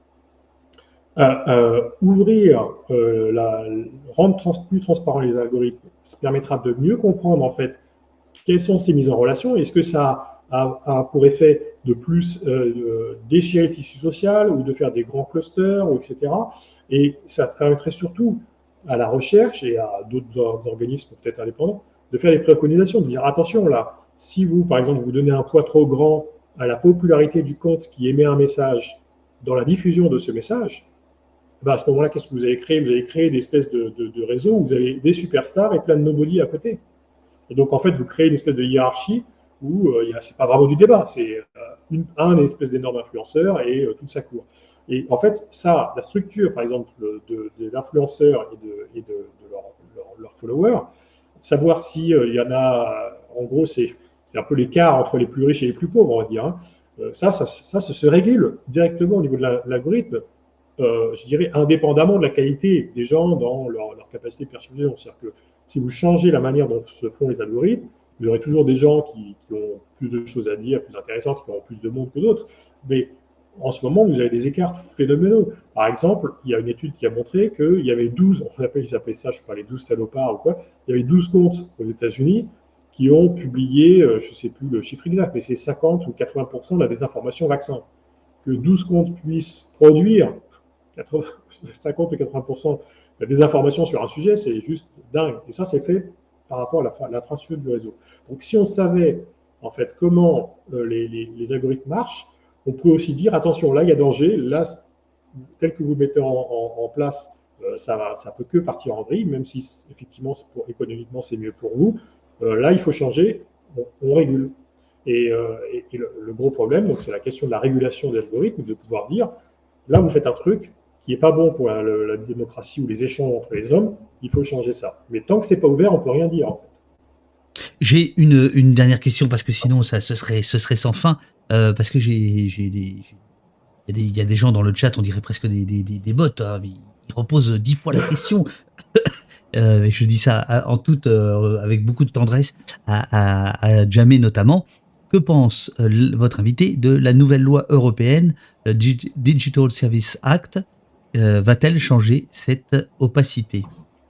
rendre plus transparent les algorithmes, ça permettra de mieux comprendre, en fait, quelles sont ces mises en relation. Est-ce que ça a pour effet de plus déchirer le tissu social ou de faire des grands clusters, etc. Et ça permettrait surtout à la recherche et à d'autres organismes peut-être indépendants de faire des préconisations, de dire attention là, si vous, par exemple, vous donnez un poids trop grand à la popularité du compte qui émet un message dans la diffusion de ce message, à ce moment-là, qu'est-ce que vous avez créé? Vous avez créé des espèces de réseaux où vous avez des superstars et plein de nobody à côté. Et donc, en fait, vous créez une espèce de hiérarchie où c'est pas vraiment du débat, c'est un espèce d'énorme influenceur et toute sa cour. Et en fait, ça, la structure, par exemple, de l'influenceur et de leurs followers, savoir s'il y en a, en gros, c'est un peu l'écart entre les plus riches et les plus pauvres, on va dire. Ça se régule directement au niveau de l'algorithme, je dirais, indépendamment de la qualité des gens dans leur capacité de persuasion. C'est-à-dire que si vous changez la manière dont se font les algorithmes, vous aurez toujours des gens qui ont plus de choses à dire, plus intéressantes, qui auront plus de monde que d'autres. Mais en ce moment, vous avez des écarts phénoménaux. Par exemple, il y a une étude qui a montré qu'il y avait 12, ils s'appelaient ça, je ne sais pas, les 12 salopards ou quoi, il y avait 12 comptes aux États-Unis qui ont publié, je ne sais plus le chiffre exact, mais c'est 50 ou 80% de la désinformation vaccin. Que 12 comptes puissent produire 50 ou 80% de la désinformation sur un sujet, c'est juste dingue. Et ça, c'est fait par rapport à l'infrastructure du réseau. Donc, si on savait, en fait, comment les algorithmes marchent, on peut aussi dire, attention, là, il y a danger, là, tel que vous mettez en place, ça peut que partir en vrille, même si, effectivement, économiquement, c'est mieux pour vous. Là, il faut changer, on régule. Et le gros problème, donc, c'est la question de la régulation des algorithmes, de pouvoir dire, là, vous faites un truc qui n'est pas bon pour la démocratie ou les échanges entre les hommes, il faut changer ça. Mais tant que c'est pas ouvert, on peut rien dire, en fait. J'ai une dernière question parce que sinon ce serait sans fin. Parce que il y a des gens dans le chat, on dirait presque des bots. Hein, ils reposent 10 fois la question. Je dis ça en toute, avec beaucoup de tendresse à Jamé notamment. Que pense votre invité de la nouvelle loi européenne Digital Service Act? Va-t-elle changer cette opacité?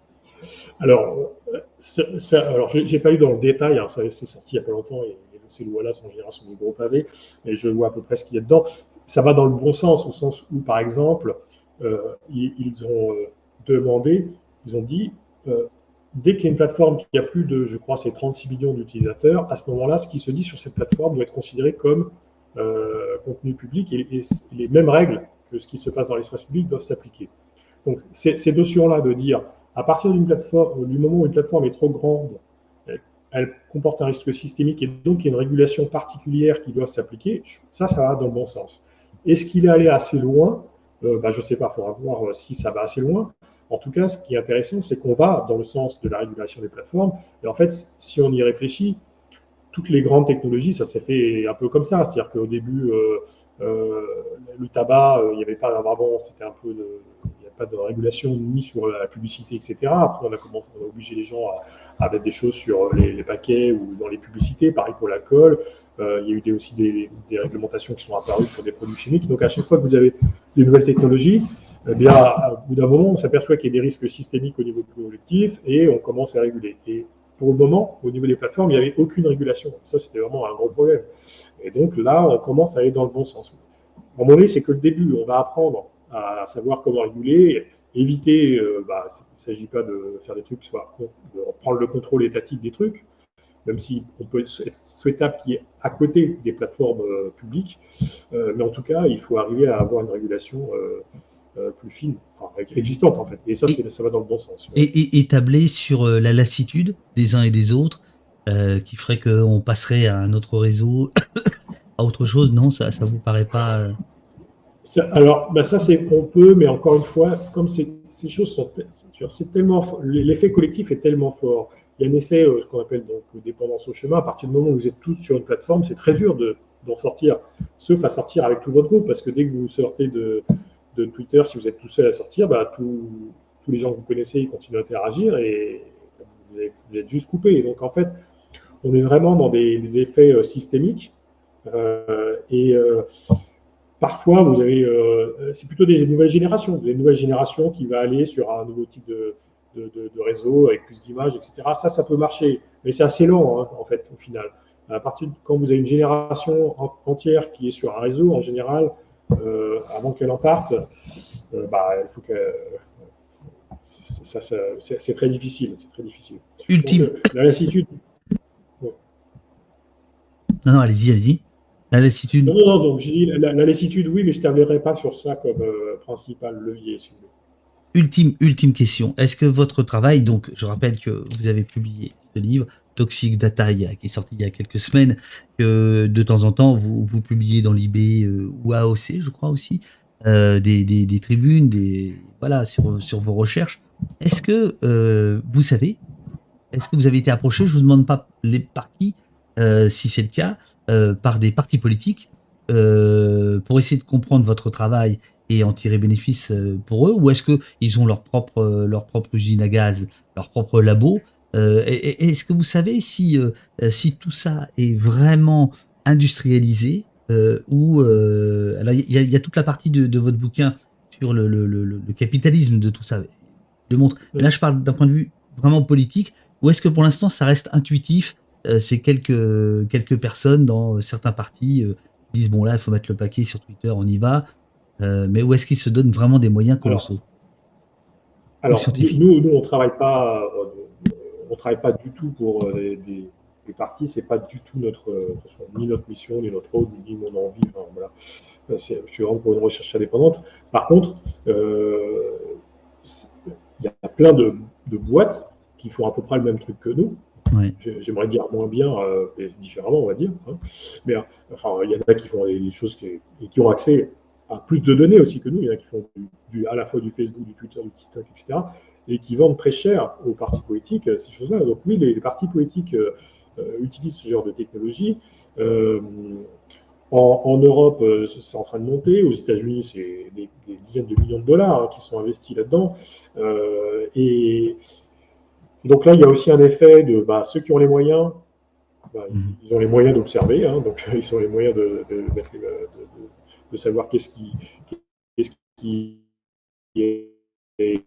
Alors, alors j'ai pas eu dans le détail, hein, c'est sorti il n'y a pas longtemps, et ces lois-là sont en général sur des gros pavés, et je vois à peu près ce qu'il y a dedans. Ça va dans le bon sens, au sens où, par exemple, ils ont demandé, ils ont dit, dès qu'il y a une plateforme qui a plus de, je crois, c'est 36 millions d'utilisateurs, à ce moment-là, ce qui se dit sur cette plateforme doit être considéré comme contenu public, et les mêmes règles que ce qui se passe dans l'espace public doivent s'appliquer. Donc, ces notions-là de dire, à partir d'une plateforme, du moment où une plateforme est trop grande, elle comporte un risque systémique et donc il y a une régulation particulière qui doit s'appliquer, ça va dans le bon sens. Est-ce qu'il est allé assez loin? Je ne sais pas, il faudra voir si ça va assez loin. En tout cas, ce qui est intéressant, c'est qu'on va dans le sens de la régulation des plateformes. Et en fait, si on y réfléchit, toutes les grandes technologies, ça s'est fait un peu comme ça. C'est-à-dire qu'au début, le tabac, il n'y avait pas vraiment, c'était un peu il n'y a pas de régulation ni sur la publicité, etc. Après, on a obligé les gens à mettre des choses sur les paquets ou dans les publicités. Pareil pour l'alcool. Il y a eu aussi des réglementations qui sont apparues sur des produits chimiques. Donc, à chaque fois que vous avez des nouvelles technologies, eh bien, au bout d'un moment, on s'aperçoit qu'il y a des risques systémiques au niveau collectif et on commence à réguler. Et pour le moment, au niveau des plateformes, il n'y avait aucune régulation. Ça, c'était vraiment un gros problème. Et donc là, on commence à aller dans le bon sens. À mon avis, c'est que le début. On va apprendre à savoir comment réguler, éviter, il ne s'agit pas de faire des trucs, de prendre le contrôle étatique des trucs, même si on peut être souhaitable qu'il y ait à côté des plateformes publiques. Mais en tout cas, il faut arriver à avoir une régulation plus fine, existante en fait. Et ça, ça va dans le bon sens. Et tablé sur la lassitude des uns et des autres, qui ferait qu'on passerait à un autre réseau, à autre chose, non? Ça vous paraît pas Alors, ça, on peut, mais encore une fois, comme ces choses sont, c'est tellement, l'effet collectif est tellement fort. Il y a un effet, ce qu'on appelle donc dépendance au chemin. À partir du moment où vous êtes tous sur une plateforme, c'est très dur d'en sortir, sauf à sortir avec tout votre groupe, parce que dès que vous sortez de Twitter, si vous êtes tout seul à sortir, tous les gens que vous connaissez, ils continuent à interagir et vous êtes juste coupé. Et donc, en fait, on est vraiment dans des effets systémiques. Parfois, vous avez, c'est plutôt des nouvelles générations qui va aller sur un nouveau type de réseau avec plus d'images, etc. Ça peut marcher, mais c'est assez lent, hein, en fait, au final. À partir quand vous avez une génération entière qui est sur un réseau, en général, avant qu'elle en parte, il faut que c'est très difficile. C'est très difficile. Ultime. Donc, la lassitude. Ouais. Non, allez-y. La lassitude. Non, donc j'ai dit la lassitude, oui, mais je ne terminerai pas sur ça comme principal levier, si vous voulez. Ultime question. Est-ce que votre travail, donc je rappelle que vous avez publié ce livre, Toxic Data, qui est sorti il y a quelques semaines, que de temps en temps vous publiez dans l'IB ou AOC, je crois aussi, des tribunes, sur vos recherches. Est-ce que vous savez, est-ce que vous avez été approché, je ne vous demande pas par qui, si c'est le cas, par des partis politiques, pour essayer de comprendre votre travail et en tirer bénéfice pour eux, ou est-ce qu'ils ont leur propre usine à gaz, leur propre labo? Est-ce que vous savez si tout ça est vraiment industrialisé ou alors il y a toute la partie de votre bouquin sur le capitalisme de tout ça, de montre. Mais là, je parle d'un point de vue vraiment politique. Ou est-ce que pour l'instant, ça reste intuitif? C'est quelques personnes dans certains partis qui disent bon là, il faut mettre le paquet sur Twitter, on y va. Mais où est-ce qu'ils se donnent vraiment des moyens colossaux? Alors nous, on travaille pas du tout pour des partis. C'est pas du tout ni notre mission, ni notre rôle, ni mon envie. Enfin, voilà. Je suis vraiment pour une recherche indépendante. Par contre, il y a plein de boîtes qui font à peu près le même truc que nous. Ouais. J'aimerais dire moins bien, et différemment, on va dire. Hein. Mais il y en a qui font des choses qui ont accès à plus de données aussi que nous. Il y en a qui font à la fois du Facebook, du Twitter, du TikTok, etc. et qui vendent très cher aux partis politiques ces choses-là. Donc oui, les partis politiques utilisent ce genre de technologie. En Europe, c'est en train de monter. Aux États-Unis, c'est des dizaines de millions de dollars qui sont investis là-dedans. Et donc là, il y a aussi un effet de ceux qui ont les moyens, ils ont les moyens d'observer, donc ils ont les moyens de savoir qu'est-ce qui est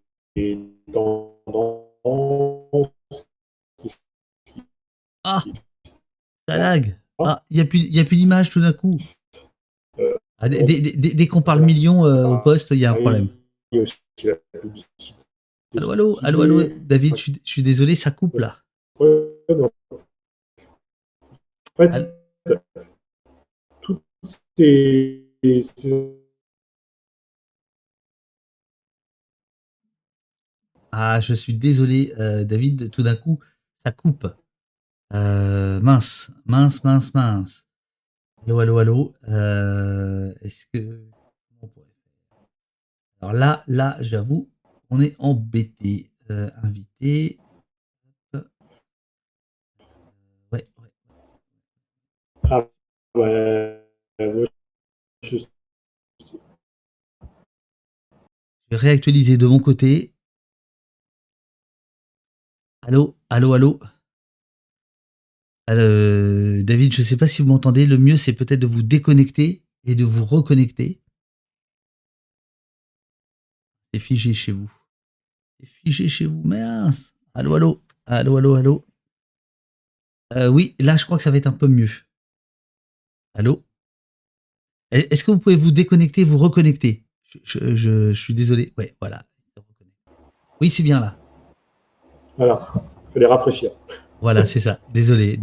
tendance. Ah, ça lag. Ah, il n'y a plus d'image tout d'un coup. Dès qu'on parle millions au poste, il y a un problème. Il y a aussi la publicité. Allô, David, je suis désolé, ça coupe là. En fait, toutes ces... Ah, je suis désolé, David, tout d'un coup, ça coupe. Mince. Allô. Est-ce que... Alors là, j'avoue, on est embêté. Invité. Ouais. Ah, ouais. Je vais réactualiser de mon côté. Allô. David, je ne sais pas si vous m'entendez. Le mieux, c'est peut-être de vous déconnecter et de vous reconnecter. C'est figé chez vous. Mince. Allô. Oui, là, je crois que ça va être un peu mieux. Allô. Est-ce que vous pouvez vous déconnecter, vous reconnecter? Je suis désolé. Ouais, voilà. Oui, c'est bien là. Voilà, il faut les rafraîchir. Voilà, c'est ça. Désolé.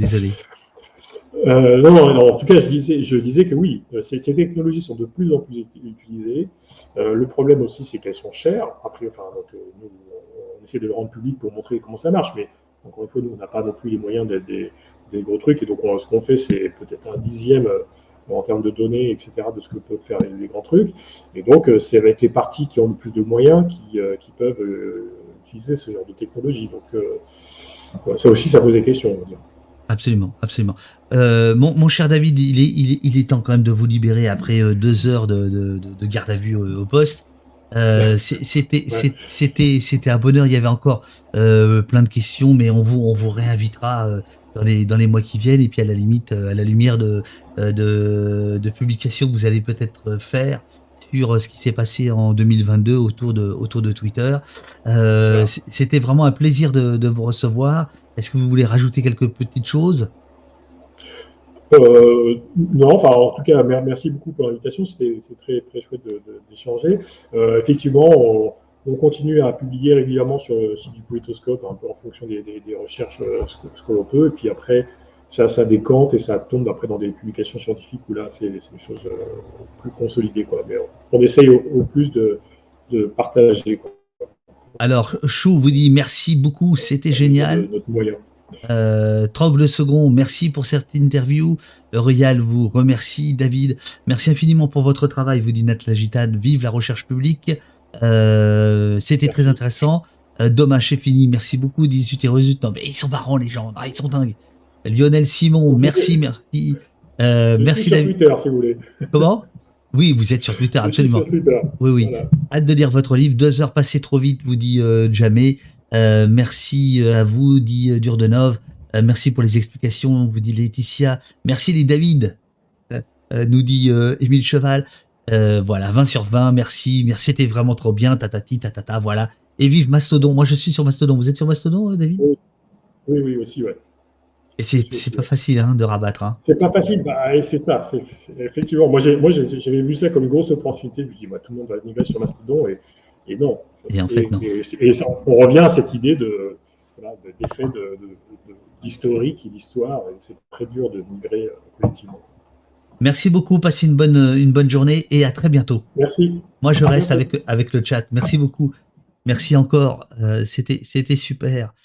Non, en tout cas, je disais que oui, ces technologies sont de plus en plus utilisées. Le problème aussi, c'est qu'elles sont chères. Après, nous, on essaie de le rendre public pour montrer comment ça marche, mais encore une fois, nous, on n'a pas non plus les moyens d'être des gros trucs. Et donc, ce qu'on fait, c'est peut-être un dixième en termes de données, etc., de ce que peuvent faire les grands trucs. Et donc, c'est avec les partis qui ont le plus de moyens qui peuvent utiliser ce genre de technologie. Donc, ça aussi, ça pose des questions, on va dire. Absolument. Mon cher David, il est temps quand même de vous libérer après 2 heures de garde à vue au poste. C'était un bonheur. Il y avait encore plein de questions, mais on vous réinvitera dans les mois qui viennent. Et puis à la limite, à la lumière de publications que vous allez peut-être faire sur ce qui s'est passé en 2022 autour de Twitter. C'était vraiment un plaisir de vous recevoir. Est-ce que vous voulez rajouter quelques petites choses? Non, en tout cas, merci beaucoup pour l'invitation. C'était très, très chouette d'échanger. Effectivement, on continue à publier régulièrement sur le site du Politoscope, un peu en fonction des recherches, ce que l'on peut. Et puis après, ça décante et ça tombe après dans des publications scientifiques où là, c'est des choses plus consolidées, quoi. Mais on essaye au plus de partager, quoi. Alors, Chou vous dit merci beaucoup, c'était génial. Notre moyen. Trog le second, merci pour cette interview. Royal vous remercie. David, merci infiniment pour votre travail, vous dit Nat la Gitane. Vive la recherche publique. C'était très intéressant. Dommage, c'est fini. Merci beaucoup. 18 et Resut. Non, mais ils sont marrants, les gens. Ils sont dingues. Lionel Simon, merci. Merci sur David. Twitter, si vous voulez. Comment? Oui, vous êtes sur Twitter, absolument. Sur Twitter. Oui. Voilà. Hâte de lire votre livre. 2 heures passées trop vite, vous dit Jamais. Merci à vous, dit Durdenov. Merci pour les explications, vous dit Laetitia. Merci les David, nous dit Émile Cheval. Voilà, 20 sur 20, merci. C'était vraiment trop bien, tatati, voilà. Et vive Mastodon. Moi, je suis sur Mastodon. Vous êtes sur Mastodon, David? Oui, aussi, ouais. Et c'est pas facile de rabattre. C'est pas facile, c'est ça. Effectivement, moi j'avais vu ça comme une grosse opportunité. Je me dis, tout le monde va migrer sur Mastodon et non. Et en fait, non. Et on revient à cette idée d'effet d'historique et d'histoire. C'est très dur de migrer collectivement. Merci beaucoup, passez une bonne journée et à très bientôt. Merci. Moi, je reste avec le chat. Merci beaucoup. Merci encore. C'était super.